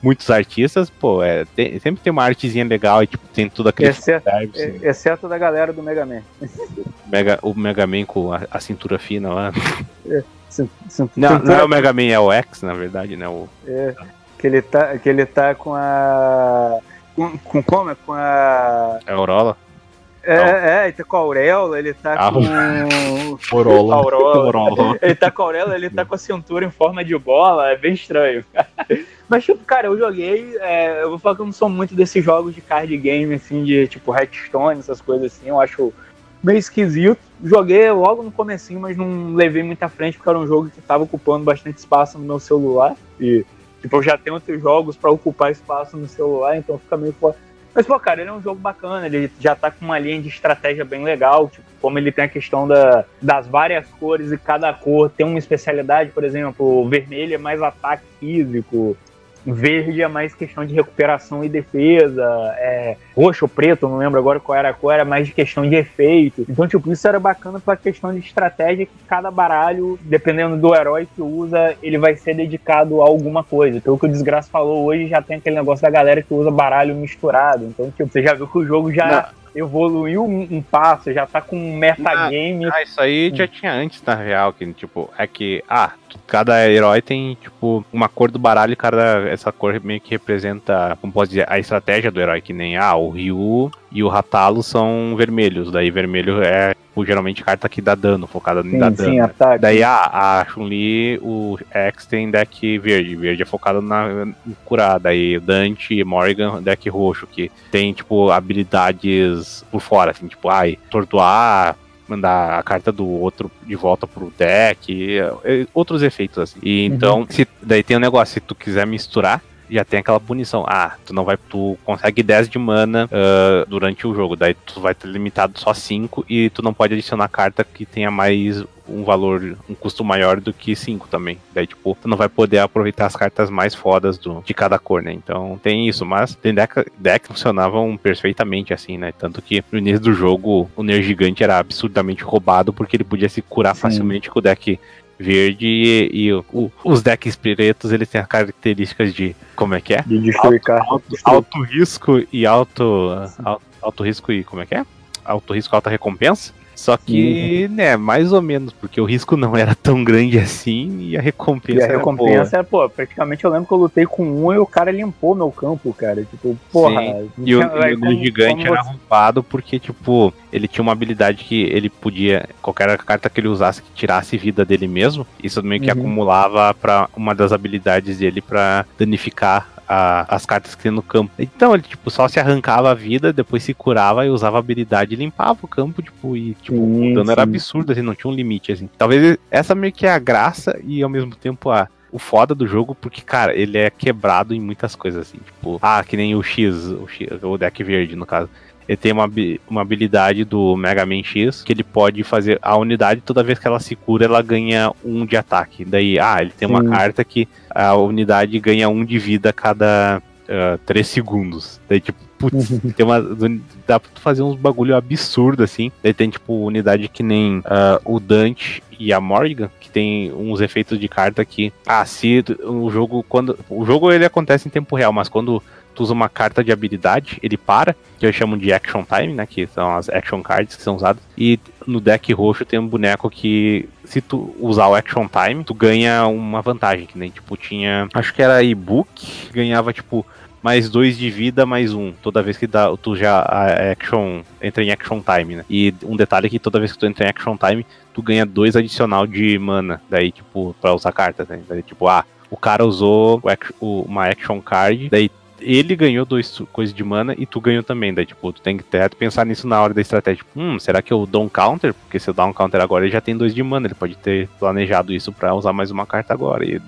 muitos artistas, pô, é, tem, sempre tem uma artezinha legal e tipo, tem tudo aquele exceto, assim. exceto da galera do Mega Man. Mega, o Mega Man com a, a cintura fina lá. É, c- c- Não, cintura... não é o Mega Man, é o X, na verdade, né? O... É, que ele tá, que ele tá com a... Com, com como? É? Com a... É a Aurola? É, é, ele tá com a auréola, ele tá Ah, com... Aurola. Aurola. Aurola. Ele tá com a auréola, ele tá com a cintura em forma de bola, é bem estranho. Mas, tipo, cara, eu joguei, é, eu vou falar que eu não sou muito desses jogos de card game, assim, de, tipo, Hearthstone, essas coisas assim, eu acho meio esquisito. Joguei logo no comecinho, mas não levei muita frente, porque era um jogo que tava ocupando bastante espaço no meu celular, e, tipo, eu já tenho outros jogos pra ocupar espaço no celular, então fica meio fora. Mas, pô, cara, ele é um jogo bacana, ele já tá com uma linha de estratégia bem legal, tipo, como ele tem a questão da, das várias cores e cada cor tem uma especialidade, por exemplo, o vermelho é mais ataque físico, verde é mais questão de recuperação e defesa, é, roxo ou preto, não lembro agora qual era a cor, era mais de questão de efeito. Então, tipo, isso era bacana pra questão de estratégia, que cada baralho, dependendo do herói que usa, ele vai ser dedicado a alguma coisa. Pelo que o Desgraça falou hoje, já tem aquele negócio da galera que usa baralho misturado. Então, tipo, você já viu que o jogo já... Não. Evoluiu um, um passo, já tá com um metagame. Ah, isso aí já tinha antes, na real, que tipo, é que, ah, cada herói tem, tipo, uma cor do baralho e cada, essa cor meio que representa, como pode dizer, a estratégia do herói, que nem, ah, o Ryu e o Ratalo são vermelhos, daí vermelho é, tipo, geralmente carta que dá dano, focada em dar dano. Sim, ataque. Daí, ah, a Chun-Li, o X tem deck verde, verde é focado na, em curar, daí Dante e Morrigan, deck roxo, que tem, tipo, habilidades por fora, assim, tipo, ai, tortuar, mandar a carta do outro de volta pro deck, e, e, outros efeitos, assim. E então, uhum. se, daí tem um negócio, se tu quiser misturar, já tem aquela punição. Ah, tu não vai, tu consegue dez de mana uh, durante o jogo, daí tu vai ter limitado só cinco e tu não pode adicionar carta que tenha mais um valor, um custo maior do que cinco também. Daí, tipo, tu não vai poder aproveitar as cartas mais fodas do, de cada cor, né? Então tem isso, mas tem deck, deck funcionavam perfeitamente assim, né? Tanto que no início do jogo o Ner Gigante era absurdamente roubado porque ele podia se curar Sim. facilmente com o deck verde e, e o, os decks pretos, eles têm as características de, como é que é? De destruir alto, alto, alto risco e alto, alto, alto risco e, como é que é? Alto risco, alta recompensa. Só que, uhum. né, mais ou menos, porque o risco não era tão grande assim e a recompensa E a recompensa era, pô, praticamente eu lembro que eu lutei com um e o cara limpou meu campo, cara. Tipo, porra. Sim. E o, e o como, gigante como era você... roubado porque, tipo, ele tinha uma habilidade que ele podia, qualquer carta que ele usasse que tirasse vida dele mesmo, isso meio que uhum. acumulava pra uma das habilidades dele pra danificar A, as cartas que tem no campo. Então ele tipo só se arrancava a vida, depois se curava e usava a habilidade e limpava o campo, tipo, e tipo, sim, o dano sim. era absurdo, assim, não tinha um limite, assim. Talvez essa meio que é a graça e ao mesmo tempo a o foda do jogo, porque, cara, ele é quebrado em muitas coisas, assim, tipo, ah, que nem o X, o, X, o deck verde, no caso. Ele tem uma, uma habilidade do Mega Man X, que ele pode fazer a unidade, toda vez que ela se cura, ela ganha um de ataque. Daí, ah, ele tem Sim. uma carta que a unidade ganha um de vida a cada uh, três segundos. Daí, tipo, putz, uhum. tem uma, dá pra tu fazer uns bagulho absurdo, assim. Daí tem, tipo, unidade que nem uh, o Dante e a Morrigan, que tem uns efeitos de carta que, ah, se o jogo, quando... O jogo, ele acontece em tempo real, mas quando tu usa uma carta de habilidade, ele para, que eu chamo de Action Time, né, que são as Action Cards que são usadas, e no deck roxo tem um boneco que, se tu usar o Action Time, tu ganha uma vantagem, que nem, tipo, tinha, acho que era e-book, ganhava, tipo, mais dois de vida, mais um, toda vez que dá, tu já a action, entra em Action Time, né, e um detalhe é que toda vez que tu entra em Action Time, tu ganha dois adicional de mana, daí, tipo, pra usar cartas, né, daí, tipo, ah, o cara usou o, uma Action Card, daí ele ganhou dois coisas de mana e tu ganhou também, daí tipo, tu tem que até pensar nisso na hora da estratégia, tipo, hum, será que eu dou um counter? Porque se eu dar um counter agora ele já tem dois de mana, ele pode ter planejado isso pra usar mais uma carta agora e...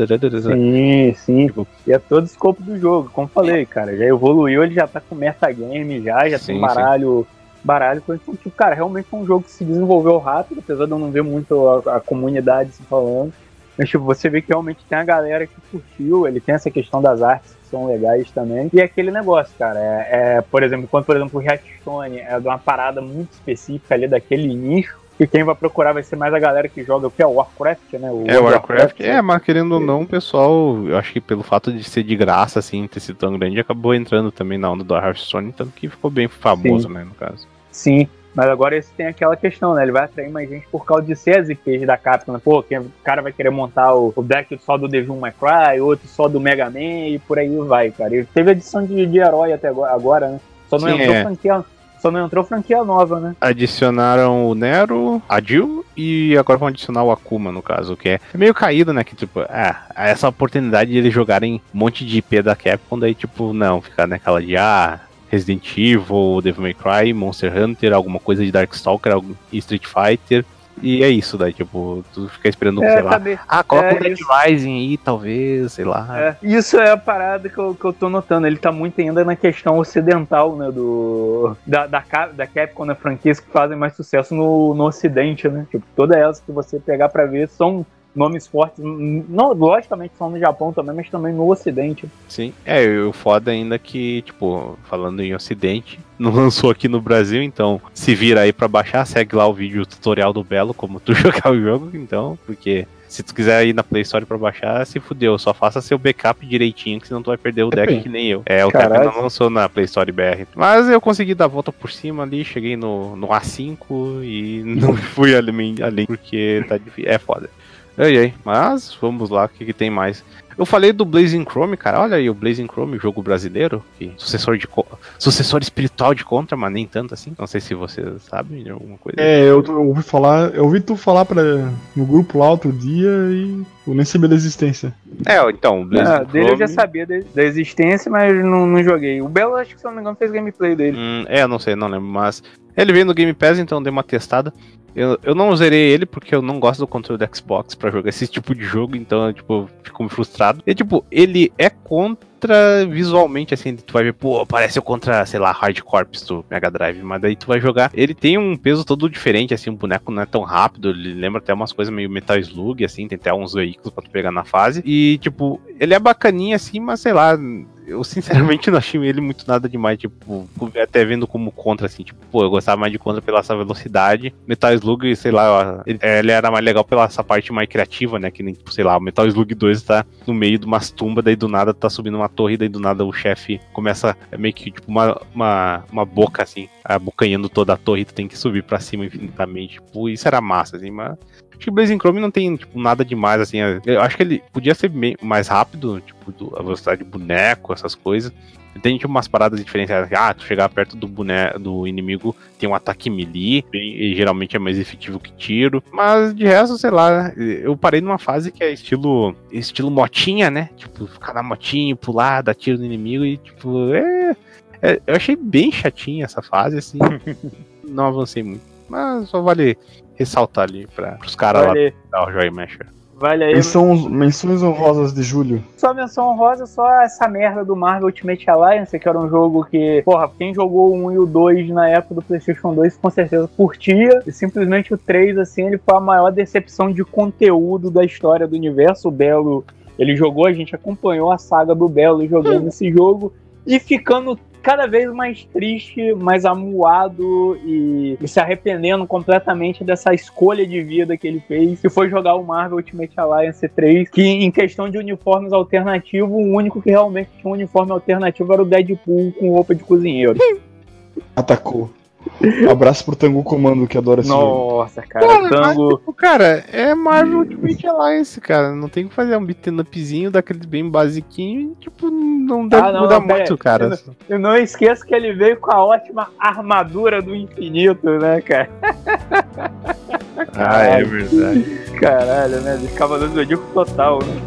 Sim, sim, tipo, e é todo o escopo do jogo, como falei, cara, já evoluiu, ele já tá com metagame já, já sim, tem baralho... Sim. baralho, então, tipo, cara, realmente é um jogo que se desenvolveu rápido, apesar de eu não ver muito a, a comunidade se falando, mas tipo, você vê que realmente tem a galera que curtiu, ele tem essa questão das artes que são legais também, e é aquele negócio, cara, é, é por exemplo, quando, por exemplo, o Hearthstone é de uma parada muito específica ali daquele nicho, que quem vai procurar vai ser mais a galera que joga o que é o Warcraft, né? O é, o Warcraft, é, mas querendo ou não, o pessoal, eu acho que pelo fato de ser de graça, assim, ter sido tão grande, acabou entrando também na onda do Hearthstone, tanto que ficou bem famoso, Sim. né, no caso. Sim, mas agora esse tem aquela questão, né? Ele vai atrair mais gente por causa de ser as I Ps da Capcom, né? Pô, quem, o cara vai querer montar o, o deck só do Devil May Cry, outro só do Mega Man e por aí vai, cara. E teve edição de, de herói até agora, agora, né? Só não Sim, entrou é. franquia... Só não entrou franquia nova, né? Adicionaram o Nero, a Jill e agora vão adicionar o Akuma, no caso, que é meio caído, né? Que tipo, ah, essa oportunidade de eles jogarem um monte de I P da Capcom, daí tipo, não, ficar naquela de ah, Resident Evil, Devil May Cry, Monster Hunter, alguma coisa de Darkstalker, algum Street Fighter. E é isso, daí, tipo, tu fica esperando, É, sei lá. sabe, Ah, coloca é, o Dead isso- Rising aí, talvez, sei lá. É, isso é a parada que eu, que eu tô notando. Ele tá muito ainda na questão ocidental, né? Do, da, da, Cap- da Capcom, né? Franquias que fazem mais sucesso no, no ocidente, né? Tipo, todas elas que você pegar pra ver são nomes fortes. Não, logicamente são no Japão também, mas também no ocidente. Sim, é, e o foda ainda que, tipo, falando em Ocidente, não lançou aqui no Brasil, então se vira aí pra baixar, segue lá o vídeo tutorial do Belo, como tu jogar o jogo, então, porque se tu quiser ir na Play Store pra baixar, se fudeu, só faça seu backup direitinho, que senão tu vai perder o deck Depende. que nem eu. É, o Caralho. Tekken não lançou na Play Store B R. Mas eu consegui dar a volta por cima ali, cheguei no, no A cinco e não fui além, além porque tá difícil, é foda. Ei, ei, mas vamos lá, o que, que tem mais? Eu falei do Blazing Chrome, cara, olha aí o Blazing Chrome, jogo brasileiro, que sucessor, de, sucessor espiritual de Contra, mas nem tanto assim, não sei se vocês sabem de alguma coisa. É, eu, eu ouvi falar, eu ouvi tu falar pra, no grupo lá outro dia e eu nem sabia da existência. É, então, o Blazing Ah, Chrome... dele eu já sabia de- da existência, mas não, não joguei. O Belo, acho que se eu não me engano, fez gameplay dele. Hum, é, eu não sei, não lembro, mas ele veio no Game Pass, então dei uma testada. Eu, eu não zerei ele porque eu não gosto do controle do Xbox pra jogar esse tipo de jogo, então eu, tipo, fico frustrado. E, tipo, ele é contra visualmente, assim, tu vai ver, pô, parece o contra, sei lá, Hard Corps do Mega Drive, mas daí tu vai jogar. Ele tem um peso todo diferente, assim, o boneco não é tão rápido, ele lembra até umas coisas meio Metal Slug, assim, tem até uns veículos pra tu pegar na fase. E, tipo, ele é bacaninha, assim, mas sei lá... Eu sinceramente não achei ele muito nada demais, tipo, até vendo como Contra, assim, tipo, pô, eu gostava mais de Contra pela essa velocidade. Metal Slug, sei lá, ele, ele era mais legal pela essa parte mais criativa, né, que nem, tipo, sei lá, o Metal Slug dois tá no meio de umas tumbas, daí do nada tá subindo uma torre, daí do nada o chefe começa, é meio que, tipo, uma, uma, uma boca, assim, abocanhando toda a torre, tu tem que subir pra cima infinitamente, tipo, isso era massa, assim, mas... Acho que o Blazing Chrome não tem, tipo, nada demais, assim. Eu acho que ele podia ser meio mais rápido, tipo, do, a velocidade de boneco, essas coisas. Ele tem, tipo, umas paradas diferenciadas. Ah, tu chegar perto do boneco, do inimigo, tem um ataque melee, e geralmente é mais efetivo que tiro. Mas, de resto, sei lá, eu parei numa fase que é estilo, estilo motinha, né? Tipo, ficar na motinha, pular, dar tiro no inimigo e, tipo, é... é eu achei bem chatinha essa fase, assim. Não avancei muito. Mas só vale... ressaltar ali para os caras Vale. lá da Joy Masher. Vale aí. Menções, menções honrosas de julho. Só menção honrosa, só essa merda do Marvel Ultimate Alliance, que era um jogo que, porra, quem jogou o um e o dois na época do PlayStation dois com certeza curtia, e simplesmente o três, assim, ele foi a maior decepção de conteúdo da história do universo. O Belo, ele jogou, a gente acompanhou a saga do Belo jogando hum. esse jogo, e ficando cada vez mais triste, mais amuado e, e se arrependendo completamente dessa escolha de vida que ele fez, que foi jogar o Marvel Ultimate Alliance três, que em questão de uniformes alternativos, o único que realmente tinha um uniforme alternativo era o Deadpool com roupa de cozinheiro. Atacou. Abraço pro Tango Comando, que adora esse jogo. Nossa, cara, cara Tango... Mas, tipo, cara, é Marvel Ultimate Alliance, cara. Não tem que fazer um beat'em upzinho daquele bem basiquinho e, tipo, não deve ah, não, mudar muito, é, cara. Eu não, eu não esqueço que ele veio com a ótima armadura do infinito, né, cara? Ah, é verdade. Caralho, né? Ele ficava dando o Zodíaco total, né?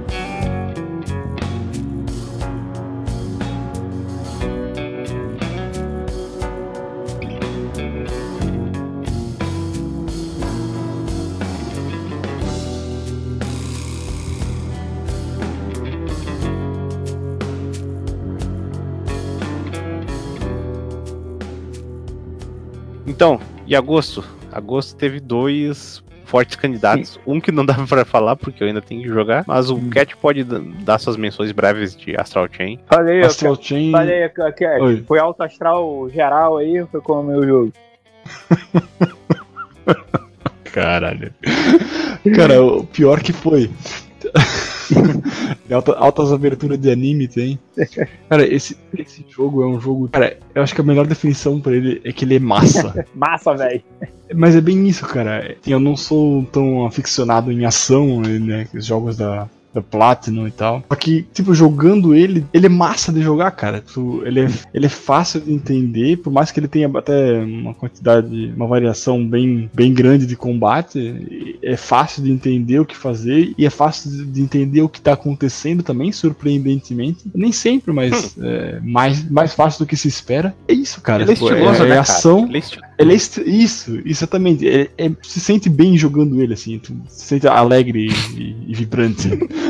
Então, e agosto? Agosto teve dois fortes candidatos. Sim. Um que não dá pra falar, porque eu ainda tenho que jogar. Mas o hum. Cat pode dar suas menções breves de Astral Chain. Falei, Astral eu, Chain... falei que foi alto astral geral aí, foi como o meu jogo. Caralho. Cara, o pior que foi. Alta, altas aberturas de anime tem. Cara, esse, esse jogo é um jogo. Cara, eu acho que a melhor definição pra ele é que ele é massa. Massa, velho. Mas é bem isso, cara. Eu não sou tão aficionado em ação, né? Os jogos da. Da Platinum e tal. Só que, tipo, jogando ele, ele é massa de jogar, cara. Tu, ele, é, ele é fácil de entender, por mais que ele tenha até uma quantidade, uma variação bem, bem grande de combate, é fácil de entender o que fazer e é fácil de entender o que tá acontecendo também, surpreendentemente. Nem sempre, mas é, mais, mais fácil do que se espera. É isso, cara. Ele é tipo, estiloso, é, né, é ação. Ele é estiloso. Ele é est... Isso, exatamente. É, é, se sente bem jogando ele, assim. Tu se sente alegre e, e vibrante.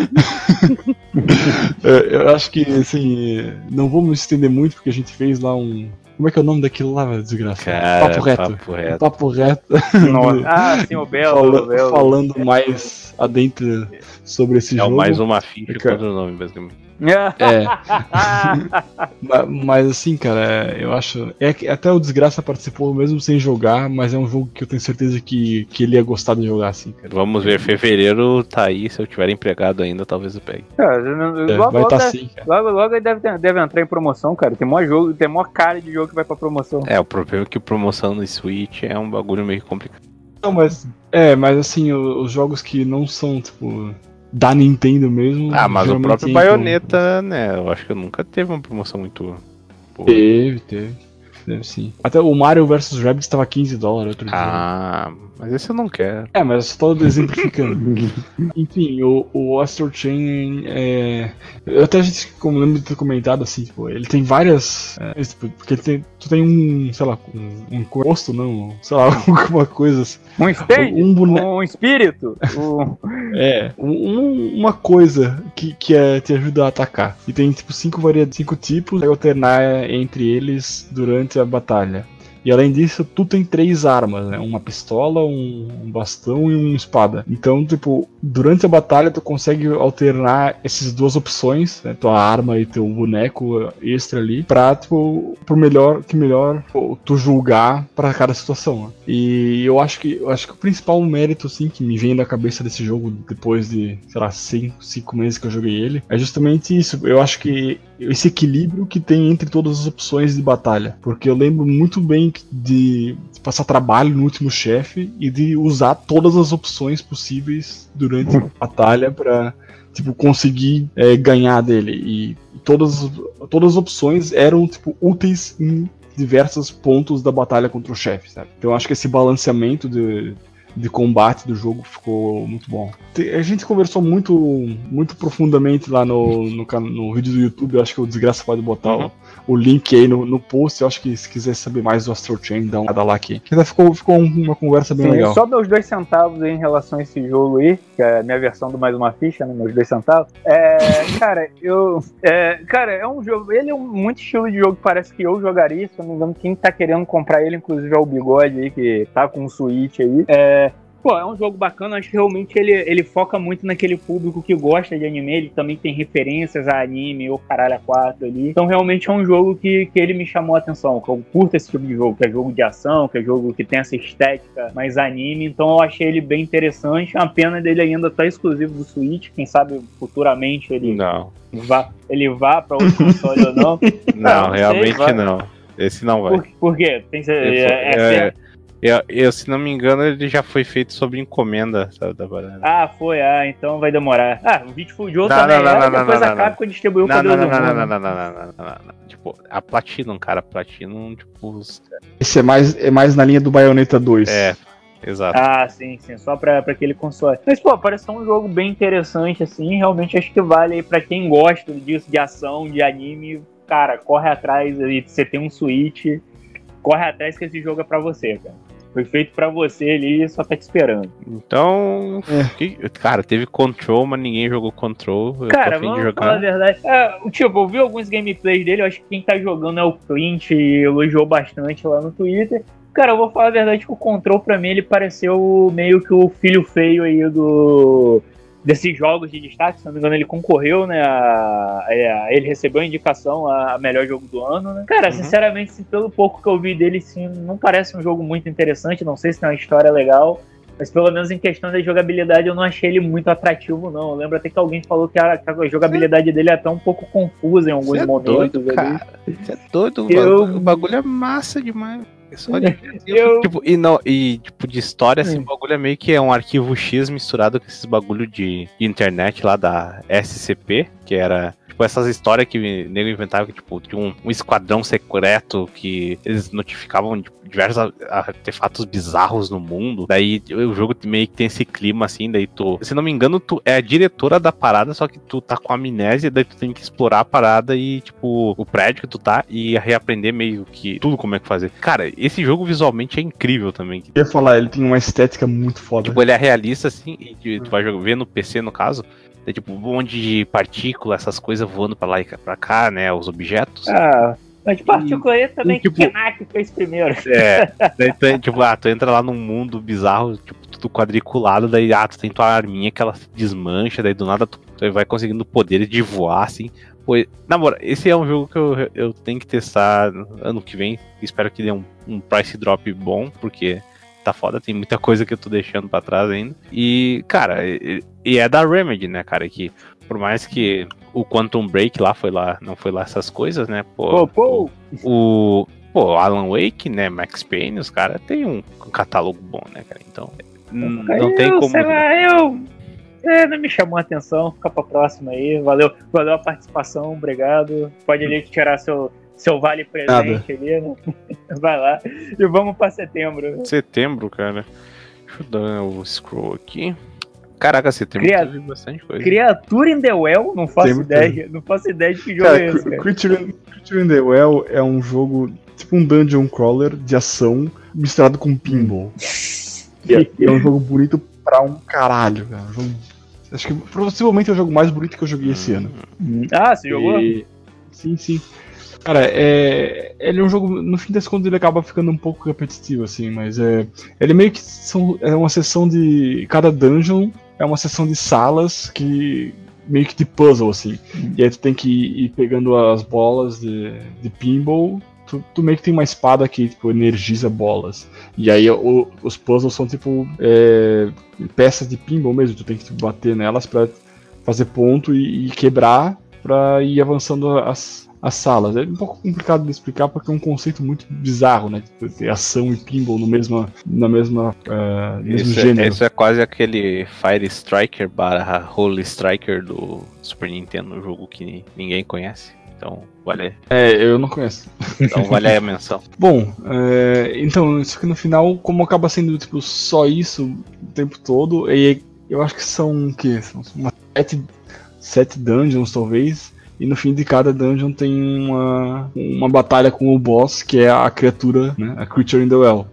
Eu acho que, assim, não vamos estender muito, porque a gente fez lá um... Como é que é o nome daquilo lá, velho, desgraçado? Cara, Papo reto. Papo reto. Papo reto. Nossa. Ah, sim, o Belo. Fala, o Belo. Falando mais adentro sobre esse É jogo. o mais uma ficha Cara. contra o nome, basicamente. É. mas, mas assim, cara, eu acho. É que até o Desgraça participou mesmo sem jogar, mas é um jogo que eu tenho certeza que, que ele ia gostar de jogar, assim, cara. Vamos ver, fevereiro tá aí, se eu tiver empregado ainda, talvez eu pegue. Cara, É, logo, vai logo, estar tá é- assim, cara. logo, logo ele deve, ter- deve entrar em promoção, cara. Tem mó jogo, tem mó cara de jogo que vai pra promoção. É, o problema é que promoção no Switch é um bagulho meio complicado. Não, mas. É, mas assim, o- os jogos que não são, tipo. Da Nintendo mesmo. Ah, mas o geralmente próprio entram- Bayonetta, né, eu acho que nunca teve uma promoção muito boa. Teve, teve. Deve sim. Até o Mario versus Rabbids tava quinze dólares outro dia. Ah, mas esse eu não quero. É, mas eu só tô exemplificando. Enfim, o, o Astral Chain é. Eu até a gente, como lembro de ter comentado assim, tipo, ele tem várias. É, tipo, porque ele tem. Tu tem um, sei lá, um, um rosto, não, sei lá, alguma coisa assim. Um stage, Um bone- um espírito. um- É, um- uma coisa que, que é, te ajuda a atacar. E tem tipo cinco variedades, cinco tipos, e alternar entre eles durante a batalha. E além disso, tu tem três armas, né? Uma pistola, um, um bastão e uma espada. Então, tipo, durante a batalha tu consegue alternar essas duas opções, né? Tua arma e teu boneco extra ali, pra, tipo, pro melhor, que melhor pô, tu julgar pra cada situação, né? E eu acho que eu acho que o principal mérito, assim, que me vem na cabeça desse jogo depois de, sei lá, cinco, cinco meses que eu joguei ele, é justamente isso. Eu acho que esse equilíbrio que tem entre todas as opções de batalha. Porque eu lembro muito bem de passar trabalho no último chefe e de usar todas as opções possíveis durante a batalha pra, tipo, conseguir é, ganhar dele. E todas, todas as opções eram, tipo, úteis em diversos pontos da batalha contra o chefe, sabe? Então eu acho que esse balanceamento de, de combate do jogo ficou muito bom. Te- A gente conversou muito, muito profundamente lá no, no, can- no vídeo do YouTube, eu acho que o Desgraça pode botar Uhum. o, o link aí no, no post, eu acho que se quiser saber mais do Astral Chain, dá uma olhada lá aqui. Que até ficou, ficou um- uma conversa bem Sim, legal. só meus dois centavos aí em relação a esse jogo aí, que é a minha versão do Mais Uma Ficha, né? Meus dois centavos. É, cara, eu. É, cara, é um jogo. Ele é um muito estilo de jogo que parece que eu jogaria. Se eu não me engano, quem tá querendo comprar ele, inclusive, é o Bigode aí, que tá com um Switch aí. É. Pô, é um jogo bacana, acho que realmente ele, ele foca muito naquele público que gosta de anime, ele também tem referências a anime ou caralho a quatro ali. Então realmente é um jogo que, que ele me chamou a atenção, que eu curto esse tipo de jogo, que é jogo de ação, que é jogo que tem essa estética mais anime, então eu achei ele bem interessante. A pena dele ainda tá exclusivo do Switch, quem sabe futuramente ele Não, vá, ele vá pra outro console ou não. não, não sei, realmente vai. não. Esse não vai. Por, por quê? Tem, é, Ele é, foi- é é- certo? Eu, eu, se não me engano, ele já foi feito sob encomenda, sabe, da parada. Ah, foi, ah, então vai demorar. Ah, o Beautiful Joe Não, também não, não, é, não, e depois não, a não, Capcom distribuiu Não, o não, Poder não, do não, não, Mundo. não, não, não, não, não, não, não. Tipo, a Platinum, cara, a Platinum, tipo, os- Esse é mais, é mais na linha do Bayonetta dois. é, exato. Ah, sim, sim, só pra, pra aquele console. Mas, pô, parece ser um jogo bem interessante, assim, realmente acho que vale aí pra quem gosta disso, de ação, de anime, cara, corre atrás aí, você tem um Switch, corre atrás que esse jogo é pra você, cara. Foi feito pra você ali, só tá te esperando. Então, É. que- cara, teve Control, mas ninguém jogou Control. Eu Cara, tô a fim de vamos falar a jogar. verdade. É, tipo, eu vi alguns gameplays dele, eu acho que quem tá jogando é o Clint, e elogiou bastante lá no Twitter. Cara, eu vou falar a verdade que o Control, pra mim, ele pareceu meio que o filho feio aí do... desses jogos de destaque, se não me engano, ele concorreu, né? A, a- ele recebeu a indicação a melhor jogo do ano, né? Cara, Uhum. sinceramente, assim, pelo pouco que eu vi dele, sim, não parece um jogo muito interessante. Não sei se tem uma história legal. Mas pelo menos em questão da jogabilidade eu não achei ele muito atrativo, não. Eu lembro até que alguém falou que a, que a jogabilidade dele é até um pouco confusa em alguns Cê é momentos. doido, cara. Você é doido, Eu- o bagulho é massa demais. É só de... Eu- tipo, e, não, e tipo, de história, assim, o bagulho é meio que é um arquivo X misturado com esses bagulho de, de internet lá da S C P, que era tipo essas histórias que o nego inventava, que tipo, tinha um, um esquadrão secreto que eles notificavam de diversos a- artefatos bizarros no mundo. Daí o jogo meio que tem esse clima assim, daí tu, se não me engano, tu é a diretora da parada, só que tu tá com amnésia, daí tu tem que explorar a parada e, tipo, o prédio que tu tá e reaprender meio que tudo como é que fazer. Cara, esse jogo visualmente é incrível também. Eu ia falar, ele tem uma estética muito foda. Tipo, ele é realista assim, e tu vai jogar, ver no P C no caso. É tipo um monte de partícula, essas coisas voando pra lá e pra cá, né? Os objetos. Ah, mas de partícula aí também e, tipo, que Kenak fez primeiro. É, daí tu, tipo, ah, tu entra lá num mundo bizarro, tipo, tudo quadriculado, daí ah, tu tem tua arminha que ela se desmancha, daí do nada tu, tu vai conseguindo poderes de voar, assim. Pô, na moral, esse é um jogo que eu, eu tenho que testar ano que vem. Espero que dê um, um price drop bom, porque tá foda, tem muita coisa que eu tô deixando pra trás ainda. E, cara, e, e é da Remedy, né, cara, que por mais que o Quantum Break lá foi lá, não foi lá essas coisas, né, pô, Pô, pô. o, o pô, Alan Wake, né, Max Payne, os caras tem um, um catálogo bom, né, cara, então n- não eu, tem como... Sei lá, eu. É, não me chamou a atenção. Fica pra próxima aí. Valeu, valeu a participação, obrigado. Pode ali tirar seu, seu vale presente Nada. ali, né? Vai lá. E vamos pra setembro. Setembro, cara, deixa eu dar o scroll aqui. Caraca, setembro Cria- teve bastante coisa. Criatura in the Well, não faço Tem ideia. Não faço ideia de que jogo Cara, é esse, Cre- cara. Creature in, Creature in the Well é um jogo, tipo um dungeon crawler de ação misturado com pinball. E é, e é um jogo bonito pra um caralho, cara. Um jogo- acho que possivelmente é o jogo mais bonito que eu joguei esse ano. Ah, você jogou? E- Sim, sim. Cara, é... ele é um jogo, no fim das contas, ele acaba ficando um pouco repetitivo, assim, mas é. Ele meio que são... é uma sessão de. Cada dungeon é uma sessão de salas que. Meio que de puzzle, assim. E aí tu tem que ir, ir pegando as bolas de, de pinball. Tu, tu meio que tem uma espada que tipo, energiza bolas. E aí o- os puzzles são tipo é, peças de pinball mesmo. Tu tem que tipo, bater nelas pra fazer ponto e, e quebrar pra ir avançando as, as salas. É um pouco complicado de explicar porque é um conceito muito bizarro, né? Tipo, ter ação e pinball no mesma, na mesma, uh, mesmo Isso, gênero. é, isso é quase aquele Fire Striker barra Holy Striker do Super Nintendo, um jogo que ninguém conhece. Então, vale, É, eu não conheço. então vale a menção. Bom, é, então, isso que no final, como acaba sendo tipo, só isso o tempo todo, e eu acho que são o quê? São umas sete, sete dungeons, talvez, e no fim de cada dungeon tem uma, uma batalha com o boss, que é a criatura, né? A Creature in the Well.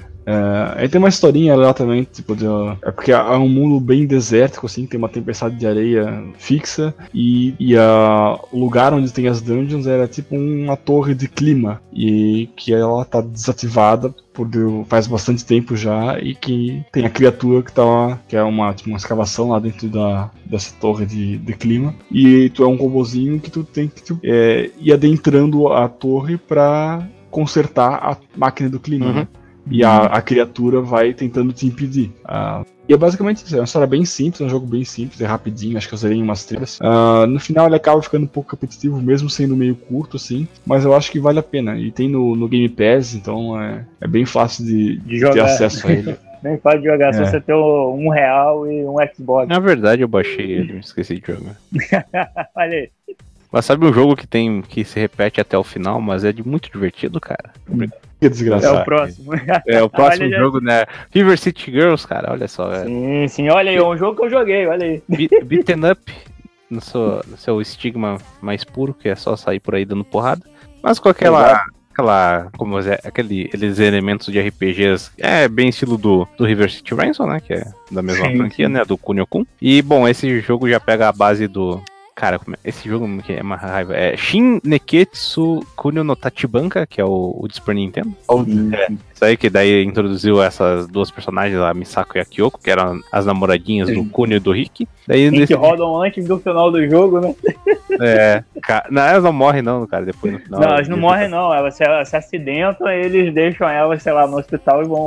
É, aí tem uma historinha lá também, tipo, de, é porque é um mundo bem desértico, assim, tem uma tempestade de areia fixa, e, e a, o lugar onde tem as dungeons era tipo uma torre de clima, e que ela tá desativada por faz bastante tempo já, e que tem a criatura que tá lá, que é uma, tipo, uma escavação lá dentro da, dessa torre de, de clima, e tu é um robozinho que tu tem que tipo, é, ir adentrando a torre pra consertar a máquina do clima, Uhum. né? E a, a criatura vai tentando te impedir. Ah, e é basicamente isso. É uma história bem simples, é um jogo bem simples, é rapidinho, acho que eu zerei em umas trilhas. Ah, no final ele acaba ficando um pouco repetitivo, mesmo sendo meio curto, assim. Mas eu acho que vale a pena. E tem no, no Game Pass, então é, é bem fácil de, De de jogar. ter acesso a ele. Nem pode jogar, se É. você ter um real e um Xbox. Na verdade, eu baixei ele, me esqueci de jogar. Olha aí. Mas sabe um jogo que tem que se repete até o final, mas é de muito divertido, cara? Que desgraça. É Ah, o próximo. É o próximo Olha, jogo, né? Fever City Girls, cara, olha só. É Sim, sim, olha aí, é um jogo que eu joguei, olha aí. Be- beaten up no seu, no seu estigma mais puro, que é só sair por aí dando porrada. Mas com aquela. Exato. Aquela. Como é, aquele, aqueles elementos de R P Gs. É bem estilo do, do River City Ransom, né? Que é da mesma Sim, franquia, sim. né? Do Kunio-kun. E bom, esse jogo já pega a base do. Cara, como é- esse jogo que é uma raiva. É Shin Neketsu Kunio no Tachibanka, que é o, o de Super Nintendo. É, isso aí que daí introduziu essas duas personagens, a Misako e a Kyoko, que eram as namoradinhas do Sim. Kunio e do Riki. Daí Tem nesse, que rodam antes do final do jogo, né? é, ca- não, elas não morrem não, cara, depois no final. Não, elas não morrem não, elas se, elas se acidentam e eles deixam elas, sei lá, no hospital e vão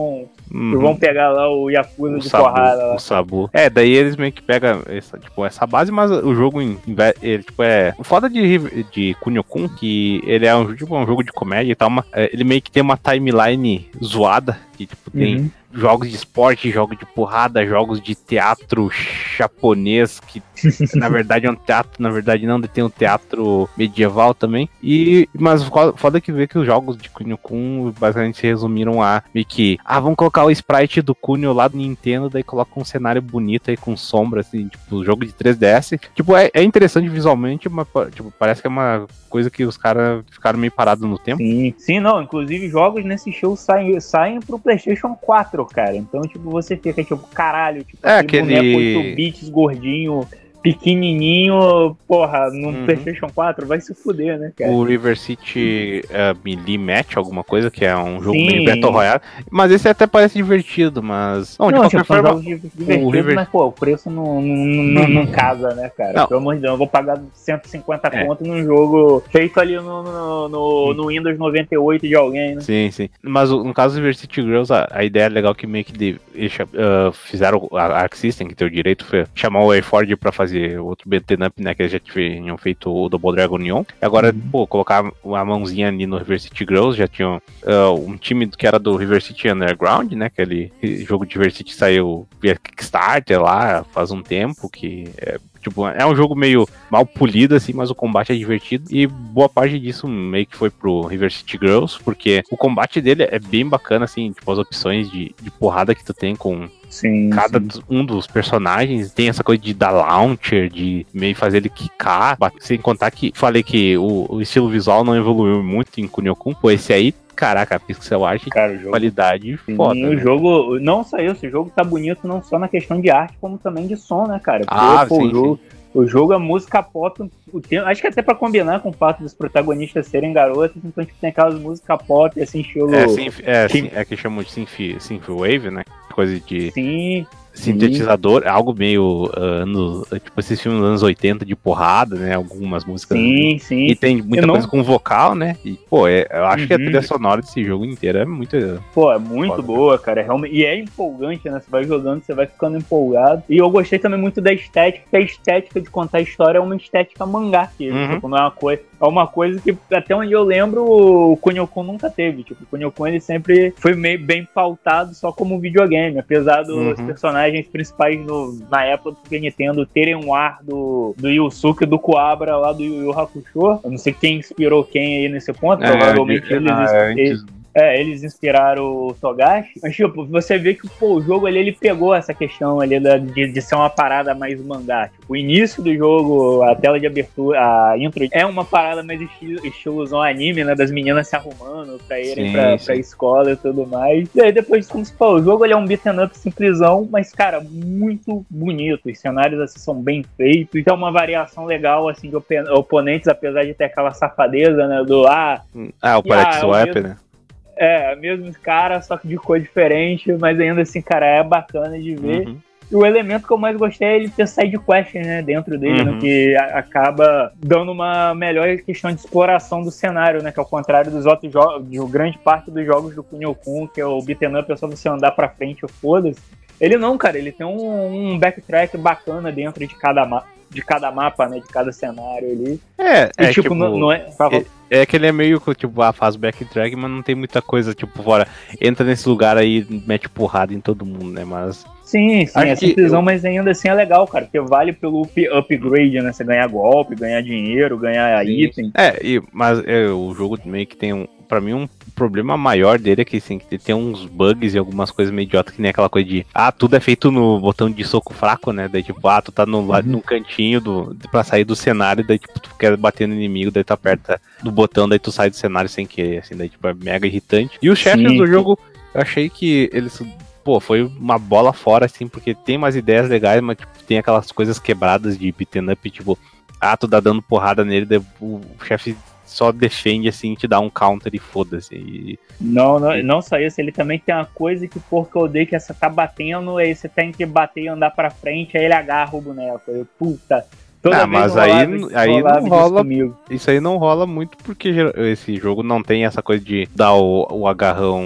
Uhum. E vão pegar lá o Yakuza O de Sabu, porrada lá. o Sabu. É, daí eles meio que pegam essa, tipo, essa base, mas o jogo, em, ele, tipo, é... O foda de, de Kunio-kun, que ele é um, tipo, um jogo de comédia e tal, uma, ele meio que tem uma timeline zoada, que, tipo, tem... Uhum. Jogos de esporte, jogos de porrada, jogos de teatro japonês, que na verdade é um teatro, na verdade não, tem um teatro medieval também. E, mas foda que ver que os jogos de Kunio-kun basicamente se resumiram a meio que, ah, vamos colocar o sprite do Kunio lá do Nintendo, daí coloca um cenário bonito aí com sombra, assim, tipo, jogo de três D S. Tipo, é, é interessante visualmente, mas tipo, parece que é uma coisa que os caras ficaram meio parados no tempo. Sim, sim, não, inclusive jogos nesse show saem, saem pro PlayStation quatro, cara. Então, tipo, você fica, tipo, caralho, tipo, é, aquele, aquele boneco oito bits gordinho, pequenininho, porra, no Uhum. PlayStation quatro, vai se fuder, né, cara? O River City uh, Melee Match, alguma coisa, que é um jogo Sim. meio Battle Royale. Mas esse até parece divertido, mas... Não, de não qualquer tipo, são forma, jogos divertidos, River... mas, pô, o preço não, não, não, não casa, né, cara? Não. Pelo amor de Deus, eu vou pagar cento e cinquenta É. conto num jogo feito ali no, no, no, no Windows noventa e oito de alguém, né? Sim, sim. Mas no caso do River City Girls, a, a ideia é legal que meio que de, eles uh, fizeram a Arc System, que tem o direito, foi chamar o WayForge pra fazer outro beat'em up, né, que eles já tinham feito o Double Dragon Neon. E agora, uhum. pô, colocar uma mãozinha ali no River City Girls, já tinham uh, um time que era do River City Underground, né, aquele jogo de River City saiu via Kickstarter lá faz um tempo, que é, tipo, é um jogo meio mal polido, assim, mas o combate é divertido. E boa parte disso meio que foi pro River City Girls, porque o combate dele é bem bacana, assim, tipo, as opções de, de porrada que tu tem com sim, cada sim. um dos personagens. Tem essa coisa de dar launcher, de meio fazer ele quicar. Sem contar que falei que o, o estilo visual não evoluiu muito em Kunio-kun. Pô, esse aí, caraca, pixel art de qualidade sim, foda. O né? jogo, não só isso, o jogo tá bonito não só na questão de arte, como também de som, né, cara? Porque, ah, pô, sim, o jogo, sim. O jogo é música pop, o tempo, acho que até pra combinar com o fato dos protagonistas serem garotos, então tipo, tem aquelas músicas pop, assim, estilo... É, sim, é, sim, é que chamam de synthwave, né? Coisa de... Sim... sintetizador, sim. Algo meio uh, anos, tipo esses filmes dos anos oitenta de porrada, né? Algumas músicas. Sim, ali. sim. E tem muita não... coisa com vocal, né? E, pô, é, eu acho uhum. que a trilha sonora desse jogo inteiro é muito. Pô, é muito foda, boa, cara. Realmente... E é empolgante, né? Você vai jogando, você vai ficando empolgado. E eu gostei também muito da estética, porque a estética de contar a história é uma estética mangá, que uhum. tipo, não é uma coisa. É uma coisa que, até onde eu lembro, o Kunio-kun nunca teve. Tipo, o Kunio-kun ele sempre foi meio bem pautado só como videogame, apesar dos uhum. personagens principais no, na época do Super Nintendo terem um ar do, do Yusuke e do Kuwabara lá do Yu Yu Hakusho. Eu não sei quem inspirou quem aí nesse ponto, é, provavelmente eles, é, eles, é, eles inspiraram o Togashi. Mas, tipo, você vê que pô, o jogo ali, ele pegou essa questão ali da, de, de ser uma parada mais mangá. Tipo, o início do jogo, a tela de abertura, a intro, é uma parada mais estilo, estilozão anime, né? Das meninas se arrumando pra irem sim, pra, sim. pra escola e tudo mais. E aí depois, como se falou, o jogo ele é um beat'em up simplesão, mas, cara, muito bonito. Os cenários, assim, são bem feitos. Então, uma variação legal, assim, de op- oponentes, apesar de ter aquela safadeza, né? Do, ah... Ah, o Palette Swap, ah, né? É, mesmo cara, só que de cor diferente, mas ainda assim, cara, é bacana de ver. Uhum. E o elemento que eu mais gostei é ele ter side quest, né, dentro dele, uhum. né, que a, acaba dando uma melhor questão de exploração do cenário, né, que ao contrário dos outros jogos, de grande parte dos jogos do Kunio-kun, que é o beat'em up, é só você andar pra frente ou foda-se. Ele não, cara, ele tem um, um backtrack bacana dentro de cada, ma- de cada mapa, né, de cada cenário ali. É, e, é tipo, tipo... não, não é... É, é que ele é meio que, tipo, ah, faz backtrack, mas não tem muita coisa, tipo, fora. Entra nesse lugar aí e mete porrada em todo mundo, né, mas... Sim, sim, acho é simplesão, eu... mas ainda assim é legal, cara, porque vale pelo up- upgrade, né, você ganhar golpe, ganhar dinheiro, ganhar sim. item. É, e, mas é, o jogo meio que tem um, pra mim, um problema maior dele é que, assim, que tem uns bugs e algumas coisas meio idiotas, que nem aquela coisa de, ah, tudo é feito no botão de soco fraco, né, daí tipo, ah, tu tá no, uhum. no cantinho do, pra sair do cenário, daí tipo, tu quer bater no inimigo, daí tu aperta do botão, daí tu sai do cenário sem querer, assim, daí tipo, é mega irritante. E os chefes sim, do jogo, eu achei que eles... Pô, foi uma bola fora, assim, porque tem umas ideias legais, mas tipo, tem aquelas coisas quebradas de beat'em up, tipo, ah, tu tá dando porrada nele, daí o chefe só defende, assim, te dá um counter e foda-se. E... Não, não, não só isso, ele também tem uma coisa que, porque eu odeio, que você tá batendo, aí você tem que bater e andar pra frente, aí ele agarra o boneco. Eu, puta... Toda não, mas aí, aí não rola. Isso aí não rola muito porque esse jogo não tem essa coisa de dar o, o agarrão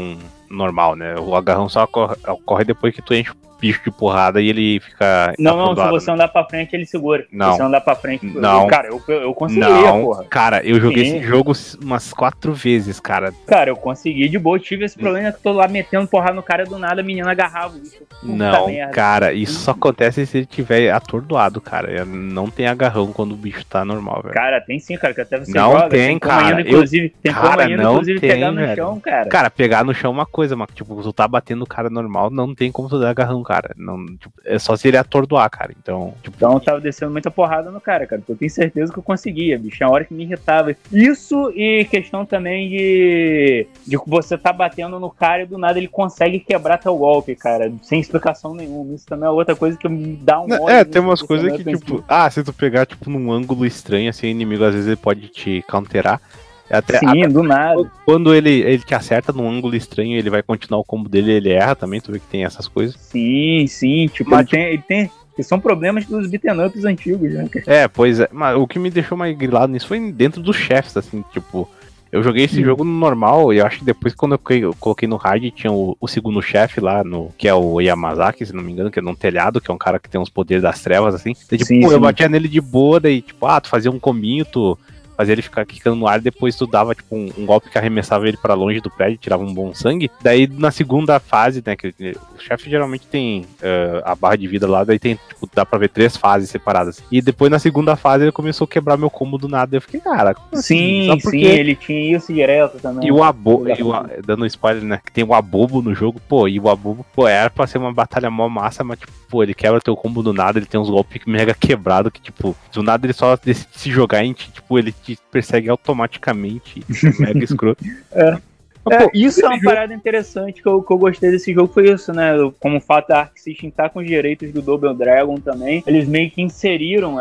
normal, né? O agarrão só ocorre, ocorre depois que tu enche o bicho de porrada e ele fica... Não, não, se você andar pra frente, ele segura. Não. Se você andar pra frente... Não. Cara, eu, eu consegui, não, porra. Cara, eu joguei Sim. esse jogo umas quatro vezes, cara. Cara, eu consegui de boa. Eu tive esse problema que eu tô lá metendo porrada no cara do nada, a menina agarrava o bicho. Puta Não, merda. cara, isso só acontece se ele tiver atordoado, cara. Não tem agarrão quando o bicho tá normal, velho. Cara, tem sim, cara, que até você não joga. Tem, tem cara. Ainda, inclusive, eu... tem cara, como ainda, não inclusive, tem, pegar no velho. chão, cara. Cara, pegar no chão é uma coisa, mas, tipo, tu tá batendo o cara normal, não tem como tu dar agarrão, cara. Não, tipo, é só se ele atordoar, cara. Então, tipo... então eu tava descendo muita porrada no cara, cara. Eu tenho certeza que eu conseguia, bicho. Tinha hora que me irritava. Isso e questão também de. de que você tá batendo no cara e do nada ele consegue quebrar teu golpe, cara. Sem explicação nenhuma. Isso também é outra coisa que me dá um ódio. É, tem umas coisas que, penso... tipo, ah, se tu pegar, tipo, num ângulo estranho, assim, o inimigo às vezes ele pode te counterar. Até, Sim, até do nada. Quando ele, ele te acerta num ângulo estranho, ele vai continuar o combo dele, ele erra também, tu vê que tem essas coisas. Sim, sim, tipo, mas, ele, tem, ele tem. Que são problemas dos beat'em ups antigos, né? É, pois é, mas o que me deixou mais grilado nisso foi dentro dos chefes, assim, tipo. Eu joguei esse hum. jogo no normal, e eu acho que depois quando eu coloquei, eu coloquei no hard, tinha o, o segundo chefe lá, no, que é o Yamazaki, se não me engano, que é num telhado, que é um cara que tem uns poderes das trevas, assim. Daí, tipo, sim, pô, sim. eu batia nele de boa, daí, tipo, ah, tu fazia um combinho, tu fazia ele ficar quicando no ar, depois tu dava, tipo, um, um golpe que arremessava ele pra longe do prédio, tirava um bom sangue. Daí, na segunda fase, né, que o chefe geralmente tem uh, a barra de vida lá, daí tem, tipo, dá pra ver três fases separadas. E depois, na segunda fase, ele começou a quebrar meu combo do nada, eu fiquei, cara... Sim, assim? sim, ele tinha isso direto também. E o Abobo, dando spoiler, né, que tem o Abobo no jogo, pô, e o Abobo, pô, era pra ser uma batalha mó massa, mas, tipo, pô, ele quebra teu combo do nada, ele tem uns golpes mega quebrados, que, tipo, do nada ele só decide se jogar e, tipo, ele te persegue automaticamente, mega escroto. É. É, pô, isso é uma jogo... parada interessante que eu, que eu gostei desse jogo, foi isso, né? Como o fato da Arc System estar tá com os direitos do Double Dragon também, eles meio que inseriram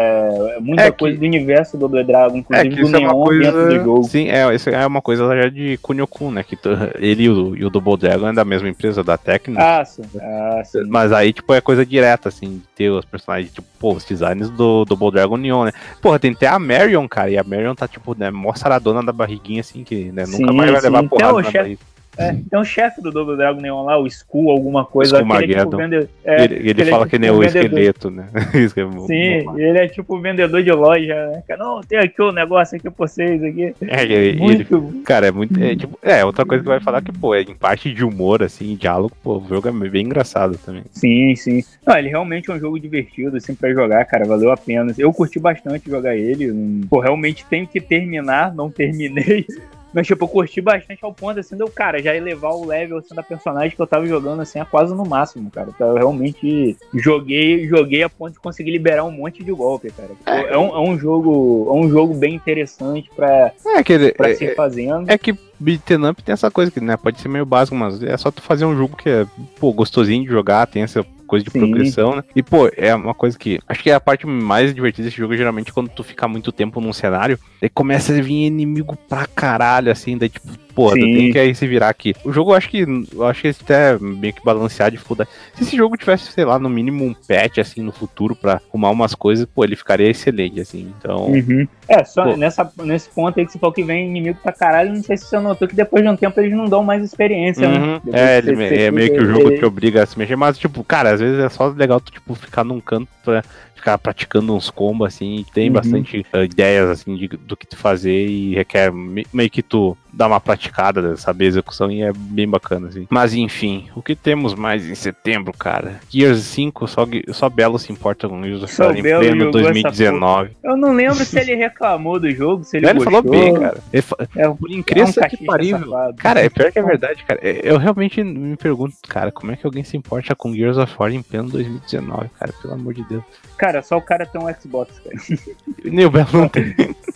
é, muita é que... coisa do universo do Double Dragon, inclusive é do Neon é coisa... dentro do jogo. Sim, é, isso é uma coisa já de Kunio-kun, né? Que tu, ele e o, e o Double Dragon é da mesma empresa, da Tecno. Ah, sim. Ah, sim. Mas aí, tipo, é coisa direta, assim, de ter os personagens, tipo, pô, os designs do Double Dragon Neon, né? Porra, tem até a Marion, cara, e a Marion tá, tipo, né, mó saradona da barriguinha, assim, que né, nunca sim, mais vai levar sim. porrada então, na chefe... barriga. É, tem um chefe do Double Dragon Neon lá, o Skull, alguma coisa. Skull ele, é tipo vende... é, ele, ele, ele fala é tipo que nem o esqueleto, né? Isso é sim, bom, ele é tipo vendedor de loja, né? Não, tem aqui o um negócio aqui pra vocês aqui. É, ele, muito... ele, cara, é muito. É, tipo, é, outra coisa que vai falar que, pô, é em parte de humor, assim, diálogo, pô, o jogo é bem engraçado também. Sim, sim. Não, ele realmente é um jogo divertido, assim, pra jogar, cara, valeu a pena. Eu curti bastante jogar ele. Pô, realmente tenho que terminar, não terminei. Mas, tipo, eu curti bastante ao ponto, assim, deu, cara, já elevar o level, assim, da personagem que eu tava jogando, assim, a quase no máximo, cara. Então, eu realmente joguei, joguei a ponto de conseguir liberar um monte de golpe, cara. É, é, um, é um jogo, é um jogo bem interessante pra, é que ele, pra é, se ir fazendo. É que beat'em up tem essa coisa que, né, pode ser meio básico, mas é só tu fazer um jogo que é, pô, gostosinho de jogar, tem essa coisa de Sim. progressão, né? E, pô, é uma coisa que... Acho que é a parte mais divertida desse jogo, geralmente, quando tu fica muito tempo num cenário, aí começa a vir inimigo pra caralho, assim, daí, tipo, porra, tu tem que aí se virar aqui. O jogo, eu acho que... Eu acho que esse até meio que balanceado de foda. Se esse jogo tivesse, sei lá, no mínimo um patch, assim, no futuro, pra arrumar umas coisas, pô, ele ficaria excelente, assim, então... Uhum. É, só nessa, nesse ponto aí que você falou que vem inimigo pra caralho, não sei se você notou que depois de um tempo eles não dão mais experiência, uhum. né? É, ele, você, é meio que o jogo ele... te obriga a se mexer, mas, tipo, cara, às vezes é só legal tu, tipo, ficar num canto pra ficar praticando uns combos, assim, tem uhum. bastante uh, ideias, assim, de, do que tu fazer e requer me, meio que tu dar uma praticada, saber a execução, e é bem bacana, assim. Mas, enfim, o que temos mais em setembro, cara? Gears cinco, só, só Belo se importa com isso, só em pleno dois mil e dezenove. Eu não lembro se ele reclamou do jogo, se ele Ele gostou. falou bem, cara. Ele fa... é, Por incrível é um que parível. Safado. Cara, é pior que é verdade, cara. Eu realmente me pergunto, cara, como é que alguém se importa com Gears of War em pleno dois mil e dezenove, cara? Pelo amor de Deus. Cara, só o cara tem um Xbox, cara. Nem o Belo não tem.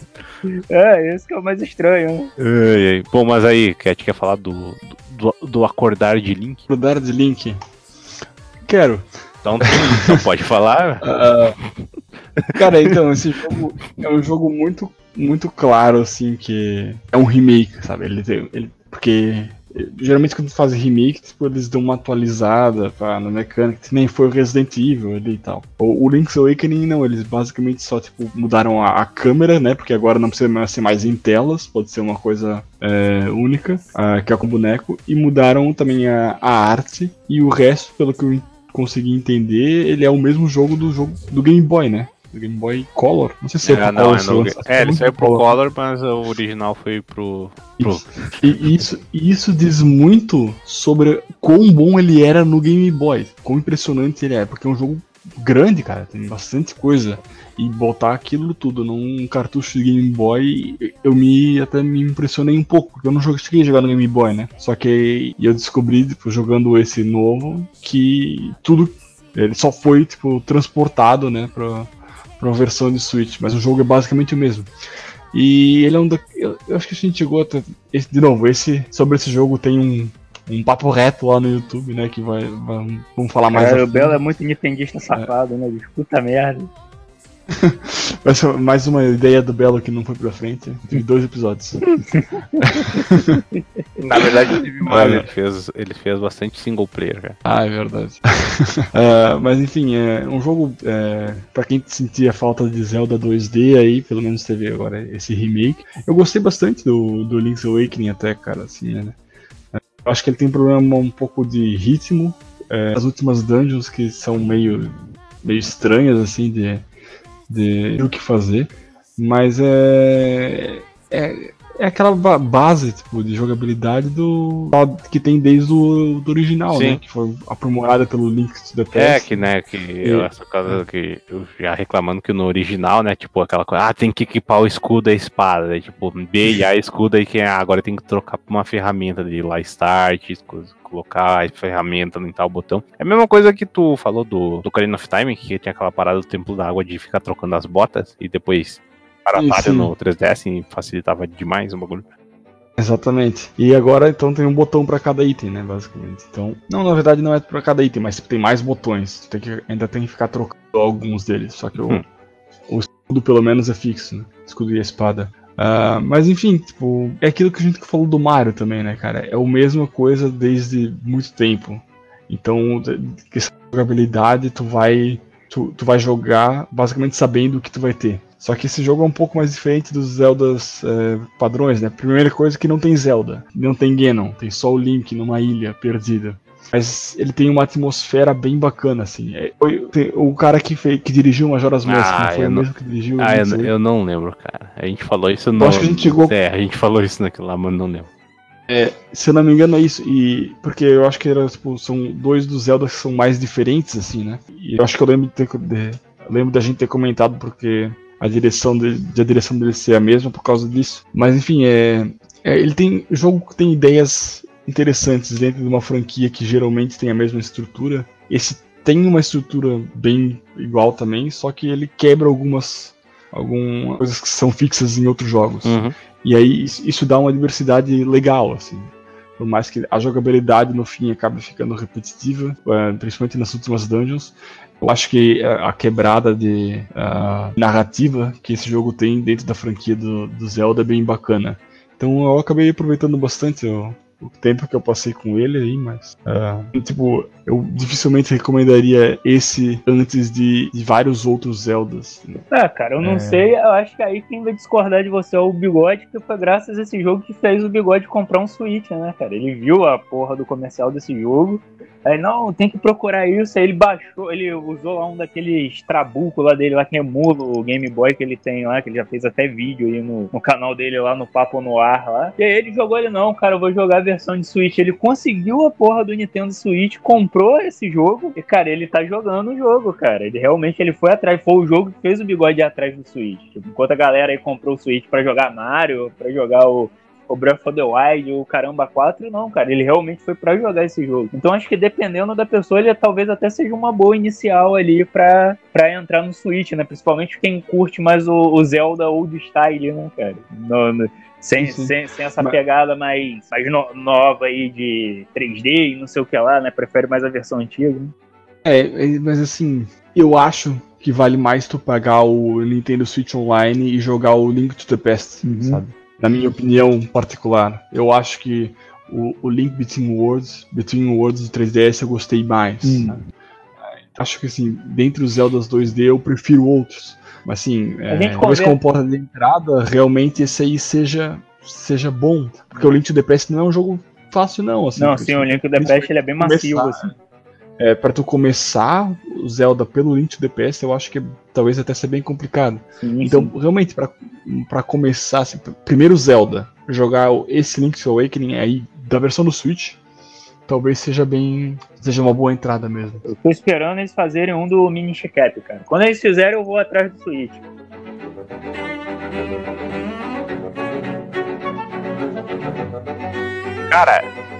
É, esse que é o mais estranho, né? Ai, ai. Bom, mas aí, Cat, quer falar do, do, do acordar de Link? Acordar de Link? Quero. Então, então pode falar. Uh, cara, então, esse jogo é um jogo muito, muito claro, assim, que é um remake, sabe? Ele tem, ele, porque Geralmente quando fazem remake, tipo, eles dão uma atualizada pra, na mecânica, que nem foi o Resident Evil ali e tal. O, o Link's Awakening não, eles basicamente só tipo, mudaram a, a câmera, né? Porque agora não precisa ser mais em telas, pode ser uma coisa é, única, a, que é com o boneco, e mudaram também a, a arte, e o resto, pelo que eu consegui entender, ele é o mesmo jogo do jogo do Game Boy, né? Do Game Boy Color. Não sei se é, é pro não, Color. É, no, é ele saiu pro Color, mas o original foi pro... pro... Isso. E isso, isso diz muito sobre quão bom ele era no Game Boy. Quão impressionante ele é, porque é um jogo grande, cara. Tem bastante coisa. E botar aquilo tudo num cartucho de Game Boy, eu me até me impressionei um pouco, porque eu não cheguei a jogar no Game Boy, né? Só que eu descobri, tipo, jogando esse novo, que tudo... Ele só foi, tipo, transportado, né, pra... para uma versão de Switch, mas o jogo é basicamente o mesmo. E ele é um da... eu, eu acho que a gente chegou até... Esse, de novo, esse, sobre esse jogo tem um, um papo reto lá no YouTube, né, que vai... vai vamos falar mais... Cara, o Belo é muito nintendista safado, é. né, bicho? Puta merda. Mais uma ideia do Belo que não foi pra frente. Teve dois episódios. Na verdade, teve mais. Ele fez, ele fez bastante single player, cara. Ah, é verdade. uh, mas enfim, é um jogo. É, pra quem sentia falta de Zelda dois D aí, pelo menos teve agora esse remake. Eu gostei bastante do, do Link's Awakening, até, cara. Assim, né? Eu acho que ele tem um problema um pouco de ritmo. É, as últimas dungeons que são meio, meio estranhas, assim, de. de o que fazer, mas é é, é aquela base tipo, de jogabilidade do que tem desde o do original, Sim. né, que foi aprimorada pelo Link to the Past. É, que né, que e... eu, essa coisa que eu já reclamando que no original, né, tipo aquela coisa, ah, tem que equipar o escudo e a espada, né, tipo, B e A escudo aí que é, agora tem que trocar pra uma ferramenta de lá start, colocar a ferramenta em tal botão. É a mesma coisa que tu falou do, do Ocarina of Time, que tinha aquela parada do Templo da Água de ficar trocando as botas e depois para atalho no três D S e facilitava demais o bagulho. Exatamente. E agora então tem um botão para cada item, né, basicamente. Então, não, na verdade não é para cada item, mas tem mais botões. Tu tem que, ainda tem que ficar trocando alguns deles, só que hum. o, o escudo pelo menos é fixo, né? Escudo e a espada. Uh, mas enfim, tipo, é aquilo que a gente falou do Mario também, né, cara? É a mesma coisa desde muito tempo. Então, essa jogabilidade, tu vai, tu, tu vai jogar basicamente sabendo o que tu vai ter. Só que esse jogo é um pouco mais diferente dos Zeldas é, padrões, né? Primeira coisa que não tem Zelda, não tem Ganon, tem só o Link numa ilha perdida. Mas ele tem uma atmosfera bem bacana, assim. É, o cara que, fez, que dirigiu Majora's Mask, ah, não foi o não... mesmo que dirigiu... Ah, eu, eu não lembro, cara. A gente falou isso no... Eu acho que a gente chegou... É, a gente falou isso naquilo lá, mas não lembro. É, se eu não me engano é isso, e porque eu acho que era, tipo, são dois dos Zeldas que são mais diferentes, assim, né? E eu acho que eu lembro de, ter, de, eu lembro da gente ter comentado porque a direção, de, de a direção dele ser a mesma por causa disso. Mas enfim, é, é, ele tem... O jogo tem ideias interessantes dentro de uma franquia que geralmente tem a mesma estrutura. Esse tem uma estrutura bem igual também, só que ele quebra algumas, algumas coisas que são fixas em outros jogos. Uhum. E aí isso dá uma diversidade legal, assim. Por mais que a jogabilidade no fim acabe ficando repetitiva, principalmente nas últimas dungeons, eu acho que a quebrada de uh, narrativa que esse jogo tem dentro da franquia do, do Zelda é bem bacana. Então eu acabei aproveitando bastante o, o tempo que eu passei com ele aí, mas uh, tipo, eu dificilmente recomendaria esse antes de, de vários outros Zeldas. Ah, cara, eu não é... sei, eu acho que aí quem vai discordar de você é o Bigode, que foi graças a esse jogo que fez o Bigode comprar um Switch, né, cara? Ele viu a porra do comercial desse jogo, aí, não, tem que procurar isso, aí ele baixou, ele usou lá um daqueles trabucos lá dele, lá que emula o Game Boy que ele tem lá, que ele já fez até vídeo aí no, no canal dele lá, no Papo no Ar lá, e aí ele jogou, ele, não, cara, eu vou jogar a versão de Switch, ele conseguiu a porra do Nintendo Switch, comprou esse jogo, e, cara, ele tá jogando o jogo, cara, ele realmente, ele foi atrás, foi o jogo que fez o Bigode ir atrás do Switch, tipo, enquanto a galera aí comprou o Switch pra jogar Mario, pra jogar o o Breath of the Wild, o Caramba quatro, não, cara, ele realmente foi pra jogar esse jogo. Então acho que dependendo da pessoa, ele talvez até seja uma boa inicial ali pra, pra entrar no Switch, né? Principalmente quem curte mais o, o Zelda Old Style, né, cara? No, no, sem, sem, sem essa pegada mais, mais no, nova aí de três D e não sei o que lá, né? Prefere mais a versão antiga, né? É, mas assim, eu acho que vale mais tu pagar o Nintendo Switch Online e jogar o Link to the Past, uhum. sabe? Na minha opinião particular, eu acho que o, o Link Between Worlds, Between Worlds do três D S eu gostei mais. Hum. Acho que assim, dentre os Zeldas dois D eu prefiro outros. Mas assim, é, talvez como porta de entrada, realmente esse aí seja, seja bom. Porque o Link to the Past não é um jogo fácil não. Assim, não, sim, o Link to the Past ele é bem massivo. Assim. É, pra tu começar o Zelda pelo Link to the Past, eu acho que talvez até seja bem complicado. Sim, então, sim. realmente, pra, pra começar, assim, primeiro Zelda, jogar esse Link's Awakening aí da versão do Switch, talvez seja bem. Seja uma boa entrada mesmo. Eu tô esperando eles fazerem um do Minish Cap, cara. Quando eles fizerem, eu vou atrás do Switch. Cara,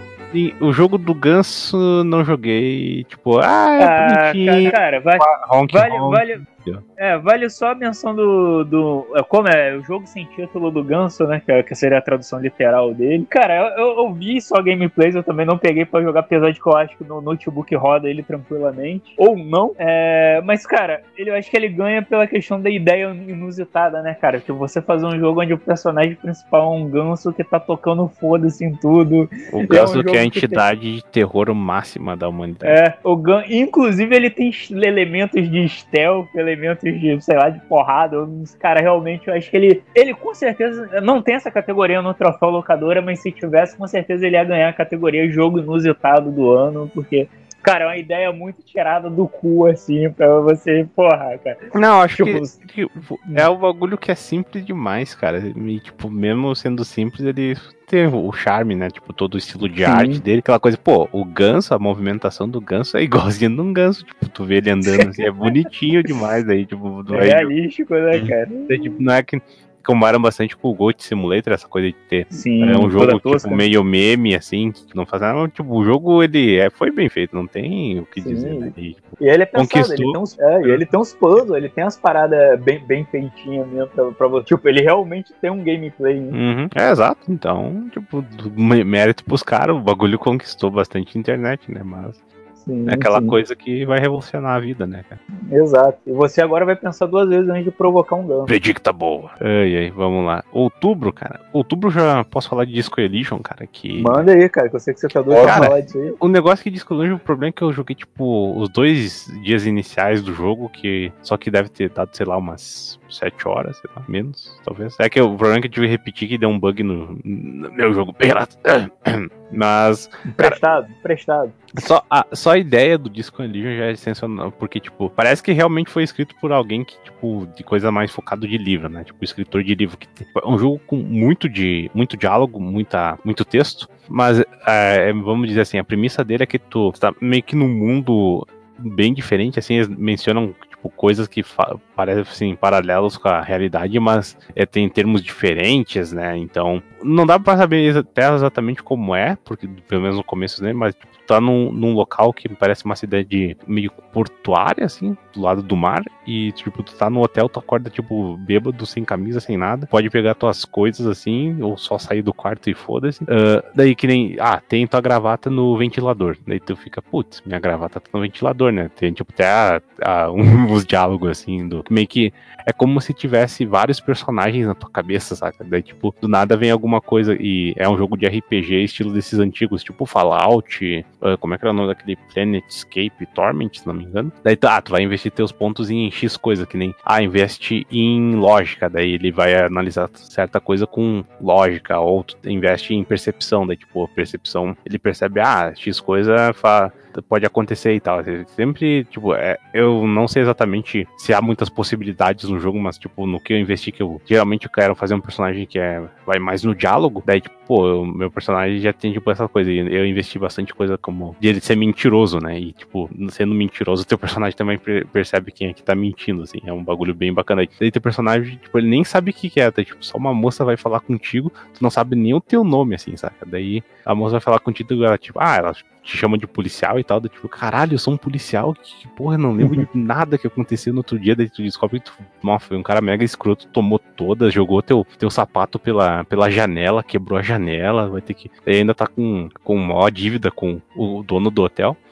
o jogo do Ganso não joguei. Tipo, ah, é ah, bonitinho. Cara, vale, honk, vale, honk. vale, é, vale só a menção do, do. Como é? O jogo sem título do Ganso, né? Que, que seria a tradução literal dele. Cara, eu, eu, eu vi só gameplays, eu também não peguei pra jogar, apesar de que eu acho que no notebook roda ele tranquilamente. Ou não. É, mas, cara, ele, eu acho que ele ganha pela questão da ideia inusitada, né, cara? Que você fazer um jogo onde o personagem principal é um ganso que tá tocando foda-se em tudo. O Ganso é um que é a entidade que tem... de terror máxima da humanidade. É, o Gan... inclusive ele tem elementos de stealth, elementos de, sei lá, de porrada. Cara, realmente, eu acho que ele, ele com certeza não tem essa categoria no Troféu Locadora, mas se tivesse, com certeza ele ia ganhar a categoria Jogo Inusitado do Ano, porque, cara, é uma ideia muito tirada do cu, assim, pra você, porra, cara. Não, acho tipo, que, que é um bagulho que é simples demais, cara. E, tipo, mesmo sendo simples, ele tem o charme, né? Tipo, todo o estilo de Sim. arte dele, aquela coisa, pô, o ganso, a movimentação do ganso é igualzinho de um ganso, tipo, tu vê ele andando assim, é bonitinho demais aí, tipo... É realístico, né, cara? É, tipo, não é que... comparam bastante com o Goat Simulator, essa coisa de ter Sim, é um jogo tipo meio meme, assim, que não faz nada. Tipo, o jogo ele é, foi bem feito, não tem o que Sim. dizer, né? E, tipo, e ele é pensado, conquistou... ele tem uns, é, e ele tem uns puzzles, ele tem as paradas bem, bem feitinhas mesmo pra, pra você. Tipo, ele realmente tem um gameplay. Né? Uhum, é, exato. Então, tipo, mérito pros caras, o bagulho conquistou bastante internet, né? Mas. Sim, é aquela sim. coisa que vai revolucionar a vida, né, cara? Exato. E você agora vai pensar duas vezes antes de provocar um ganso. Predicta boa. Ai, ai, vamos lá. Outubro, cara. Outubro já posso falar de Disco Elysium, cara, que... Manda aí, cara, que eu sei que você tá doido pra falar disso aí. O negócio que Disco Elysium, o problema é que eu joguei, tipo, os dois dias iniciais do jogo, que só que deve ter dado, sei lá, umas sete horas, sei lá, menos, talvez. É que o problema é que eu tive que repetir que deu um bug no, no meu jogo pirata. Mas... Emprestado, emprestado. Só a, só a ideia do Disco Elysium já é sensacional, porque, tipo, parece que realmente foi escrito por alguém que, tipo, de coisa mais focado de livro, né? Tipo, escritor de livro. Que é um jogo com muito, de, muito diálogo, muita, muito texto, mas, é, vamos dizer assim, a premissa dele é que tu tá meio que num mundo bem diferente, assim, eles mencionam tipo, coisas que parecem paralelos com a realidade, mas é, tem termos diferentes, né? Então, não dá pra saber até exatamente como é, porque pelo menos no começo, né? Mas tipo, tá num, num local que parece uma cidade meio portuária, assim, do lado do mar, e tipo, tu tá no hotel, tu acorda, tipo, bêbado, sem camisa, sem nada, pode pegar tuas coisas, assim, ou só sair do quarto e foda-se. Uh, daí que nem, ah, tem tua gravata no ventilador, daí tu fica, putz, minha gravata tá no ventilador, né? Tem, tipo, até a, a, uns diálogos, assim, do meio que é como se tivesse vários personagens na tua cabeça, saca? Daí, tipo, do nada vem alguma coisa e é um jogo de R P G estilo desses antigos, tipo Fallout, uh, como é que era o nome daquele Planetscape Torment, se não me engano. Daí, tá, tu vai investir teus pontos em X coisa, que nem, ah, investe em lógica, daí ele vai analisar certa coisa com lógica, ou tu investe em percepção, daí, tipo, percepção, ele percebe, ah, X coisa fa... pode acontecer e tal. Sempre, tipo, é, eu não sei exatamente se há muitas possibilidades no jogo, mas, tipo, no que eu investi, que eu geralmente eu quero fazer um personagem que é, vai mais no diálogo, daí, tipo, pô, eu, meu personagem já tem, tipo, essa coisa, e eu investi bastante coisa como de ele ser mentiroso, né, e, tipo, sendo mentiroso, teu personagem também percebe quem é que tá mentindo, assim, é um bagulho bem bacana. Daí teu personagem, tipo, ele nem sabe o que que é, tá, tipo, só uma moça vai falar contigo, tu não sabe nem o teu nome, assim, saca? Daí a moça vai falar contigo e ela, tipo, ah, ela te chama de policial e tal, daí, tipo, caralho, eu sou um policial, que porra, eu não lembro de nada que aconteceu no outro dia, daí tu descobre que tu, nossa, foi um cara mega escroto, tomou todas, jogou teu, teu sapato pela, pela janela, quebrou a janela, vai ter que, ele ainda tá com, com maior dívida com o dono do hotel,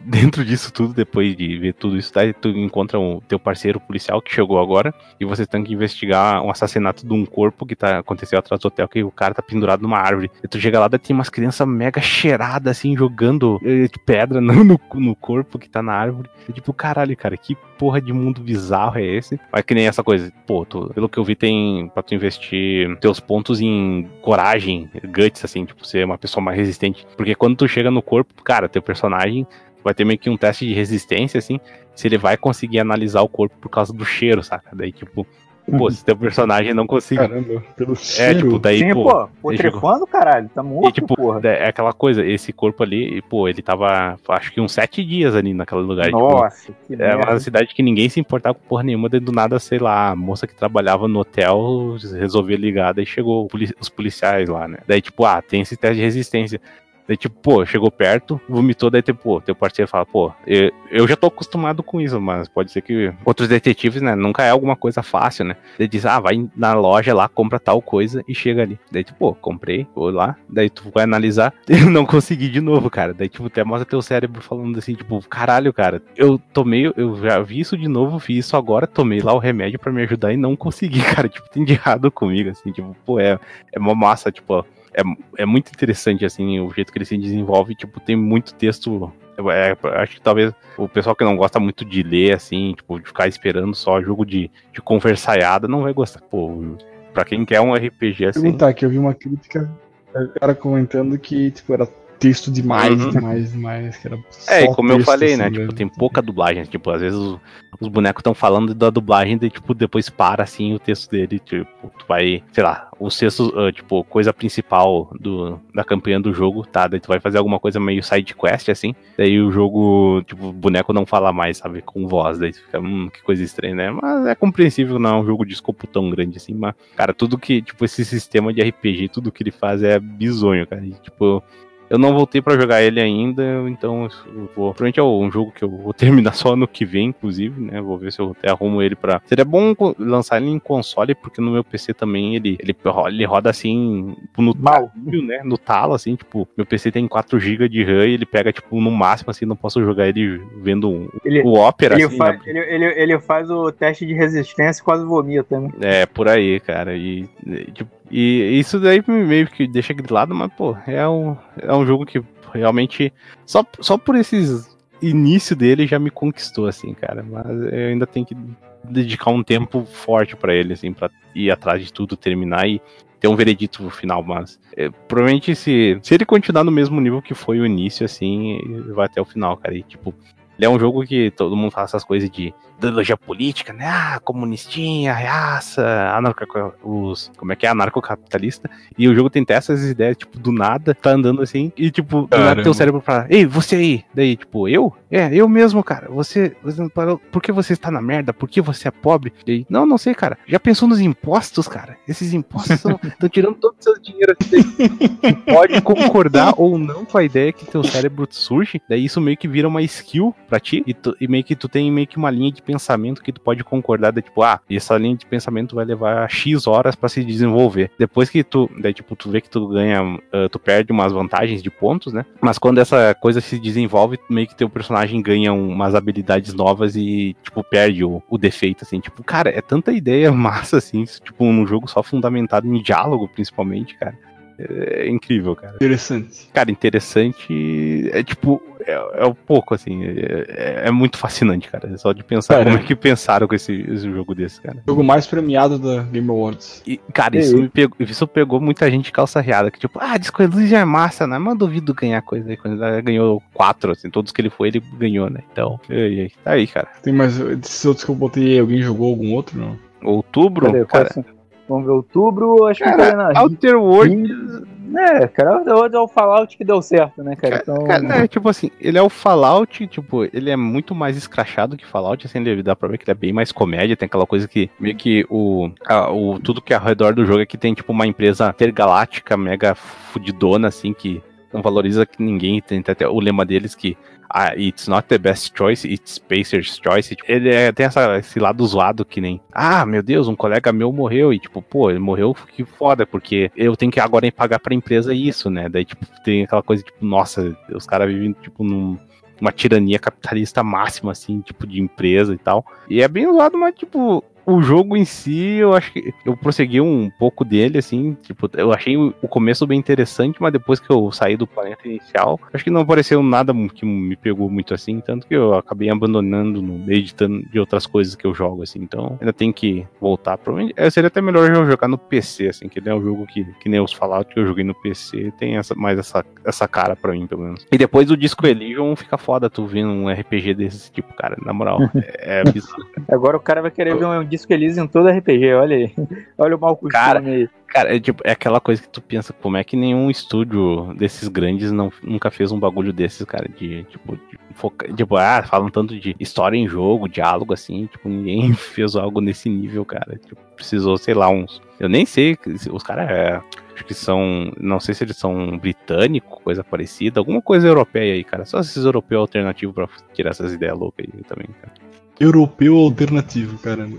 dentro disso tudo, depois de ver tudo isso, tá, tu encontra o teu parceiro policial que chegou agora, e você tem que investigar um assassinato de um corpo que tá, aconteceu atrás do hotel, que o cara tá pendurado numa árvore. E tu chega lá, daí tem umas crianças mega cheiradas, assim, jogando eh, pedra no, no, no corpo que tá na árvore. E tipo, caralho, cara, que porra de mundo bizarro é esse? Mas que nem essa coisa, pô, tu, pelo que eu vi, tem pra tu investir teus pontos em coragem, guts, assim, tipo, ser uma pessoa mais resistente. Porque quando tu chega no corpo, cara, teu personagem vai ter meio que um teste de resistência, assim, se ele vai conseguir analisar o corpo por causa do cheiro, saca? Daí, tipo, pô, se teu personagem não conseguir... Caramba, pelo É, cheiro. tipo, daí, Sim, pô... pô, putrefando, caralho, tá morto, E, tipo, porra. é aquela coisa, esse corpo ali, pô, ele tava, acho que uns sete dias ali naquele lugar. Nossa, tipo, que é merda. uma cidade que ninguém se importava com porra nenhuma, daí do nada, sei lá, a moça que trabalhava no hotel resolveu ligar, daí chegou os policiais lá, né? Daí, tipo, ah, tem esse teste de resistência. Daí, tipo, pô, chegou perto, vomitou, daí, tipo, pô, teu parceiro fala, pô, eu, eu já tô acostumado com isso, mas pode ser que outros detetives, né, nunca é alguma coisa fácil, né? Ele diz, ah, vai na loja lá, compra tal coisa e chega ali. Daí, tipo, pô, comprei, vou lá, daí tu vai analisar, eu não consegui de novo, cara. Daí, tipo, até mostra teu cérebro falando assim, tipo, caralho, cara, eu tomei, eu já vi isso de novo, fiz isso agora, tomei lá o remédio pra me ajudar e não consegui, cara, tipo, tem de errado comigo, assim, tipo, pô, é, é uma massa, tipo, ó. É, é muito interessante, assim, o jeito que ele se desenvolve, tipo, tem muito texto, é, acho que talvez o pessoal que não gosta muito de ler, assim, tipo, de ficar esperando só jogo de, de conversaiada, não vai gostar, pô, pra quem quer um R P G, assim... Perguntar, que eu vi uma crítica, o cara comentando que, tipo, era texto demais, Uhum. demais, demais, que era só É, e como eu texto, falei, assim, né, né? tipo, tem pouca dublagem, tipo, às vezes os, os bonecos estão falando da dublagem, e tipo, depois para, assim, o texto dele, tipo, tu vai, sei lá, o sexto, uh, tipo, coisa principal do, da campanha do jogo, tá, daí tu vai fazer alguma coisa meio side quest, assim, daí o jogo, tipo, o boneco não fala mais, sabe, com voz, daí tu fica, hum, que coisa estranha, né, mas é compreensível, não é um jogo de escopo tão grande, assim, mas, cara, tudo que, tipo, esse sistema de R P G, tudo que ele faz é bizonho, cara, e, tipo... Eu não voltei pra jogar ele ainda, então eu vou. Provavelmente é um jogo que eu vou terminar só ano que vem, inclusive, né? Vou ver se eu até arrumo ele pra. Seria bom lançar ele em console, porque no meu P C também ele, ele, ele roda assim no Mal. talo, né? No talo, assim, tipo, meu P C tem quatro gigas de RAM e ele pega, tipo, no máximo, assim, não posso jogar ele vendo um, Ele, o Opera, ele, assim, fa né? ele, ele, ele faz o teste de resistência e quase vomita, né? É, por aí, cara. E, tipo, e isso daí meio que deixa grilado, mas, pô, é um, é um jogo que realmente. Só, só por esses início dele já me conquistou, assim, cara. Mas eu ainda tenho que dedicar um tempo forte pra ele, assim, pra ir atrás de tudo, terminar e ter um veredito final. Mas é, provavelmente se, se ele continuar no mesmo nível que foi o início, assim, ele vai até o final, cara. E, tipo. Ele é um jogo que todo mundo fala essas coisas de ideologia política, né? Ah, comunistinha, raça, anarco, os, como é que é? Anarcocapitalista. E o jogo tem até essas ideias, tipo, do nada, tá andando assim, e tipo, do nada teu cérebro fala, ei, você aí. Daí, tipo, eu? É, eu mesmo, cara. Você, você não parou. Por que você está na merda? Por que você é pobre? Daí, não, não sei, cara. Já pensou nos impostos, cara? Esses impostos estão tirando todo o seu dinheiro. Tu pode concordar ou não com a ideia que teu cérebro surge, daí isso meio que vira uma skill pra ti, e, tu, e meio que tu tem meio que uma linha de pensamento que tu pode concordar, de, tipo, ah, essa linha de pensamento vai levar X horas pra se desenvolver. Depois que tu, daí tipo, tu vê que tu ganha, uh, tu perde umas vantagens de pontos, né? Mas quando essa coisa se desenvolve, meio que teu personagem ganha umas habilidades novas e, tipo, perde o, o defeito, assim. Tipo, cara, é tanta ideia massa, assim, tipo, um jogo só fundamentado em diálogo, principalmente, cara. É incrível, cara. Interessante. Cara, interessante. É tipo, é, é um pouco assim. É, é muito fascinante, cara. É só de pensar Cara, como é que pensaram com esse, esse jogo desse, cara. O jogo mais premiado da Game Awards. E, cara, isso, me pegou, isso pegou muita gente calça riada. Que tipo, ah, Disco Elysium é massa, né? Mas duvido ganhar coisa aí. Quando ele ganhou quatro, assim, todos que ele foi, ele ganhou, né? Então, e aí, tá aí, cara. Tem mais. Desses outros que eu botei, alguém jogou algum outro? Não? Outubro? Cadê? Cara, Vamos ver, outubro, acho cara, que foi na. Outer Worlds. É, cara, é o Fallout que deu certo, né, cara? Então... Cara, é, tipo assim, ele é o Fallout, tipo, ele é muito mais escrachado que Fallout, assim, dá pra ver que ele é bem mais comédia, tem aquela coisa que, meio que o, a, o tudo que é ao redor do jogo é que tem, tipo, uma empresa intergaláctica, mega fudidona, assim, que não valoriza que ninguém. Tem até o lema deles que ah, it's not the best choice, it's Pacers' choice. Ele é, tem essa, esse lado zoado que nem, ah, meu Deus, um colega meu morreu, e tipo, pô, ele morreu, que foda, porque eu tenho que agora pagar pra empresa isso, né? Daí, tipo, tem aquela coisa, tipo, nossa, os caras vivem, tipo, num, uma tirania capitalista máxima, assim, tipo, de empresa e tal. E é bem zoado, mas, tipo, o jogo em si, eu acho que eu prossegui um pouco dele, assim, tipo, eu achei o começo bem interessante, mas depois que eu saí do planeta inicial, acho que não apareceu nada que me pegou muito assim, tanto que eu acabei abandonando no meio de, de outras coisas que eu jogo, assim, então ainda tem que voltar. Provavelmente seria até melhor eu jogar no P C, assim, que ele é um jogo que, que nem os Fallout que eu joguei no P C, tem essa, mais essa, essa cara pra mim, pelo menos. E depois do Disco Elysium fica foda tu vendo um R P G desse tipo, cara, na moral, é, é bizarro. Agora o cara vai querer ver um Disco Elysium em todo R P G, olha aí. Olha o mau costume cara, aí. Cara, é, tipo, é aquela coisa que tu pensa, como é que nenhum estúdio desses grandes não, nunca fez um bagulho desses, cara, de, tipo, de foca, tipo, ah, falam tanto de história em jogo, diálogo, assim, tipo, ninguém fez algo nesse nível, cara, tipo, precisou, sei lá, uns, eu nem sei, os caras, é, acho que são, não sei se eles são britânicos, coisa parecida, alguma coisa europeia aí, cara, só esses europeus alternativos pra tirar essas ideias loucas aí também, cara. Europeu alternativo, caramba.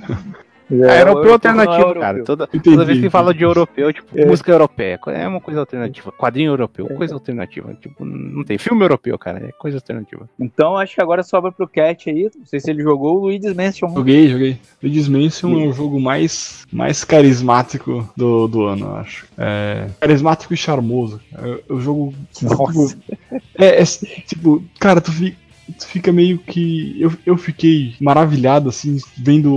É, é europeu alternativo, é cara. Toda, entendi, toda vez que entendi. fala de europeu, tipo, é. música europeia, é uma coisa alternativa. Quadrinho europeu, coisa alternativa. Tipo, não tem filme europeu, cara, é coisa alternativa. Então acho que agora sobra pro Cat aí. Não sei se ele jogou o Luigi's Mansion. Joguei, joguei. Luigi's Mansion é o jogo mais, mais carismático do, do ano, eu acho. É, carismático e charmoso. É o jogo. Nossa. Tipo, é, é tipo, cara, tu fica. Tu fica meio que. Eu, eu fiquei maravilhado, assim, vendo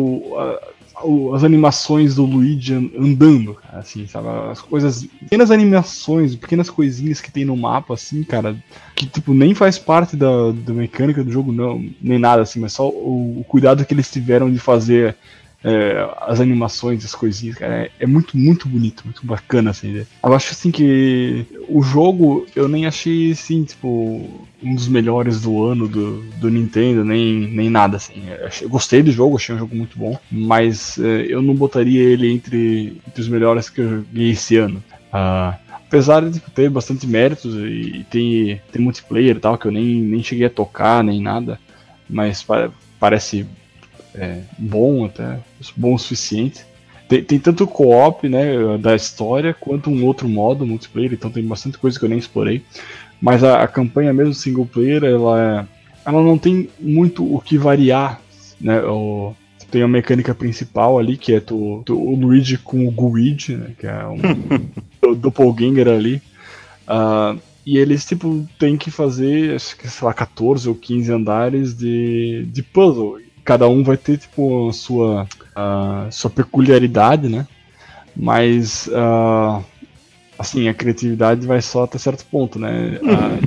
uh, as animações do Luigi andando, assim, sabe? As coisas. Pequenas animações, pequenas coisinhas que tem no mapa, assim, cara, que, tipo, nem faz parte da, da mecânica do jogo, não, nem nada, assim, mas só o, o cuidado que eles tiveram de fazer. É, as animações, as coisinhas, cara, é, é muito, muito bonito, muito bacana, assim, né? Eu acho, assim, que o jogo, eu nem achei, assim, tipo, um dos melhores do ano do, do Nintendo, nem, nem nada, assim. Eu, achei, eu gostei do jogo, achei um jogo muito bom, mas é, eu não botaria ele entre, entre os melhores que eu joguei esse ano. Ah, apesar de tipo, ter bastante méritos e tem, tem multiplayer e tal, que eu nem, nem cheguei a tocar, nem nada, mas pa- parece... É, bom até, bom o suficiente. Tem, tem tanto o co-op, né, da história, quanto um outro modo multiplayer, então tem bastante coisa que eu nem explorei. Mas a, a campanha mesmo single player, ela, ela não tem muito o que variar, né, o, tem a mecânica principal ali, que é tu, tu, o Luigi com o Gooigi, né, que é um doppelganger ali. Uh, e eles, tipo, tem que fazer, acho que, sei lá, catorze ou quinze andares de, de puzzle. Cada um vai ter, tipo, a sua, a sua peculiaridade, né? Mas, uh, assim, a criatividade vai só até certo ponto, né?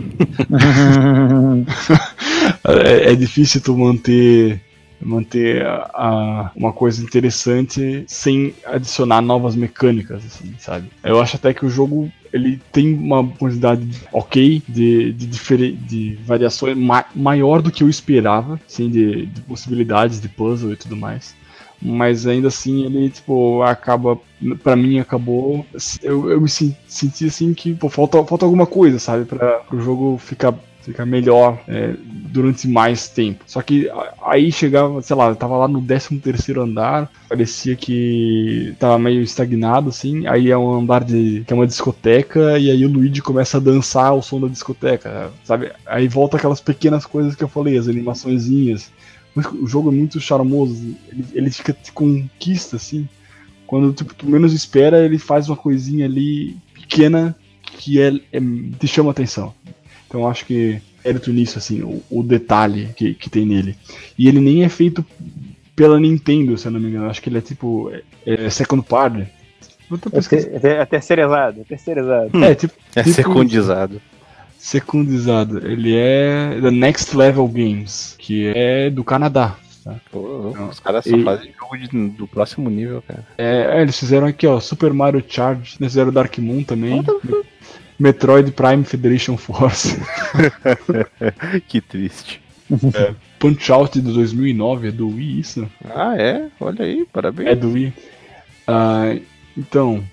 Uh, é, é difícil tu manter, manter a, a, uma coisa interessante sem adicionar novas mecânicas, assim, sabe? Eu acho até que o jogo... ele tem uma quantidade ok de, de, de, de variações ma maior do que eu esperava, assim, de, de possibilidades de puzzle e tudo mais. Mas ainda assim ele, tipo, acaba, pra mim acabou, eu, eu me senti assim que, pô, falta, falta alguma coisa, sabe, pra o jogo ficar ficar melhor é, durante mais tempo. Só que aí chegava, sei lá, eu tava lá no décimo terceiro andar, parecia que tava meio estagnado, assim, aí é um andar de, que é uma discoteca, e aí o Luigi começa a dançar ao som da discoteca, sabe? Aí volta aquelas pequenas coisas que eu falei, as animaçõezinhas. O jogo é muito charmoso, ele, ele fica te conquista, assim. Quando tipo, tu menos espera, ele faz uma coisinha ali pequena que é, é, te chama atenção. Então eu acho que é mérito nisso, assim, o, o detalhe que, que tem nele. E ele nem é feito pela Nintendo, se eu não me engano. Eu acho que ele é tipo é, é second party. É, é terceirizado, é terceirizado. Hum, é, tipo, é tipo secundizado. Isso. Secundizado. Ele é da Next Level Games, que é do Canadá. Tá? Pô, então, os caras só e... fazem jogo de, do próximo nível, cara. É, é, eles fizeram aqui, ó, Super Mario Charge, eles fizeram Dark Moon também. Metroid Prime Federation Force. Que triste. É, Punch Out de dois mil e nove, é do Wii isso? Ah, é? Olha aí, parabéns. É do Wii. Uh, então,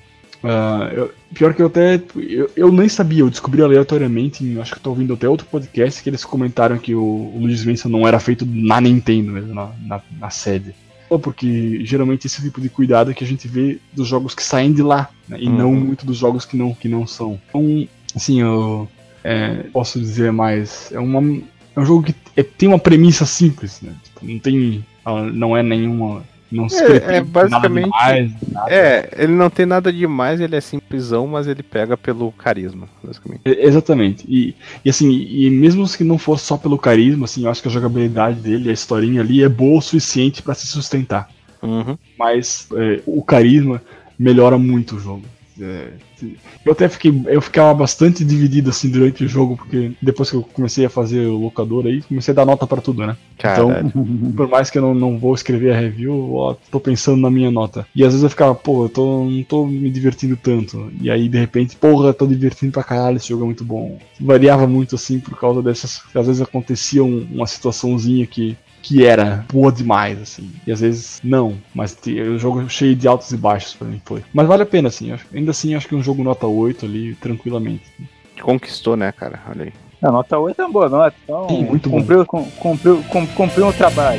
Uh, eu, pior que eu até. Eu, eu nem sabia, eu descobri aleatoriamente. Em, acho que eu tô ouvindo até outro podcast que eles comentaram que o, o Luigi's Mansion não era feito na Nintendo mesmo, na, na, na sede. Porque geralmente esse tipo de cuidado é que a gente vê dos jogos que saem de lá, né, e uhum. não muito dos jogos que não, que não são. Então, assim, eu é, posso dizer mais. É, uma, é um jogo que é, tem uma premissa simples, né? Tipo, não tem. Não é nenhuma. Não se é, é basicamente. Nada demais, nada. É, ele não tem nada demais, ele é simplesão, mas ele pega pelo carisma, basicamente. É, exatamente. E, e assim, e mesmo que não fosse só pelo carisma, assim, eu acho que a jogabilidade dele, a historinha ali, é boa o suficiente pra se sustentar. Uhum. Mas é, o carisma melhora muito o jogo. É, eu até fiquei, eu ficava bastante dividido assim durante o jogo, porque depois que eu comecei a fazer o locador aí, comecei a dar nota pra tudo, né? Caralho. Então, por mais que eu não, não vou escrever a review, ó, tô pensando na minha nota. E às vezes eu ficava, pô, eu tô, não tô me divertindo tanto. E aí de repente, porra, tô divertindo pra caralho, esse jogo é muito bom. Variava muito assim por causa dessas. Às vezes acontecia um, uma situaçãozinha que. que era boa demais, assim. E às vezes não, mas o jogo cheio de altos e baixos pra mim foi. Mas vale a pena, assim. Ainda assim, acho que um jogo nota oito ali, tranquilamente. Conquistou, né, cara? Olha aí. A nota oito é uma boa nota. Então, sim, muito cumpriu, bom. Cumpriu, cumpriu, cumpriu o trabalho.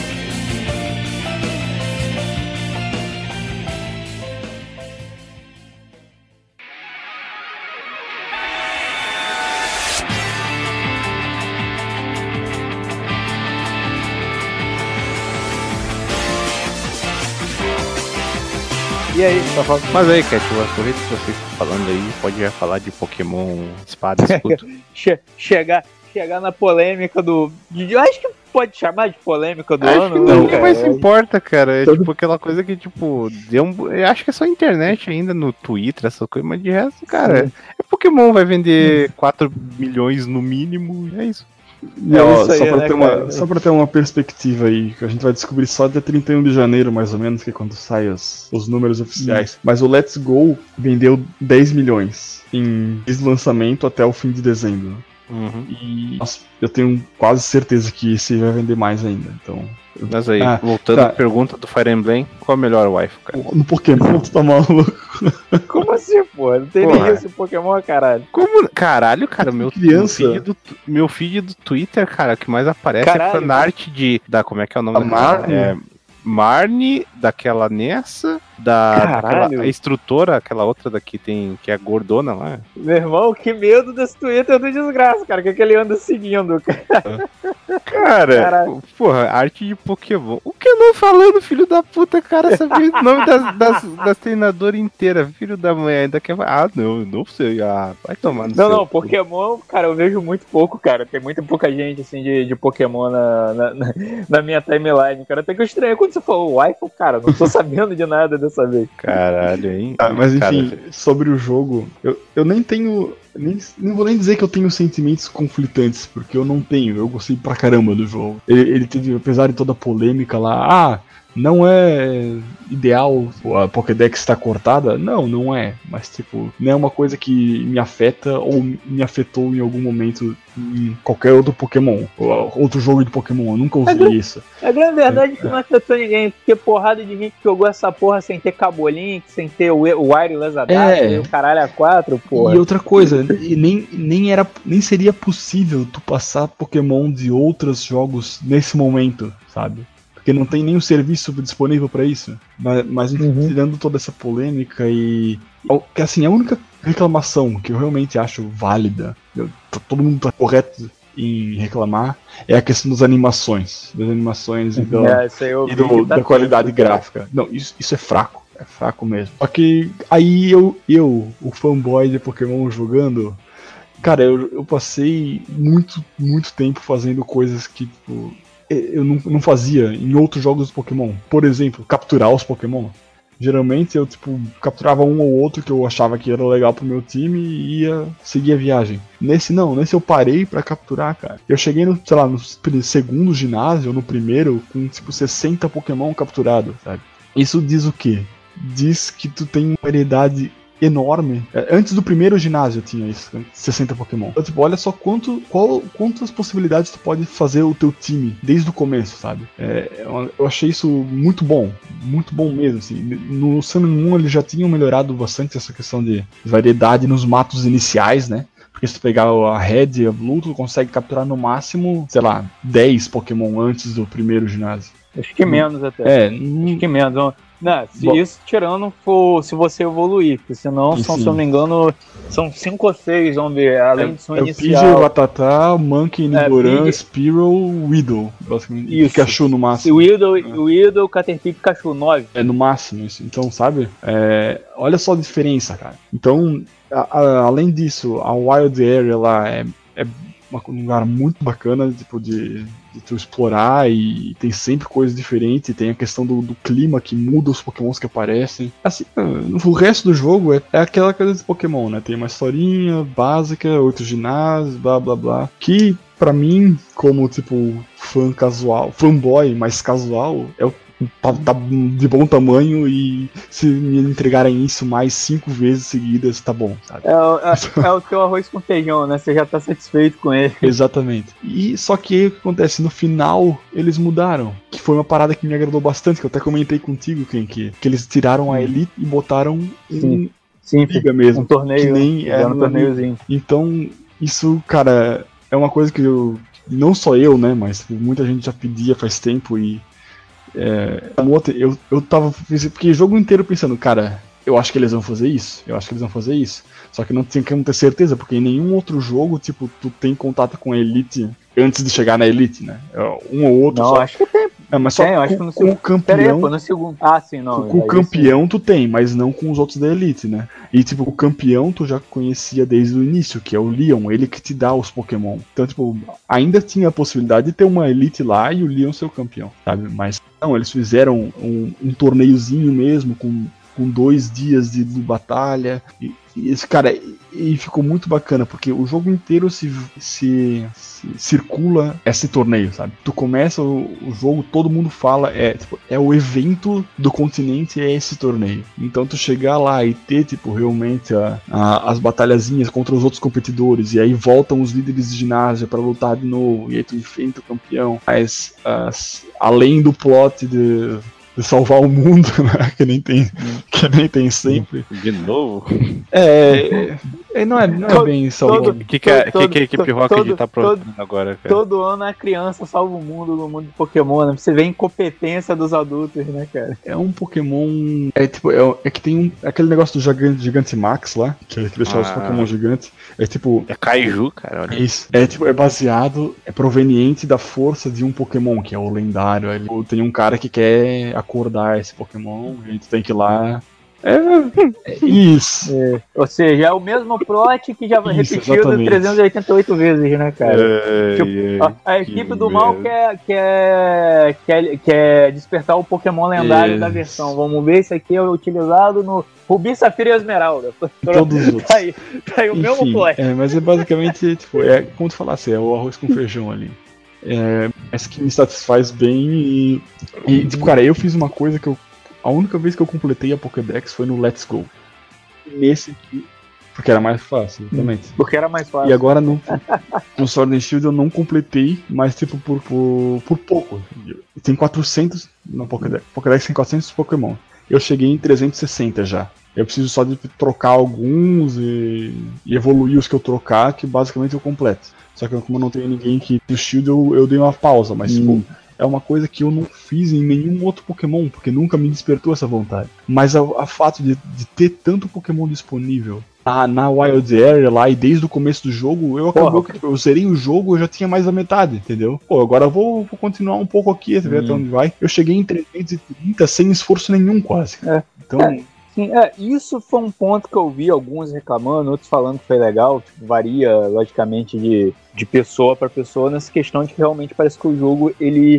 E aí, tá falando? Mas aí, Cat, a corrida que você está falando aí, pode já falar de Pokémon Espada e Escudo. che chegar, chegar na polêmica do. Eu acho que pode chamar de polêmica do acho ano. Que não, cara. Mas importa, cara. É Todo... tipo aquela coisa que, tipo, deu um... eu acho que é só internet ainda, no Twitter, essa coisa, mas de resto, cara, Sim. é Pokémon, vai vender quatro milhões no mínimo, é isso. E, ó, só, aí, pra né, ter uma, só pra ter uma perspectiva aí, que a gente vai descobrir só até trinta e um de janeiro, mais ou menos, que é quando saem os, os números oficiais. Hum. Mas o Let's Go vendeu dez milhões em desde o lançamento até o fim de dezembro. Uhum. E nossa, eu tenho quase certeza que esse vai vender mais ainda. Então. Mas aí, ah, voltando tá. à pergunta do Fire Emblem, qual é o melhor waifu, cara? No Pokémon, tu tá maluco? Como assim, pô? Não tem nem isso em Pokémon, caralho. Como? Caralho, cara, meu, criança. Meu, feed do, meu feed do Twitter, cara, que mais aparece caralho, é fanart de. Da, como é que é o nome da Marne? É, Marne, daquela Nessa, da daquela, a instrutora, aquela outra daqui tem, que é a gordona lá. Meu irmão, que medo desse Twitter do desgraça, cara, que é que ele anda seguindo, cara. Cara, Caralho. porra, arte de Pokémon. O que eu não falando, filho da puta, cara, sabia o nome das, das, das treinadoras inteiras, filho da mãe, ainda quer. Ah, não, não sei, ah, vai tomar no Não, não, Pokémon, cara, eu vejo muito pouco, cara, tem muita pouca gente, assim, de, de Pokémon na, na, na minha timeline, cara, até que eu estranhei quando você falou waifu, cara, não tô sabendo de nada dessa vez. Caralho, hein? Ah, mas enfim, cara, sobre o jogo, eu, eu nem tenho... Nem, não vou nem dizer que eu tenho sentimentos conflitantes, porque eu não tenho, eu gostei pra caramba do jogo. Ele, ele teve, apesar de toda a polêmica lá, ah, não é ideal a Pokédex estar cortada? Não, não é. Mas, tipo, não é uma coisa que me afeta ou me afetou em algum momento em qualquer outro Pokémon, ou outro jogo de Pokémon. Eu nunca usei é, isso. É grande verdade é, que não afetou ninguém, porque porrada de gente jogou essa porra sem ter Cabolink, sem ter o, o Wireless Adapter, é. o caralho a quatro, porra. E outra coisa, nem, nem, era, nem seria possível tu passar Pokémon de outros jogos nesse momento, sabe? Porque não tem nenhum serviço disponível pra isso. Mas, mas uhum. tirando toda essa polêmica e... Que assim, a única reclamação que eu realmente acho válida, eu, todo mundo tá correto em reclamar, é a questão das animações. Das animações e, do, é, e do, da qualidade gráfica. Não, isso, isso é fraco. É fraco mesmo. Só que aí eu, eu o fanboy de Pokémon jogando... Cara, eu, eu passei muito, muito tempo fazendo coisas que, tipo... eu não, não fazia em outros jogos do Pokémon. Por exemplo, capturar os Pokémon. Geralmente eu tipo capturava um ou outro que eu achava que era legal pro meu time e ia seguir a viagem. Nesse não, nesse eu parei pra capturar, cara. Eu cheguei no, sei lá, no segundo ginásio ou no primeiro com tipo sessenta Pokémon capturados, sabe? Isso diz o quê? Diz que tu tem uma variedade enorme. Antes do primeiro ginásio tinha isso, sessenta Pokémon. Então, tipo, olha só quanto, qual, quantas possibilidades tu pode fazer o teu time desde o começo, sabe? É, eu achei isso muito bom, muito bom mesmo, assim. No Sun and Moon eles já tinham melhorado bastante essa questão de variedade nos matos iniciais, né? Porque se tu pegar a Red e a Blue, tu consegue capturar no máximo, sei lá, dez Pokémon antes do primeiro ginásio. Acho que menos até. É, acho que menos. Não, se Bom, isso tirando for se você evoluir, porque senão, sim, são, sim. se eu não me engano, são cinco ou seis, vamos ver, além é, do som é inicial. O Pidgey, o Rattata, o Monkey, Nidoran, Pidgey- Spearow, Weedle, basicamente. E Isso. Pikachu no O máximo. Weedle, o Weedle, o Caterpie, Pikachu, nove. É no máximo isso. Então, sabe? É, olha só a diferença, cara. Então, a- a- além disso, a Wild Area lá é, é uma- um lugar muito bacana, tipo, de, de tu explorar e tem sempre coisas diferentes. Tem a questão do, do clima que muda os Pokémons que aparecem. Assim, o resto do jogo é, é aquela coisa de Pokémon, né? Tem uma historinha básica, outro ginásio, blá blá blá. Que, pra mim, como, tipo, fã casual, fanboy mais casual, é o Tá, tá de bom tamanho e se me entregarem isso mais cinco vezes seguidas, tá bom, sabe? É, o- é, é o teu arroz com feijão, né? Você já tá satisfeito com ele. Exatamente. E só que o que acontece? No final, eles mudaram. Que foi uma parada que me agradou bastante, que eu até comentei contigo, Ken, que, que eles tiraram a Elite e botaram um Sim. Sim, liga mesmo. um torneio, que nem né? é um no torneiozinho. Então, isso, cara, é uma coisa que eu. Não só eu, né? Mas muita gente já pedia faz tempo e. É, eu, eu tava. Porque o jogo inteiro pensando, cara, eu acho que eles vão fazer isso, eu acho que eles vão fazer isso. Só que não tinha como ter certeza, porque em nenhum outro jogo, tipo, tu tem contato com a Elite antes de chegar na Elite, né? Um ou outro Não, só. acho que tem. É, mas só tem, eu acho com, que no com o campeão. Pera aí, pô, no segundo. Ah, sim, não. Com o aí campeão sim. tu tem, mas não com os outros da Elite, né? E tipo, o campeão tu já conhecia desde o início, que é o Leon, ele que te dá os Pokémon. Então, tipo, ainda tinha a possibilidade de ter uma Elite lá e o Leon ser o campeão, sabe? Mas não, eles fizeram um, um torneiozinho mesmo, com, com dois dias de, de batalha. E, e esse cara, e, e ficou muito bacana, porque o jogo inteiro se, se, se circula esse torneio, sabe? Tu começa o, o jogo, todo mundo fala, é, tipo, é o evento do continente, é esse torneio. Então tu chegar lá e ter, tipo, realmente a, a, as batalhazinhas contra os outros competidores, e aí voltam os líderes de ginásio pra lutar de novo, e aí tu enfrenta o campeão. Mas, as, além do plot de... de salvar o mundo, né? Que nem tem, que nem tem sempre. De novo? É, é não é, não é Todo- bem salvar o todo- mundo. O que, que, a, todo- que, que a equipe todo- Rocket todo- tá aprontando agora, cara? Todo ano a criança salva o mundo no mundo de Pokémon, né? Você vê a incompetência dos adultos, né, cara? É um Pokémon. É tipo, é, é que tem um, aquele negócio do gigante, gigante Max lá, que é que deixar os Ah. Pokémon gigantes. É tipo. É Kaiju, cara, É olha. isso. É tipo, é baseado, é proveniente da força de um Pokémon, que é o lendário. Aí tem um cara que quer acordar esse Pokémon, a gente tem que ir lá. É, é isso. É. Ou seja, é o mesmo plot que já foi Isso, repetido exatamente. trezentas e oitenta e oito vezes, né, cara? Ai, Tipo, ai, a, a que equipe do mal merda. quer, quer, quer, quer despertar o Pokémon lendário Isso. da versão. Vamos ver, esse aqui é utilizado no Rubi, Safira e Esmeralda. Todos os outros. Tá aí, tá aí o mesmo Enfim, plot. é, mas é basicamente, tipo, é como tu falasse, é o arroz com feijão ali. É, mas que me satisfaz bem e, e, tipo, cara, eu fiz uma coisa que eu. A única vez que eu completei a Pokédex foi no Let's Go. Nesse aqui. Porque era mais fácil, exatamente. Porque era mais fácil. E agora no, no Sword and Shield eu não completei, mas tipo por, por, por pouco. Tem quatrocentos na Pokédex. Pokédex tem quatrocentos Pokémon. Eu cheguei em trezentos e sessenta já. Eu preciso só de trocar alguns e, e evoluir os que eu trocar, que basicamente eu completo. Só que como eu não tenho ninguém que do Shield, eu, eu dei uma pausa, mas Hum. tipo, é uma coisa que eu não fiz em nenhum outro Pokémon, porque nunca me despertou essa vontade. Mas a, a fato de, de ter tanto Pokémon disponível na, na Wild Area lá e desde o começo do jogo, eu acabou Porra. que tipo, eu zerei o jogo, eu já tinha mais da metade, entendeu? Pô, agora eu vou, vou continuar um pouco aqui, ver Hum. até onde vai. Eu cheguei em trezentos e trinta sem esforço nenhum, quase. É. Então, É. Sim, é, isso foi um ponto que eu vi alguns reclamando, outros falando que foi legal. Tipo, varia, logicamente, de, de pessoa para pessoa nessa questão de que realmente parece que o jogo ele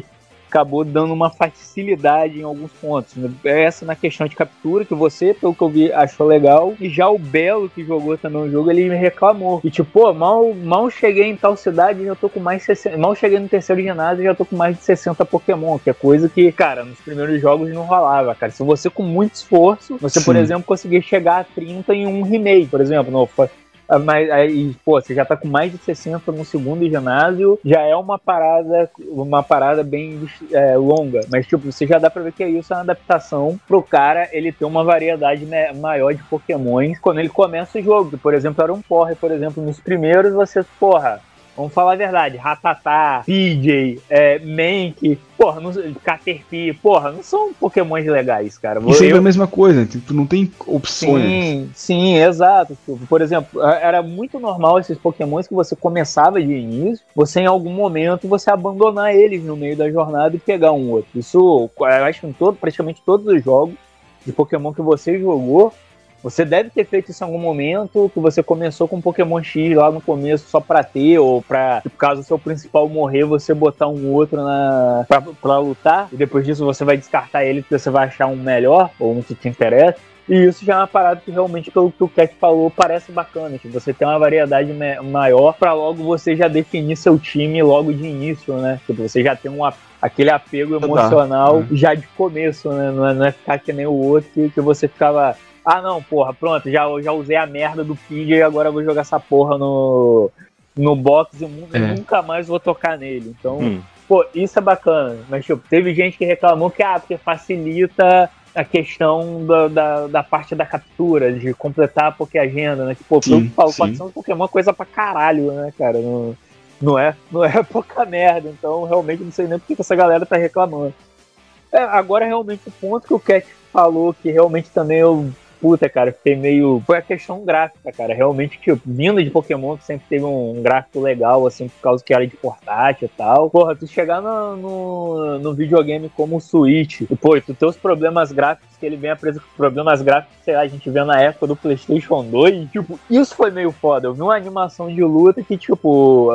acabou dando uma facilidade em alguns pontos. Essa na questão de captura, que você, pelo que eu vi, achou legal. E já o Belo, que jogou também o jogo, ele me reclamou. E tipo, pô, mal, mal cheguei em tal cidade e já tô com mais de sessenta. Mal cheguei no terceiro ginásio e já tô com mais de sessenta Pokémon, que é coisa que, cara, nos primeiros jogos não rolava, cara. Se você com muito esforço, você, Sim. por exemplo, conseguir chegar a trinta em um remake, por exemplo, no Mas aí, pô, você já tá com mais de sessenta no segundo ginásio, já é uma parada, uma parada bem é, longa. Mas, tipo, você já dá pra ver que isso é uma adaptação pro cara ele ter uma variedade né, maior de Pokémons quando ele começa o jogo. Que, por exemplo, era um porre, por exemplo, nos primeiros você, porra, vamos falar a verdade, Rattata, P J, é, Mank, porra, não, Caterpie, porra, não são Pokémons legais, cara. E sempre eu... é a mesma coisa, tipo, não tem opções. Sim, sim, exato. Tipo, por exemplo, era muito normal esses Pokémons que você começava de início, você em algum momento você abandonar eles no meio da jornada e pegar um outro. Isso, eu acho que em todo, praticamente todos os jogos de Pokémon que você jogou, você deve ter feito isso em algum momento, que você começou com Pokémon X lá no começo só pra ter, ou pra, tipo, caso o seu principal morrer, você botar um outro na, pra, pra lutar, e depois disso você vai descartar ele porque você vai achar um melhor, ou um que te interessa. E isso já é uma parada que realmente, pelo que o Cat falou, parece bacana. Tipo, você tem uma variedade maior pra logo você já definir seu time logo de início, né? Tipo, você já tem um, aquele apego emocional tá. já de começo, né? Não é, não é ficar que nem o outro que, que você ficava... Ah, não, porra, pronto, já, já usei a merda do P J e agora eu vou jogar essa porra no, no box e é. nunca mais vou tocar nele. Então, hum. pô, isso é bacana. Mas, tipo, teve gente que reclamou que, ah, porque facilita a questão da, da, da parte da captura, de completar a Pokéagenda, né? Que, pô, sim, eu falo, coleção de Pokémon é coisa pra caralho, né, cara? Não, não, é, não é pouca merda. Então, realmente, não sei nem por que essa galera tá reclamando. É, agora, realmente, o ponto que o Cat falou, que realmente também eu... Puta, cara, fiquei meio... Foi a questão gráfica, cara. Realmente, tipo, vindo de Pokémon, que sempre teve um gráfico legal, assim, por causa que era de portátil e tal. Porra, tu chegar no, no, no videogame como o Switch, e, pô, tu tem os problemas gráficos que ele vem apresentando, problemas gráficos, sei lá, a gente vê na época do PlayStation dois, e, tipo, isso foi meio foda. Eu vi uma animação de luta que, tipo,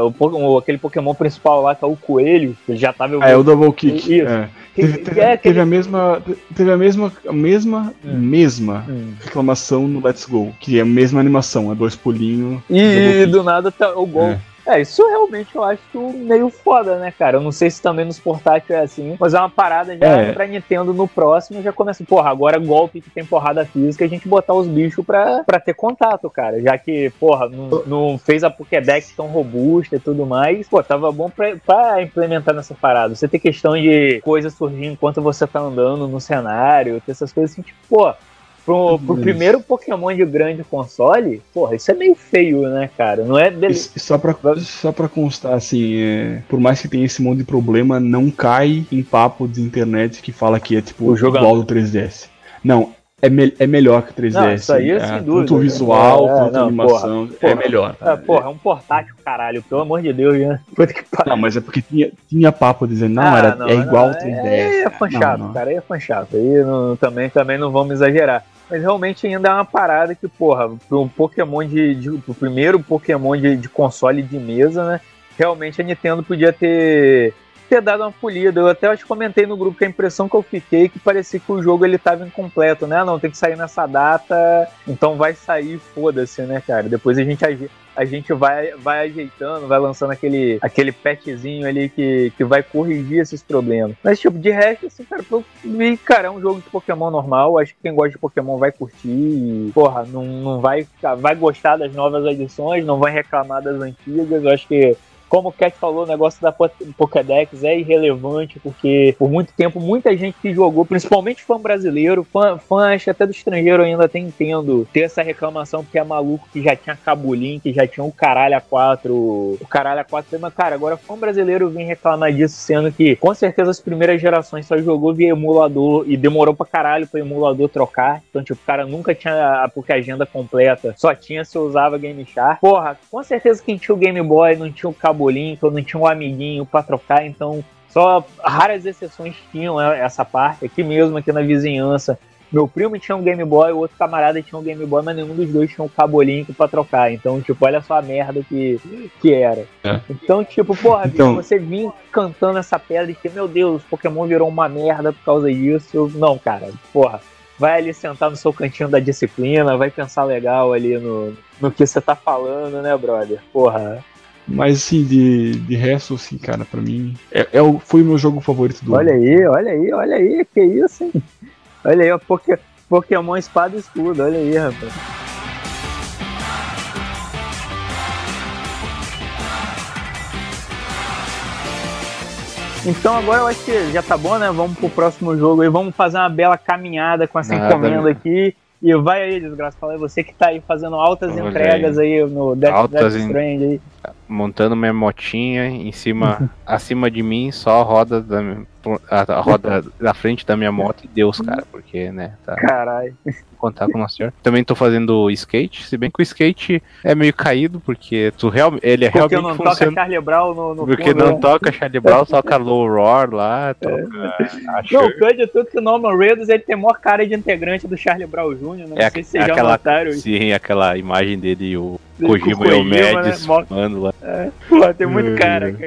o, aquele Pokémon principal lá, que é o Coelho, que já tava... É, o Double Kick. Isso. É. Teve, teve, é, teve a mesma, teve a mesma, a mesma, hum. mesma hum. reclamação no Let's Go, que é a mesma animação, é dois pulinhos. E do nada tá o gol. É. É, isso realmente eu acho meio foda, né, cara? Eu não sei se também nos portáteis é assim, mas é uma parada já é. pra Nintendo no próximo, já começa, porra, agora golpe que tem porrada física, a gente botar os bichos pra, pra ter contato, cara. Já que, porra, não, não fez a Pokédex tão robusta e tudo mais, pô, tava bom pra, pra implementar nessa parada. Você ter questão de coisas surgindo enquanto você tá andando no cenário, ter essas coisas assim, tipo, pô, Pro, pro primeiro Pokémon de grande console, porra, isso é meio feio, né, cara? Não é dele... Só pra, só pra constar, assim, é, por mais que tenha esse monte de problema, não cai em papo de internet que fala que é tipo o jogo igual do três D S. Não, é, me, é melhor que o três D S. Não, isso aí é, sem é, dúvida. Tanto o visual, é, quanto não, a animação, porra, é porra, melhor. É, porra, é um portátil, caralho, pelo amor de Deus, né? Não, mas é porque tinha, tinha papo dizendo, não, ah, era, não, é igual não, ao três D S. Aí é fã chato, não, não. cara, aí é fã chato. Aí não, também, também não vamos exagerar. Mas realmente ainda é uma parada que, porra, pro Pokémon de. de pro primeiro Pokémon de, de console de mesa, né? Realmente a Nintendo podia ter, ter dado uma polida. Eu até acho que comentei no grupo que a impressão que eu fiquei que parecia que o jogo ele tava incompleto, né? Ah, não, tem que sair nessa data, então vai sair, foda-se, né, cara? Depois a gente a gente vai, vai ajeitando, vai lançando aquele, aquele patchzinho ali que, que vai corrigir esses problemas. Mas, tipo, de resto, assim, cara, eu vi, cara, é um jogo de Pokémon normal, acho que quem gosta de Pokémon vai curtir e, porra, não, não vai ficar, vai gostar das novas edições, não vai reclamar das antigas, eu acho que como o Cat falou, o negócio da Pokédex é irrelevante, porque por muito tempo, muita gente que jogou, principalmente fã brasileiro, fã, fã acho que até do estrangeiro ainda até entendo ter essa reclamação, porque é maluco que já tinha Cabulim, que já tinha o Caralho A quatro, o Caralho A quatro, mas cara, agora fã brasileiro vem reclamar disso, sendo que com certeza as primeiras gerações só jogou via emulador e demorou pra caralho pro emulador trocar, então tipo, o cara nunca tinha a Pokéagenda completa, só tinha se usava Game Shark. Porra, com certeza quem tinha o Game Boy não tinha o Cabo que eu não tinha um amiguinho pra trocar, então só raras exceções tinham essa parte. Aqui mesmo, aqui na vizinhança, meu primo tinha um Game Boy, o outro camarada tinha um Game Boy, mas nenhum dos dois tinha um cabo Olímpico pra trocar. Então, tipo, olha só a merda que, que era. É. Então, tipo, porra, Então- bicho, você vinha cantando essa pedra e que, meu Deus, Pokémon virou uma merda por causa disso. Não, cara, porra. Vai ali sentar no seu cantinho da disciplina, vai pensar legal ali no, no que você tá falando, né, brother? Porra. Mas assim, de, de resto, assim, cara, pra mim. É, é o, foi o meu jogo favorito do Olha ano. aí, olha aí, olha aí, que isso, hein? Olha aí, ó, Poké- Pokémon Espada e Escudo, olha aí, rapaz. Então agora eu acho que já tá bom, né? Vamos pro próximo jogo aí, vamos fazer uma bela caminhada com essa Nada, encomenda meu. aqui. E vai aí, desgraça, fala aí, você que tá aí fazendo altas Olha entregas aí, no Death, Altas Death em- Strand aí. Montando minha motinha em cima, acima de mim, só a roda da minha- a, a roda da frente da minha moto e Deus, cara, porque, né, tá, Caralho. contar com o Nosso Senhor. Também tô fazendo skate, se bem que o skate é meio caído, porque tu real, ele é Porque realmente não toca funciona. Charlie Brown no, no Porque fundo, não né? toca Charlie Brown, toca Low Roar lá, toca a Não, Cher. o pior de tudo é que o Norman Reedus ele tem maior cara de integrante do Charlie Brown Júnior, né? Não É, sei se vocês já aquela, notaram isso. sim, aquela imagem dele e o Com Kojima e o Kojima, Médici né? fumando lá. Pô, tem muito É. cara, cara.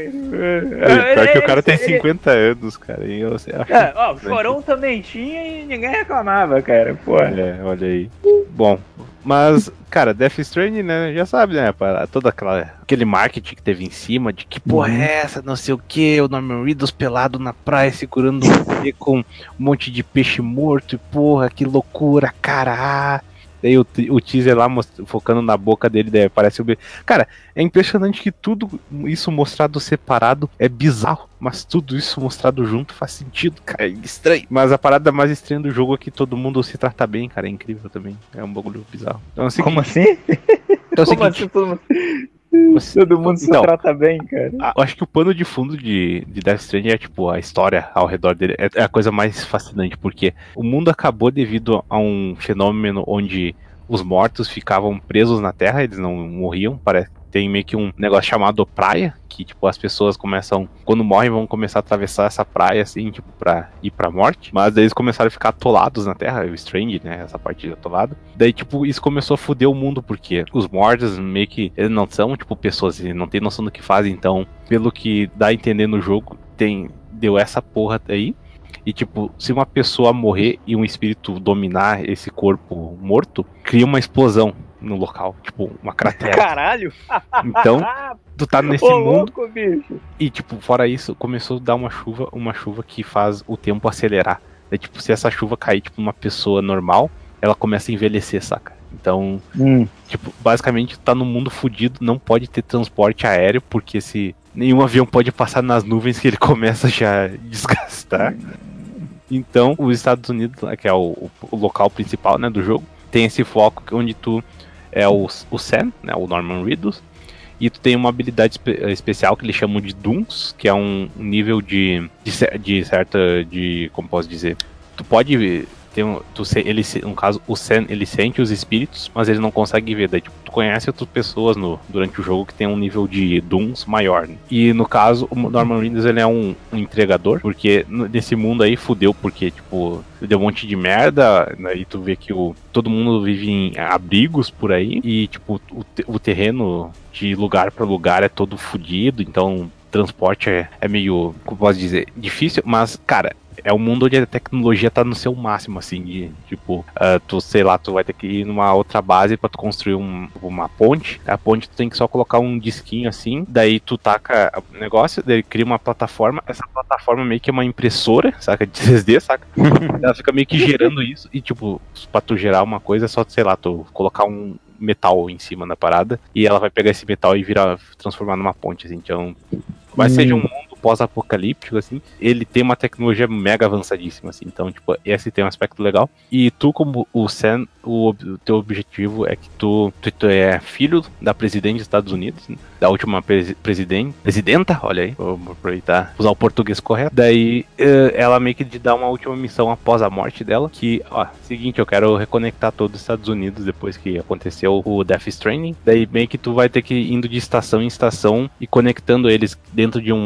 É, pior que o cara tem Ele- cinquenta anos, cara. E eu acho É, ó, o Chorão também tinha e ninguém reclamava, cara. Pô. É, olha aí. Bom, mas, cara, Death Stranding, né, já sabe, né, para toda aquela aquele marketing que teve em cima de que porra Uhum. é essa, não sei o que, o Norman Reedus pelado na praia segurando um bebê com um monte de peixe morto e porra, que loucura, cara. Ah. Daí o, te- o teaser lá most- focando na boca dele, daí aparece o bebê. Cara, é impressionante que tudo isso mostrado separado é bizarro, mas tudo isso mostrado junto faz sentido, cara, é estranho. Mas a parada mais estranha do jogo é que todo mundo se trata bem, cara, é incrível também. É um bagulho bizarro. Então é o seguinte, Como assim? então é o Como seguinte, assim todo mundo, você- todo mundo se então, trata bem, cara? a- eu acho que o pano de fundo de, de Death Stranding é tipo a história ao redor dele. É, é a coisa mais fascinante, porque o mundo acabou devido a um fenômeno onde os mortos ficavam presos na terra, eles não morriam. Parece que tem meio que um negócio chamado praia, que tipo as pessoas começam, quando morrem, vão começar a atravessar essa praia assim, tipo, pra ir pra morte. Mas daí eles começaram a ficar atolados na terra, o Strange, né, essa parte de atolado. Daí tipo, isso começou a foder o mundo, porque os mortos meio que, eles não são tipo pessoas, eles não tem noção do que fazem. Então, pelo que dá a entender no jogo, tem, deu essa porra aí. E tipo, se uma pessoa morrer e um espírito dominar esse corpo morto, cria uma explosão no local, tipo, uma cratera. Caralho! Então, tu tá nesse Ô, mundo louco, bicho! e tipo, fora isso, começou a dar uma chuva, uma chuva que faz o tempo acelerar. É tipo, se essa chuva cair tipo uma pessoa normal, ela começa a envelhecer, saca? Então, Hum. tipo, basicamente tá no mundo fudido, não pode ter transporte aéreo, porque se nenhum avião pode passar nas nuvens que ele começa já a desgastar. Então, os Estados Unidos, né, que é o, o local principal, né, do jogo, tem esse foco onde tu é o, o Sam, né, o Norman Reedus, e tu tem uma habilidade espe- especial que eles chamam de Dooms, que é um nível de, de, cer- de certa, de, como posso dizer, tu pode ter um, tu, se- ele, se- no caso, o Sam, ele sente os espíritos, mas ele não consegue ver, daí tipo, tu conhece outras pessoas no, durante o jogo que tem um nível de Dooms maior, né? E no caso, o Norman Reedus, ele é um, um entregador, porque n- nesse mundo aí fudeu, porque tipo, deu um monte de merda, né, e tu vê que o, todo mundo vive em abrigos por aí, e tipo, o, te- o terreno de lugar pra lugar é todo fudido, então transporte é, é meio, como posso dizer, difícil, mas, cara, é um mundo onde a tecnologia tá no seu máximo, assim, de, tipo, ah, tu, sei lá, tu vai ter que ir numa outra base pra tu construir um- uma ponte, a ponte tu tem que só colocar um disquinho assim, daí tu taca o negócio, daí cria uma plataforma, essa plataforma meio que é uma impressora, saca, de três D, saca? Ela fica meio que gerando isso, e tipo, pra tu gerar uma coisa é só, sei lá, tu colocar um metal em cima da parada, e ela vai pegar esse metal e virar, transformar numa ponte, assim, então vai ser de um mundo pós-apocalíptico, assim, ele tem uma tecnologia mega avançadíssima, assim, então, tipo, esse tem um aspecto legal, e tu, como o Sam, o, ob- o teu objetivo é que tu, tu, tu é filho da presidente dos Estados Unidos, né? Da última presi presidente, presidenta, olha aí, vou aproveitar, usar o português correto, daí eh, ela meio que te dá uma última missão após a morte dela, que, ó, seguinte, eu quero reconectar todos os Estados Unidos depois que aconteceu o Death Stranding, daí meio que tu vai ter que ir indo de estação em estação e conectando eles dentro de uma rede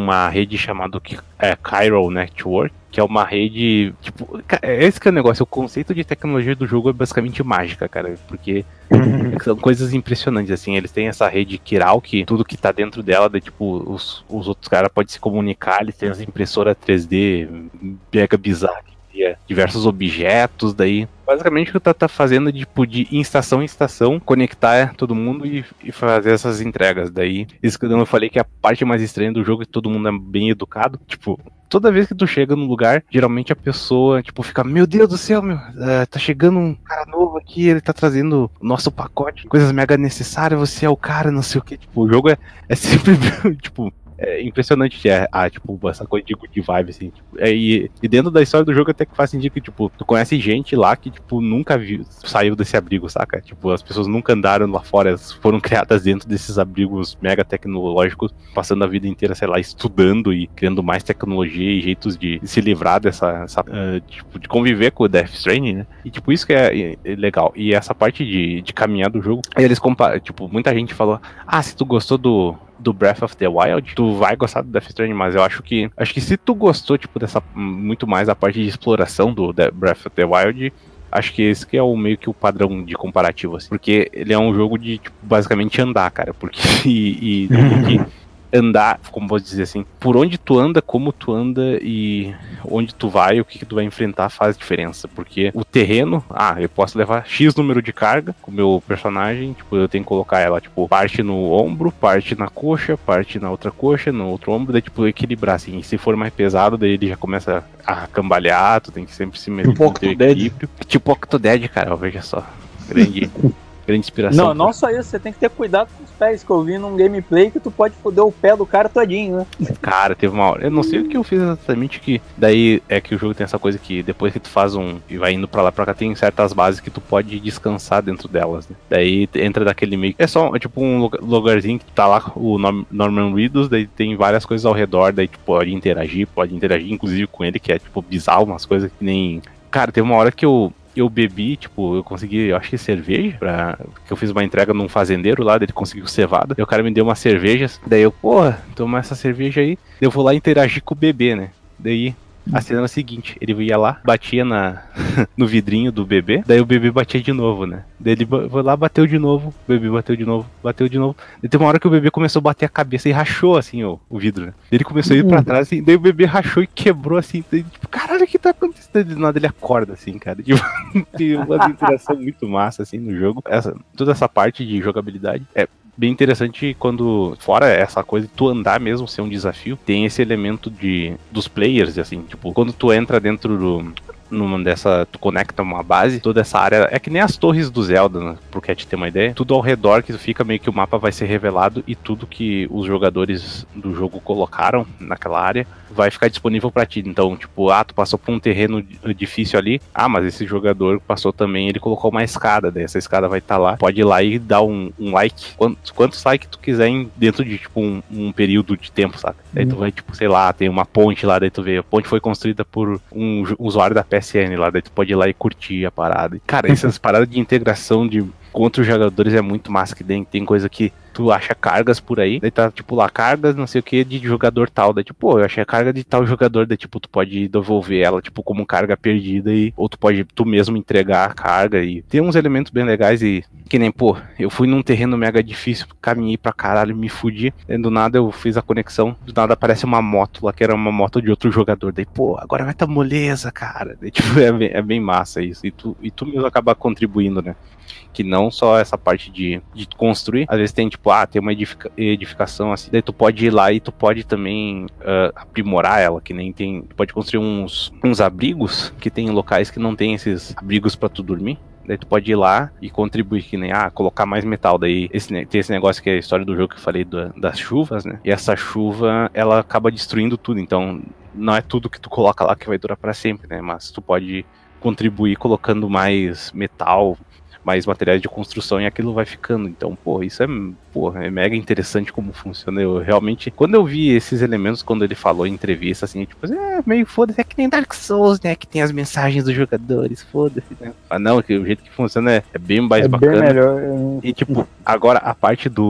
rede chamada é, Chiral Network, que é uma rede, tipo, é esse que é o negócio, o conceito de tecnologia do jogo é basicamente mágica, cara, porque são coisas impressionantes, assim, eles têm essa rede Chiral, que tudo que tá dentro dela, daí, tipo, os, os outros caras podem se comunicar, eles têm as impressoras três D mega bizarras, diversos objetos, daí basicamente o que tá, tá fazendo tipo, de em estação em estação, conectar todo mundo e, e fazer essas entregas. Daí, isso que eu falei que é a parte mais estranha do jogo, é que todo mundo é bem educado, tipo, toda vez que tu chega num lugar, geralmente a pessoa, tipo, fica, meu Deus do céu, meu, uh, tá chegando um cara novo aqui, ele tá trazendo o nosso pacote, coisas mega necessárias, você é o cara, não sei o que, tipo, o jogo é, é sempre, tipo, é impressionante é, a, tipo, essa coisa de good vibe, assim, tipo, é, e, e dentro da história do jogo até que faz sentido que, tipo, tu conhece gente lá que, tipo, nunca viu, saiu desse abrigo, saca? Tipo, as pessoas nunca andaram lá fora, elas foram criadas dentro desses abrigos mega tecnológicos, passando a vida inteira, sei lá, estudando e criando mais tecnologia e jeitos de se livrar dessa, essa, uh, tipo, de conviver com o Death Stranding, né? E, tipo, isso que é, é legal. E essa parte de, de caminhar do jogo, eles comparam, tipo, muita gente falou, ah, se tu gostou do do Breath of the Wild, tu vai gostar do Death Stranding, mas eu acho que acho que se tu gostou, tipo, dessa muito mais da parte de exploração do Breath of the Wild, acho que esse que é o meio que o padrão de comparativo, assim, porque ele é um jogo de, tipo, basicamente andar, cara, porque e, e andar, como vou dizer assim, por onde tu anda, como tu anda e onde tu vai, o que, que tu vai enfrentar faz diferença, porque o terreno, ah, eu posso levar X número de carga com o meu personagem, tipo, eu tenho que colocar ela, tipo, parte no ombro, parte na coxa, parte na outra coxa, no outro ombro, daí, tipo, equilibrar, assim, e se for mais pesado, daí ele já começa a cambalear, tu tem que sempre se meter no teu equilíbrio. Tipo Octodad, cara, veja só, grande... grande inspiração. Não, não só isso, você tem que ter cuidado com os pés, que eu vi num gameplay que tu pode foder o pé do cara todinho, né? Cara, teve uma hora, eu não sei o que eu fiz exatamente, que daí é que o jogo tem essa coisa que depois que tu faz um e vai indo pra lá pra cá, tem certas bases que tu pode descansar dentro delas, né? Daí entra daquele meio, é só, é tipo um lugarzinho que tá lá, o Norman Reedus, daí tem várias coisas ao redor, daí tu pode interagir, pode interagir inclusive com ele, que é tipo bizarro, umas coisas que nem... Cara, teve uma hora que eu eu bebi, tipo, eu consegui, eu acho que cerveja, pra, que eu fiz uma entrega num fazendeiro lá, ele conseguiu cevada, e o cara me deu umas cervejas, daí eu, porra, toma essa cerveja aí, eu vou lá interagir com o bebê, né, daí a cena é a seguinte, ele ia lá, batia na, no vidrinho do bebê, daí o bebê batia de novo, né, daí ele foi lá, bateu de novo, o bebê bateu de novo, bateu de novo, daí tem uma hora que o bebê começou a bater a cabeça e rachou, assim, ó, o vidro, né, daí ele começou a ir pra trás, assim, daí o bebê rachou e quebrou, assim, daí, tipo, caralho, o que tá acontecendo? De nada ele acorda, assim, cara, tipo, tem uma interação muito massa, assim, no jogo, essa, toda essa parte de jogabilidade é bem interessante quando, fora essa coisa de tu andar mesmo ser um desafio, tem esse elemento de dos players, assim, tipo, quando tu entra dentro do numa dessa, tu conecta uma base, toda essa área, é que nem as torres do Zelda, né, pro Cat ter uma ideia, tudo ao redor que fica meio que o mapa vai ser revelado e tudo que os jogadores do jogo colocaram naquela área vai ficar disponível pra ti, então, tipo, ah, tu passou por um terreno difícil ali, ah, mas esse jogador passou também, ele colocou uma escada, daí essa escada vai estar tá lá, pode ir lá e dar um, um like, quantos, quantos likes tu quiser em, dentro de, tipo, um, um período de tempo, sabe? Daí tu vai, tipo, sei lá, tem uma ponte lá, daí tu vê, a ponte foi construída por um usuário da P S N lá, daí tu pode ir lá e curtir a parada. E, cara, essas paradas de integração de com outros jogadores é muito massa, que tem, tem coisa que tu acha cargas por aí, daí tá tipo lá, cargas não sei o que de jogador tal, daí tipo, pô, eu achei a carga de tal jogador, daí tipo, tu pode devolver ela tipo como carga perdida, e ou tu pode tu mesmo entregar a carga, e tem uns elementos bem legais, e que nem, pô, eu fui num terreno mega difícil, caminhei pra caralho, me fudi, daí do nada eu fiz a conexão, do nada aparece uma moto lá, que era uma moto de outro jogador, daí pô, agora vai tá moleza, cara, daí tipo, é bem, é bem massa isso, e tu, e tu mesmo acaba contribuindo, né? Que não só essa parte de, de construir, às vezes tem tipo, ah, tem uma edifica, edificação assim, daí tu pode ir lá e tu pode também uh, aprimorar ela, que nem tem, tu pode construir uns, uns abrigos, que tem locais que não tem esses abrigos pra tu dormir, daí tu pode ir lá e contribuir, que nem, ah, colocar mais metal, daí esse, tem esse negócio que é a história do jogo que eu falei do, das chuvas, né, e essa chuva, ela acaba destruindo tudo, então não é tudo que tu coloca lá que vai durar pra sempre, né, mas tu pode contribuir colocando mais metal, mais materiais de construção, e aquilo vai ficando. Então, pô, isso é, pô, é mega interessante como funciona. Eu realmente, quando eu vi esses elementos, quando ele falou em entrevista, assim, tipo, é meio foda-se, é que nem Dark Souls, né, que tem as mensagens dos jogadores, foda-se, né. Ah, não, que o jeito que funciona é, é bem mais é bacana. Bem melhor. E, tipo, agora a parte do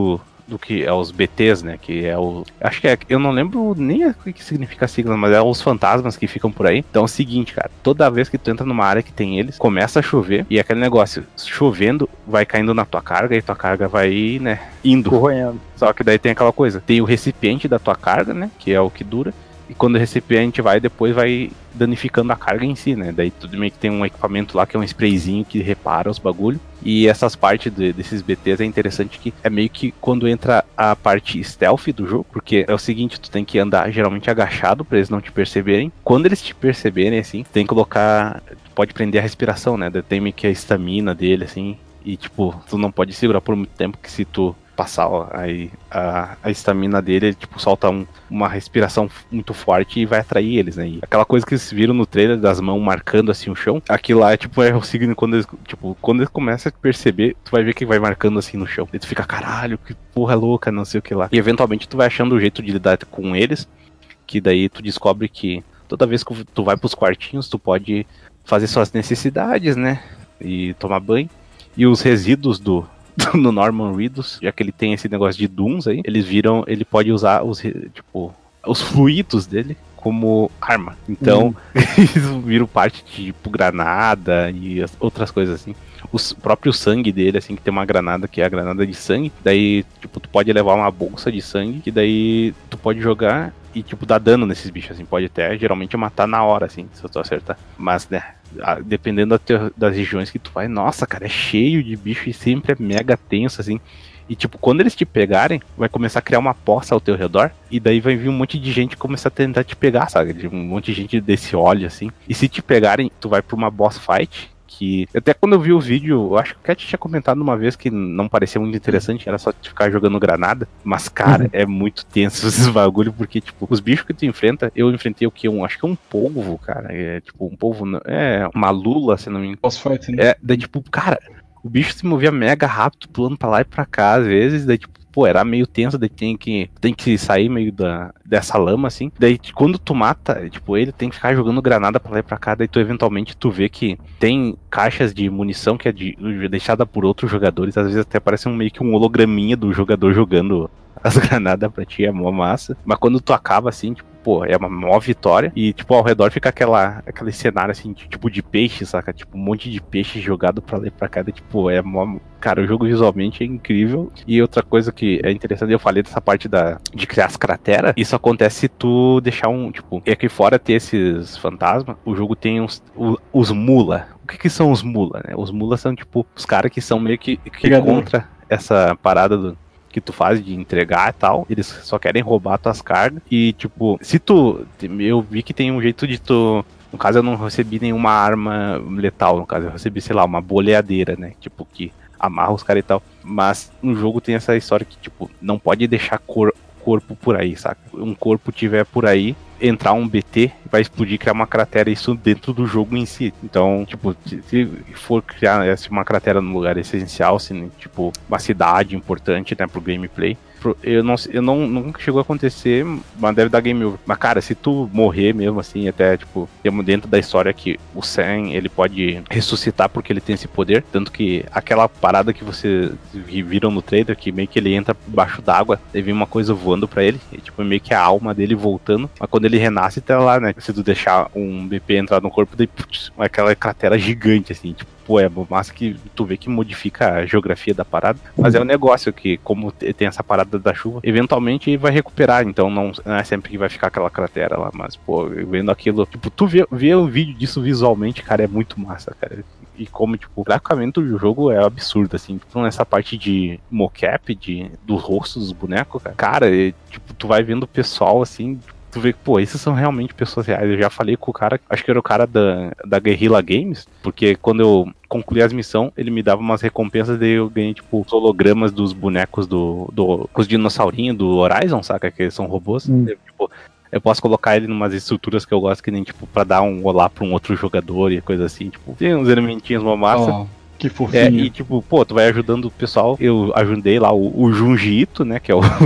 do que é os B Ts, né? Que é o. Acho que é. Eu não lembro nem o que significa a sigla, mas é os fantasmas que ficam por aí. Então é o seguinte, cara. Toda vez que tu entra numa área que tem eles, começa a chover. E aquele negócio, chovendo, vai caindo na tua carga e tua carga vai, né? Indo. Corroendo. Só que daí tem aquela coisa. Tem o recipiente da tua carga, né? Que é o que dura. E quando o recipiente vai, depois vai danificando a carga em si, né? Daí tudo meio que tem um equipamento lá que é um sprayzinho que repara os bagulho. E essas partes de, desses B Ts é interessante que é meio que quando entra a parte stealth do jogo, porque é o seguinte, tu tem que andar geralmente agachado pra eles não te perceberem. Quando eles te perceberem, assim, tem que colocar... Tu pode prender a respiração, né? Daí tem meio que a estamina dele, assim. E tipo, tu não pode segurar por muito tempo, que se tu passar ó, aí a a estamina dele, ele tipo solta um, uma respiração muito forte e vai atrair eles, né? E aquela coisa que eles viram no trailer das mãos marcando assim o chão, aquilo lá é tipo é o signo quando eles, tipo, quando eles começam a perceber, tu vai ver que vai marcando assim no chão. E tu fica, caralho, que porra louca, não sei o que lá. E eventualmente tu vai achando o jeito de lidar com eles, que daí tu descobre que toda vez que tu vai pros quartinhos, tu pode fazer suas necessidades, né? E tomar banho. E os resíduos do no Norman Reedus, já que ele tem esse negócio de Dooms aí, eles viram, ele pode usar os, tipo, os fluidos dele como arma. Então, hum. eles viram parte de, tipo, granada e outras coisas assim. O próprio sangue dele, assim, que tem uma granada que é a granada de sangue. Daí, tipo, tu pode levar uma bolsa de sangue, que daí tu pode jogar e, tipo, dar dano nesses bichos, assim. Pode até, geralmente, matar na hora, assim, se tu acertar. Mas, né, dependendo das regiões que tu vai, nossa, cara, é cheio de bicho e sempre é mega tenso, assim. E tipo, quando eles te pegarem, vai começar a criar uma poça ao teu redor, e daí vai vir um monte de gente começar a tentar te pegar, sabe? Um monte de gente desse óleo, assim. E se te pegarem, tu vai pra uma boss fight, que... Até quando eu vi o vídeo, eu acho que o Cat tinha comentado uma vez que não parecia muito interessante, era só ficar jogando granada. Mas, cara, uhum. é muito tenso esses bagulho, porque, tipo, os bichos que tu enfrenta, eu enfrentei o que? Um, acho que é um polvo, cara. É tipo, um polvo, é uma lula, se não me engano. Boss fight, né? É, daí, tipo, cara... O bicho se movia mega rápido, pulando pra lá e pra cá, às vezes, daí tipo, pô, era meio tenso, daí tem que, tem que sair meio da, dessa lama, assim. Daí quando tu mata, tipo, ele tem que ficar jogando granada pra lá e pra cá, daí tu eventualmente tu vê que tem caixas de munição que é de, deixada por outros jogadores, às vezes até parece um, meio que um holograminha do jogador jogando as granadas pra ti, é mó massa. Mas quando tu acaba, assim, tipo, pô, é uma maior vitória. E, tipo, ao redor fica aquela, aquele cenário, assim, de, tipo, de peixe, saca? Tipo, um monte de peixe jogado pra lá e pra cá. E, tipo, é mó... Cara, o jogo visualmente é incrível. E outra coisa que é interessante, eu falei dessa parte da, de criar as crateras. Isso acontece se tu deixar um, tipo... E aqui fora ter esses fantasmas, o jogo tem uns, os, os mula. O que que são os mula, né? Os mula são, tipo, os caras que são meio que, que contra essa parada do... que tu faz de entregar e tal, eles só querem roubar tuas cargas. E tipo, se tu, eu vi que tem um jeito de tu, no caso eu não recebi nenhuma arma letal, no caso eu recebi, sei lá, uma boleadeira, né, tipo, que amarra os caras e tal, mas no jogo tem essa história que, tipo, não pode deixar cor, corpo por aí, saca? Um corpo tiver por aí, entrar um B T, vai explodir, criar uma cratera, isso dentro do jogo em si. Então, tipo, se for criar uma cratera num lugar essencial, assim, tipo, uma cidade importante, né, pro gameplay, eu não, eu não, nunca chegou a acontecer, mas deve dar game over. Mas, cara, se tu morrer mesmo, assim, até, tipo, temos dentro da história que o Sam, ele pode ressuscitar porque ele tem esse poder, tanto que aquela parada que vocês viram no trailer, que meio que ele entra debaixo d'água, aí vem uma coisa voando pra ele, e, tipo, meio que a alma dele voltando, mas quando ele renasce, tá lá, né, se tu deixar um B P entrar no corpo, daí, putz, aquela cratera gigante, assim, tipo, pô, é massa que tu vê que modifica a geografia da parada, mas é um negócio que, como tem essa parada da chuva, eventualmente vai recuperar, então não, não é sempre que vai ficar aquela cratera lá, mas, pô, vendo aquilo, tipo, tu vê, vê o vídeo disso visualmente, cara, é muito massa, cara. E como, tipo, o gráfico do jogo é absurdo, assim, então essa parte de mocap, de, do rosto dos bonecos, cara, cara, é, tipo, tu vai vendo o pessoal, assim, tu vê que, pô, esses são realmente pessoas reais. Eu já falei com o cara, acho que era o cara da, da Guerrilla Games, porque quando eu concluí as missões, ele me dava umas recompensas, daí eu ganhei, tipo, os hologramas dos bonecos do, do os dinossaurinhos do Horizon, saca? Que são robôs. Hum. Eu, tipo, eu posso colocar ele em umas estruturas que eu gosto, que nem, tipo, pra dar um olá pra um outro jogador e coisa assim, tipo, tem uns elementinhos, uma massa. Oh. Que fofinho. É, e tipo, pô, tu vai ajudando o pessoal. Eu ajudei lá o, o Junji Ito, né, que é o,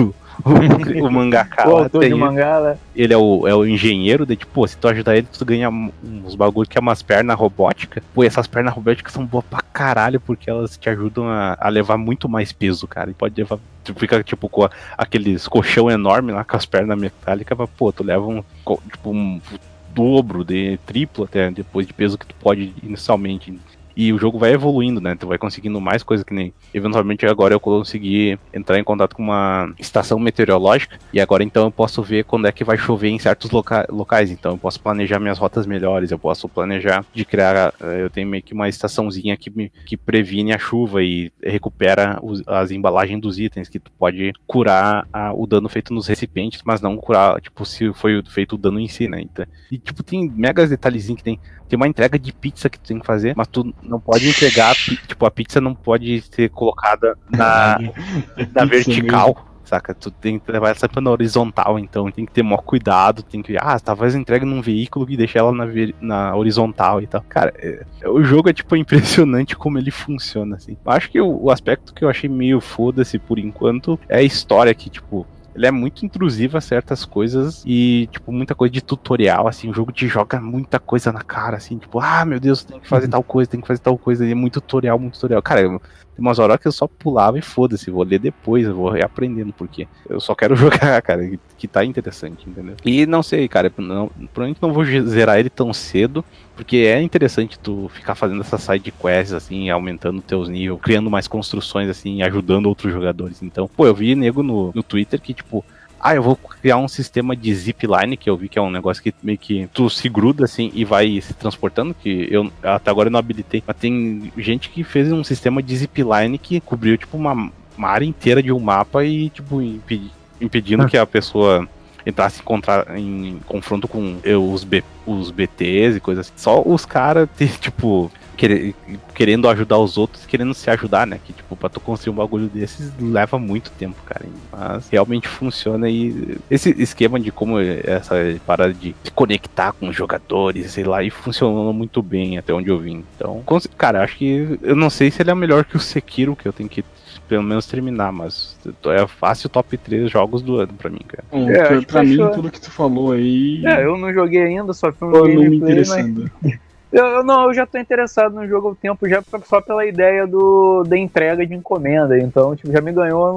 o mangaka O lá, autor tem- de mangá, né? ele é o, é o engenheiro, de tipo, pô, se tu ajudar ele, tu ganha uns bagulho que é umas pernas robóticas. Pô, e essas pernas robóticas são boas pra caralho, porque elas te ajudam a, a levar muito mais peso, cara. E pode levar, tu fica tipo com a- aqueles colchão enorme lá com as pernas metálicas, mas, pô, tu leva um, co- tipo, um dobro, de triplo até, depois de peso que tu pode inicialmente. E o jogo vai evoluindo, né? Tu vai conseguindo mais coisas que nem. Eventualmente agora eu consegui entrar em contato com uma estação meteorológica. E agora então eu posso ver quando é que vai chover em certos loca locais. Então eu posso planejar minhas rotas melhores. Eu posso planejar de criar. Eu tenho meio que uma estaçãozinha que, me, que previne a chuva e recupera os, as embalagens dos itens. Que tu pode curar a, o dano feito nos recipientes, mas não curar, tipo, se foi feito o dano em si, né? Então, e tipo, tem megas detalhezinhos que tem. Tem uma entrega de pizza que tu tem que fazer, mas tu não pode entregar, a pi- tipo, a pizza não pode ser colocada na, Caralho. É na pizza vertical, mesmo. saca? Tu tem que levar ela sempre na horizontal, então tem que ter maior cuidado, tem que, ah, talvez entregue num veículo e deixar ela na, ver- na horizontal e tal. Cara, é- o jogo é, tipo, impressionante como ele funciona, assim. Eu acho que o, o aspecto que eu achei meio foda-se por enquanto é a história que, tipo, ele é muito intrusivo a certas coisas e, tipo, muita coisa de tutorial, assim, o jogo te joga muita coisa na cara, assim, tipo, ah, meu Deus, tem que fazer tal coisa, tem que fazer tal coisa, e é muito tutorial, muito tutorial. Cara, eu, tem umas horas que eu só pulava e foda-se, vou ler depois, eu vou reaprendendo, porque eu só quero jogar, cara, que, que tá interessante, entendeu? E não sei, cara, não, provavelmente não vou zerar ele tão cedo, porque é interessante tu ficar fazendo essas side quests, assim, aumentando teus níveis, criando mais construções, assim, ajudando outros jogadores. Então, pô, eu vi nego no, no Twitter que, tipo, ah, eu vou criar um sistema de zipline, que eu vi que é um negócio que meio que tu se gruda, assim, e vai se transportando, que eu até agora eu não habilitei. Mas tem gente que fez um sistema de zipline que cobriu, tipo, uma, uma área inteira de um mapa e, tipo, impedi, impedindo que a pessoa entrasse em, contra, em confronto com eu, os, B, os B Ts e coisas assim. Só os caras, tipo, querer, querendo ajudar os outros, querendo se ajudar, né? Que, tipo, pra tu construir um bagulho desses leva muito tempo, cara. Mas realmente funciona e esse esquema de como essa parada de se conectar com os jogadores, sei lá, e funcionou muito bem até onde eu vim. Então, cara, acho que eu não sei se ele é melhor que o Sekiro, que eu tenho que pelo menos terminar, mas é fácil top três jogos do ano pra mim, cara. Bom, É, pra, acho que pra mim, fechou. tudo que tu falou aí. É, eu não joguei ainda, só fui um tô não me gameplay, mas interessando. eu, eu não, eu já tô interessado no jogo há um tempo já p- só pela ideia do da entrega de encomenda, então tipo, já me ganhou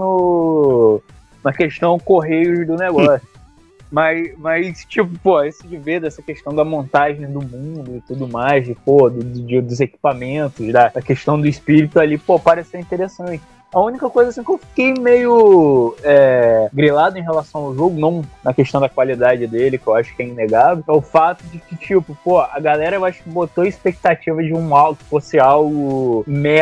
no na questão correios do negócio. Mas, mas, tipo, pô, esse de ver dessa questão da montagem do mundo e tudo mais, de, pô, do, de- dos equipamentos, da, da questão do espírito ali, pô, parece ser interessante. A única coisa assim que eu fiquei meio é, grilado em relação ao jogo, não na questão da qualidade dele, que eu acho que é inegável, é o fato de que, tipo, pô, a galera eu acho que botou expectativa de um algo que fosse algo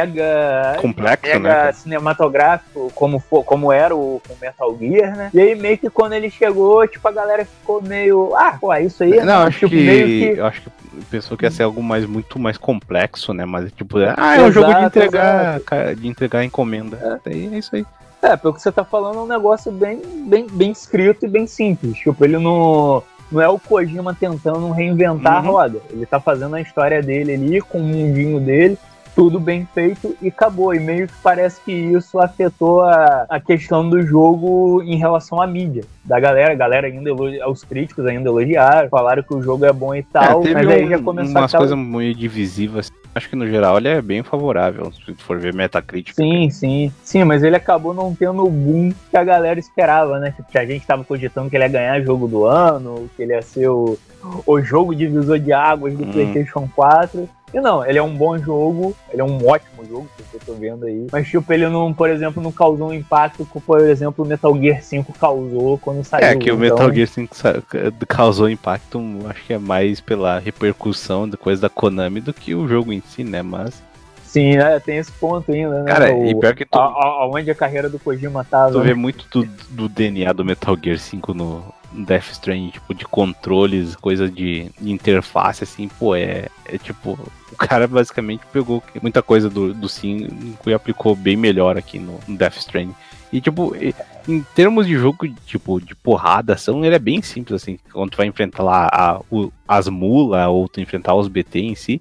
mega Complexo, mega né, cara? cinematográfico, como, fo- como era o, o Metal Gear, né? E aí meio que quando ele chegou, tipo, a galera ficou meio, ah, pô, isso aí, Não, né? acho tipo, que, meio que eu acho que pensou que ia ser algo mais, muito mais complexo, né? Mas tipo, ah, é um jogo de Exato, entregar, ca- de entregar encomenda. Daí é isso aí. É, pelo que você tá falando, é um negócio bem, bem, bem escrito e bem simples. Tipo, ele não, não é o Kojima tentando reinventar Uhum. a roda. Ele tá fazendo a história dele ali, com o mundinho dele, tudo bem feito e acabou. E meio que parece que isso afetou a, a questão do jogo em relação à mídia. Da galera, a galera ainda elogi... os críticos ainda elogiaram, falaram que o jogo é bom e É, tal, teve mas aí um- já começou umas aquela... coisas meio divisivas. Acho que no geral ele é bem favorável, se tu for ver Metacritic. Sim, sim. Sim, mas ele acabou não tendo o boom que a galera esperava, né? Que a gente tava cogitando que ele ia ganhar jogo do ano, que ele ia ser o, o jogo divisor de águas do Hum. PlayStation quatro. E não, ele é um bom jogo, ele é um ótimo jogo, que eu tô vendo aí. Mas, tipo, ele não, por exemplo, não causou um impacto que, por exemplo, o Metal Gear cinco causou quando saiu. É, que o então... Metal Gear cinco sa- causou impacto, acho que é mais pela repercussão de coisa da Konami do que o jogo em si, né? Mas, Sim, é, tem esse ponto ainda, né? cara, o, e pior que tu, a, a, aonde a carreira do Kojima tava. tu vê né? muito do, do D N A do Metal Gear cinco no Death Stranding, tipo, de controles, coisa de, de interface, assim, pô, é, é tipo, o cara basicamente pegou muita coisa do, do cinco e aplicou bem melhor aqui no, no Death Stranding. E, tipo, e- em termos de jogo, tipo, de porrada, ação, ele é bem simples, assim, quando tu vai enfrentar lá a, o- as mulas ou tu enfrentar os B T em si,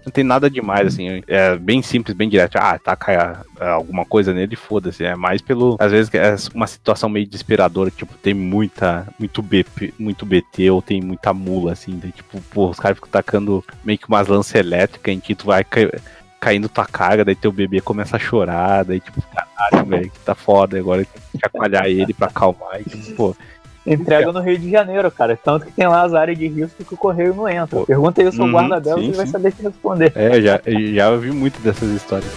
não tem nada demais, assim, é bem simples, bem direto. Ah, tá, cai alguma coisa nele, foda-se. É mais pelo, às vezes, é uma situação meio desesperadora, tipo, tem muita, muito B P, muito B T, ou tem muita mula, assim, daí, tipo, pô, os caras ficam tacando meio que umas lanças elétricas em que tu vai cair, caindo tua carga, daí teu bebê começa a chorar, daí, tipo, caralho, velho, que tá foda, agora tem que chacoalhar ele pra acalmar, e, tipo, pô. Entrega no Rio de Janeiro, cara. Tanto que tem lá as áreas de risco que o correio não entra. Pô. Pergunta aí o seu Uhum, guarda-delas e sim, ele vai sim. saber te responder. É, já, já ouvi muito dessas histórias.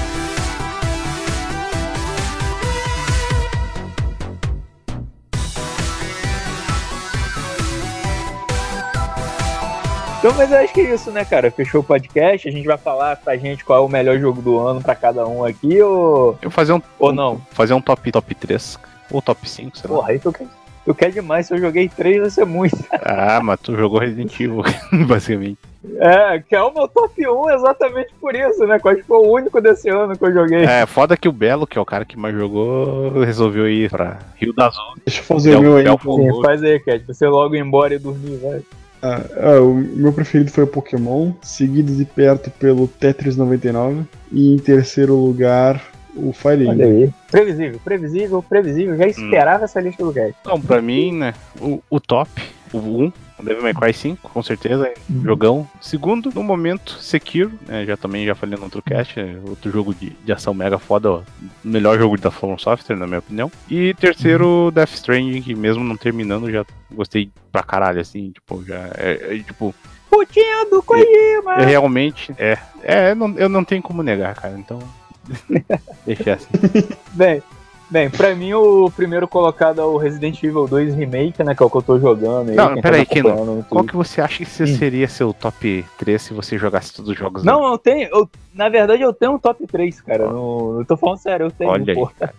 Então, mas eu acho que é isso, né, cara? Fechou o podcast. A gente vai falar pra gente qual é o melhor jogo do ano pra cada um aqui, ou, Eu fazer um, ou um, não? Fazer um top, top três, ou top cinco, sei lá. Porra, aí tu quer, tu quer demais. Se eu joguei três, vai ser muito. Ah, mas tu jogou Resident Evil, basicamente. É, que é o meu top um exatamente por isso, né? Quase foi o único desse ano que eu joguei. É, foda que o Belo, que é o cara que mais jogou, resolveu ir pra Rio das Ostras. Deixa eu fazer É o o- meu aí. é o então. Sim, favor. faz aí, Cat. Você logo ir embora e dormir, vai. Ah, ah, o meu preferido foi o Pokémon, seguido de perto pelo Tetris noventa e nove, e em terceiro lugar o Fire Olha Emblem. aí. Previsível, previsível, previsível. Já esperava essa lista do Cat. Então, pra mim, né, o, o top, o um, o Devil May Cry cinco, com certeza, jogão. Segundo, no momento, Sekiro, né, já também já falei no outro cast, é outro jogo de, de ação mega foda, ó, melhor jogo da From Software, na minha opinião. E terceiro, Death Stranding, que mesmo não terminando, já gostei pra caralho, assim, tipo, já é, é tipo... Putinha do Kojima! É, realmente, é, é, não, eu não tenho como negar, cara, então... Deixa assim. Bem, bem, pra mim o primeiro colocado é o Resident Evil dois Remake, né? Que é o que eu tô jogando aí. Não, quem peraí, tá Keno, acompanhando no qual Twitter. que você acha que você Hum. seria seu top três se você jogasse todos os jogos? Não, eu tenho. Eu, na verdade, eu tenho um top três, cara. Não, eu tô falando sério, eu tenho. Olha pô. aí, cara.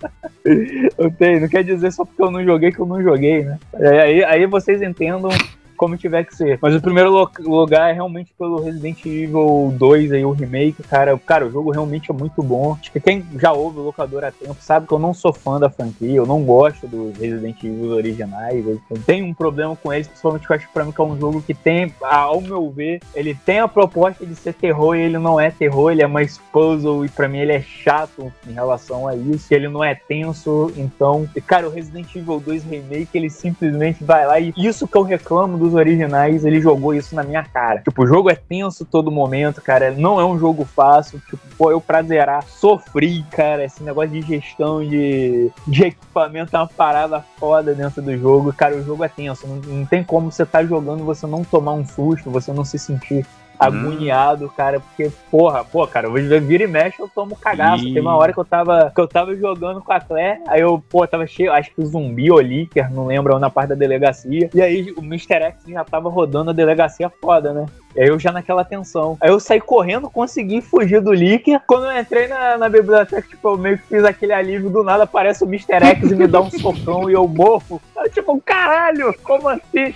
Eu tenho. Não quer dizer só porque eu não joguei que eu não joguei, né? Aí, aí vocês entendam como tiver que ser. Mas o primeiro lo- lugar é realmente pelo Resident Evil dois aí, o remake, cara. Cara, o jogo realmente é muito bom. Acho que quem já ouve o locador há tempo sabe que eu não sou fã da franquia, eu não gosto dos Resident Evil originais. Eu tenho um problema com eles, principalmente que eu acho que pra mim que é um jogo que tem, ao meu ver, ele tem a proposta de ser terror e ele não é terror, ele é mais puzzle e pra mim ele é chato em relação a isso. Ele não é tenso, então... Cara, o Resident Evil dois Remake, ele simplesmente vai lá e isso que eu reclamo dos originais, ele jogou isso na minha cara. Tipo, o jogo é tenso todo momento, cara, não é um jogo fácil, tipo, pô, eu pra zerar, sofri, cara, esse negócio de gestão de, de equipamento é uma parada foda dentro do jogo, cara, o jogo é tenso, não, não tem como você tá jogando e você não tomar um susto, você não se sentir agoniado, cara, porque, porra, pô, cara, eu vira e mexe, eu tomo cagaço. Ih. Tem uma hora que eu tava, que eu tava jogando com a Claire, aí eu, pô, tava cheio, acho que zumbi ou Licker, não lembro, na parte da delegacia, e aí o mister X já tava rodando a delegacia foda, né? E aí eu já naquela tensão. Aí eu saí correndo, consegui fugir do Licker. Quando eu entrei na, na biblioteca, tipo, eu meio que fiz aquele alívio, do nada aparece o mister X e me dá um socão e eu morro. Eu, tipo, caralho, como assim?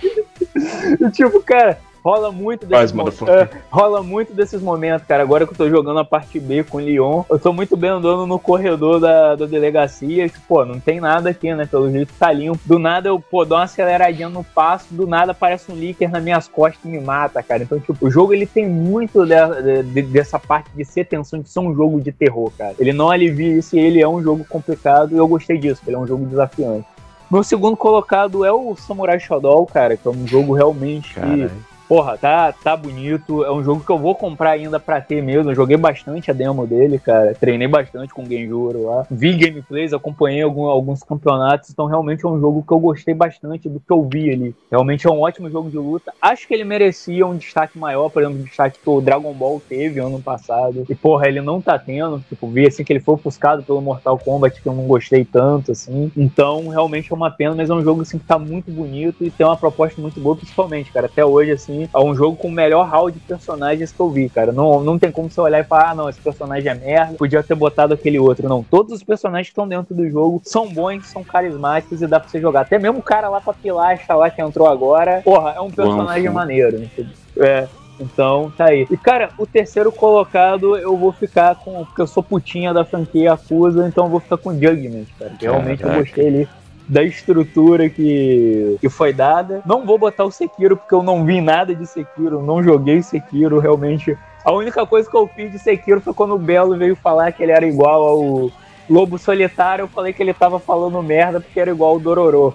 E, tipo, cara... Rola muito desses, Faz, mo- motherfucker. é, rola muito desses momentos, cara. Agora que eu tô jogando a parte B com o Leon, eu tô muito bem andando no corredor da, da delegacia, que, pô, não tem nada aqui, né? Pelo jeito tá limpo. Do nada eu, pô, dou uma aceleradinha no passo, do nada aparece um Licker nas minhas costas e me mata, cara. Então, tipo, o jogo ele tem muito de, de, dessa parte de ser tensão, de ser um jogo de terror, cara. Ele não alivia isso e ele é um jogo complicado e eu gostei disso, ele é um jogo desafiante. Meu segundo colocado é o Samurai Shodown, cara, que é um jogo realmente... Caralho. Porra, tá, tá bonito. É um jogo que eu vou comprar ainda pra ter mesmo. Eu joguei bastante a demo dele, cara. Treinei bastante com o Genjuro lá. Vi gameplays, acompanhei algum, alguns campeonatos. Então, realmente é um jogo que eu gostei bastante do que eu vi ali. Realmente é um ótimo jogo de luta. Acho que ele merecia um destaque maior, por exemplo, um destaque que o Dragon Ball teve ano passado. E, porra, ele não tá tendo. Tipo, vi assim que ele foi ofuscado pelo Mortal Kombat, que eu não gostei tanto, assim. Então, realmente é uma pena, mas é um jogo, assim, que tá muito bonito e tem uma proposta muito boa, principalmente, cara. Até hoje, assim, é um jogo com o melhor hall de personagens que eu vi, cara. Não, não tem como você olhar e falar, ah, não, esse personagem é merda, podia ter botado aquele outro. Não, todos os personagens que estão dentro do jogo são bons, são carismáticos e dá pra você jogar. Até mesmo o cara lá com a pilastra lá que entrou agora, porra, é um personagem Bom, maneiro. Entendeu? É. Então, tá aí. E, cara, o terceiro colocado eu vou ficar com... Porque eu sou putinha da franquia Yakuza, então eu vou ficar com Judgment, cara. Que realmente eu Caraca. gostei ali da estrutura que, que foi dada. Não vou botar o Sekiro, porque eu não vi nada de Sekiro, não joguei Sekiro, realmente A única coisa que eu fiz de Sekiro foi quando o Belo veio falar que ele era igual ao Lobo Solitário. Eu falei que ele tava falando merda porque era igual ao Dororo.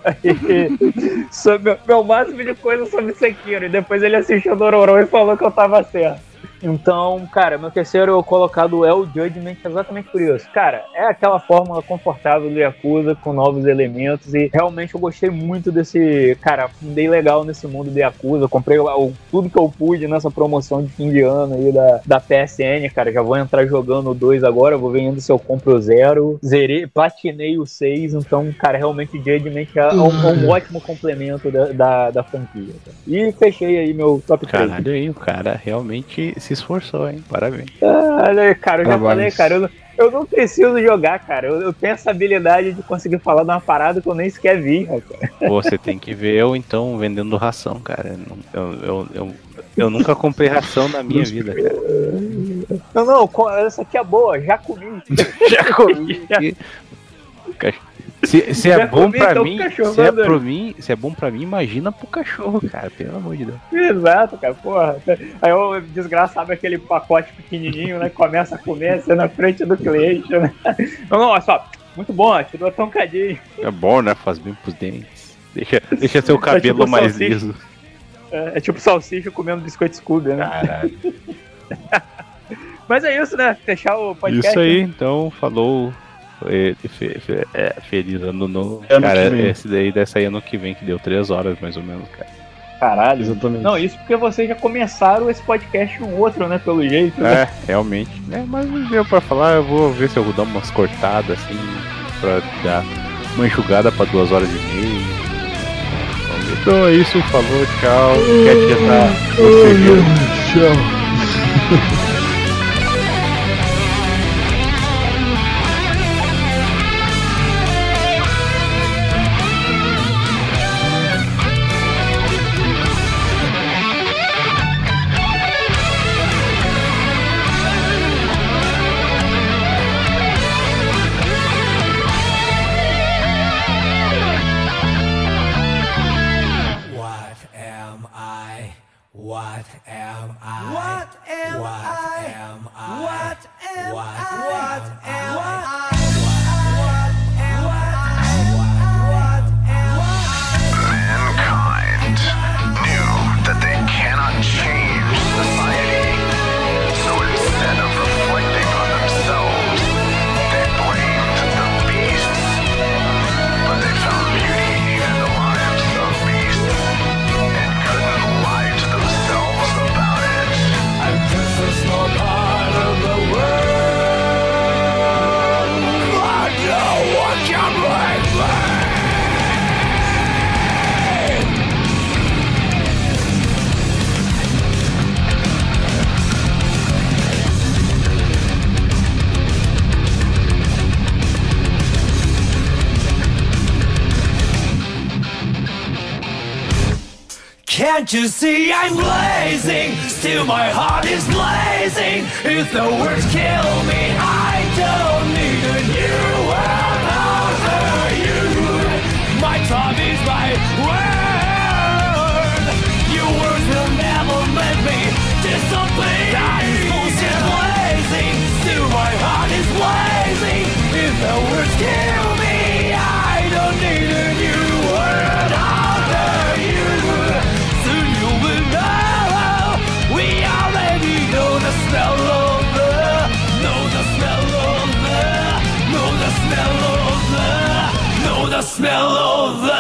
meu, meu máximo de coisa sobre Sekiro. E depois ele assistiu o Dororo e falou que eu tava certo. Então, cara, meu terceiro colocado é o Judgment, exatamente por isso. Cara, é aquela fórmula confortável do Yakuza, com novos elementos, e realmente eu gostei muito desse... Cara, fundei legal nesse mundo do Yakuza, comprei o, tudo que eu pude nessa promoção de fim de ano aí da, da P S N, cara, já vou entrar jogando o dois agora, vou vendo se eu compro o zero, zerei, platinei o seis, então, cara, realmente Judgment é um, um ótimo complemento da, da, da franquia. Cara. E fechei aí meu top três. Caralho aí, o cara realmente se esforçou, hein? Parabéns. Ah, cara, eu já Parabéns. falei, cara, eu não, eu não preciso jogar, cara. Eu, eu tenho essa habilidade de conseguir falar de uma parada que eu nem sequer vi, cara. Pô, você tem que ver eu, então, vendendo ração, cara. Eu, eu, eu, eu nunca comprei ração na minha vida, cara. Não, não, essa aqui é boa, já comi. Já comi. Já... Se, se é bom pra então mim, se é pra mim, se é bom pra mim, imagina pro cachorro, cara, pelo amor de Deus. Exato, cara, porra. Aí o desgraça abre aquele pacote pequenininho, né, começa a comer assim na frente do cliente, né. Não, não, olha só, muito bom, te dou até um cadinho. É bom, né, faz bem pros dentes. Deixa, deixa seu cabelo é tipo mais salsicha. Liso. É, é tipo salsicha comendo biscoito Scooby, né. Caralho. Mas é isso, né, fechar o podcast. Isso aí, né? então, falou... Fe, fe, fe, é, feliz ano novo. Ano cara, esse daí deve sair ano que vem, que deu três horas mais ou menos, cara. Caralho, exatamente. Não, isso porque vocês já começaram esse podcast um outro, né? Pelo jeito. É, né? Realmente. É, mas não deu pra falar, eu vou ver se eu vou dar umas cortadas assim, pra dar uma enxugada pra duas horas e meia. Então é isso, falou, tchau. Quer que tá bocejando? Tchau. What am I? What am what I? Am I? What am what I? What am what I? What am I? What am I? Mankind knew that they cannot change society, so instead of reflecting on themselves, they blamed the beasts. But they found beauty in the lives of beasts and couldn't lie to themselves about it. I'm just a small part of the world. But no one can break me. Can't you see I'm blazing? Still my heart is blazing. If the words kill me, I don't need a new world over you. My time is my word. Your words will never let me disappear. That is bullshit blazing. Still my heart is blazing. If the words kill me, I don't need a new world over you. Soon you will know. We already know the smell of the, know the smell of the, know the smell of the, know the smell of the.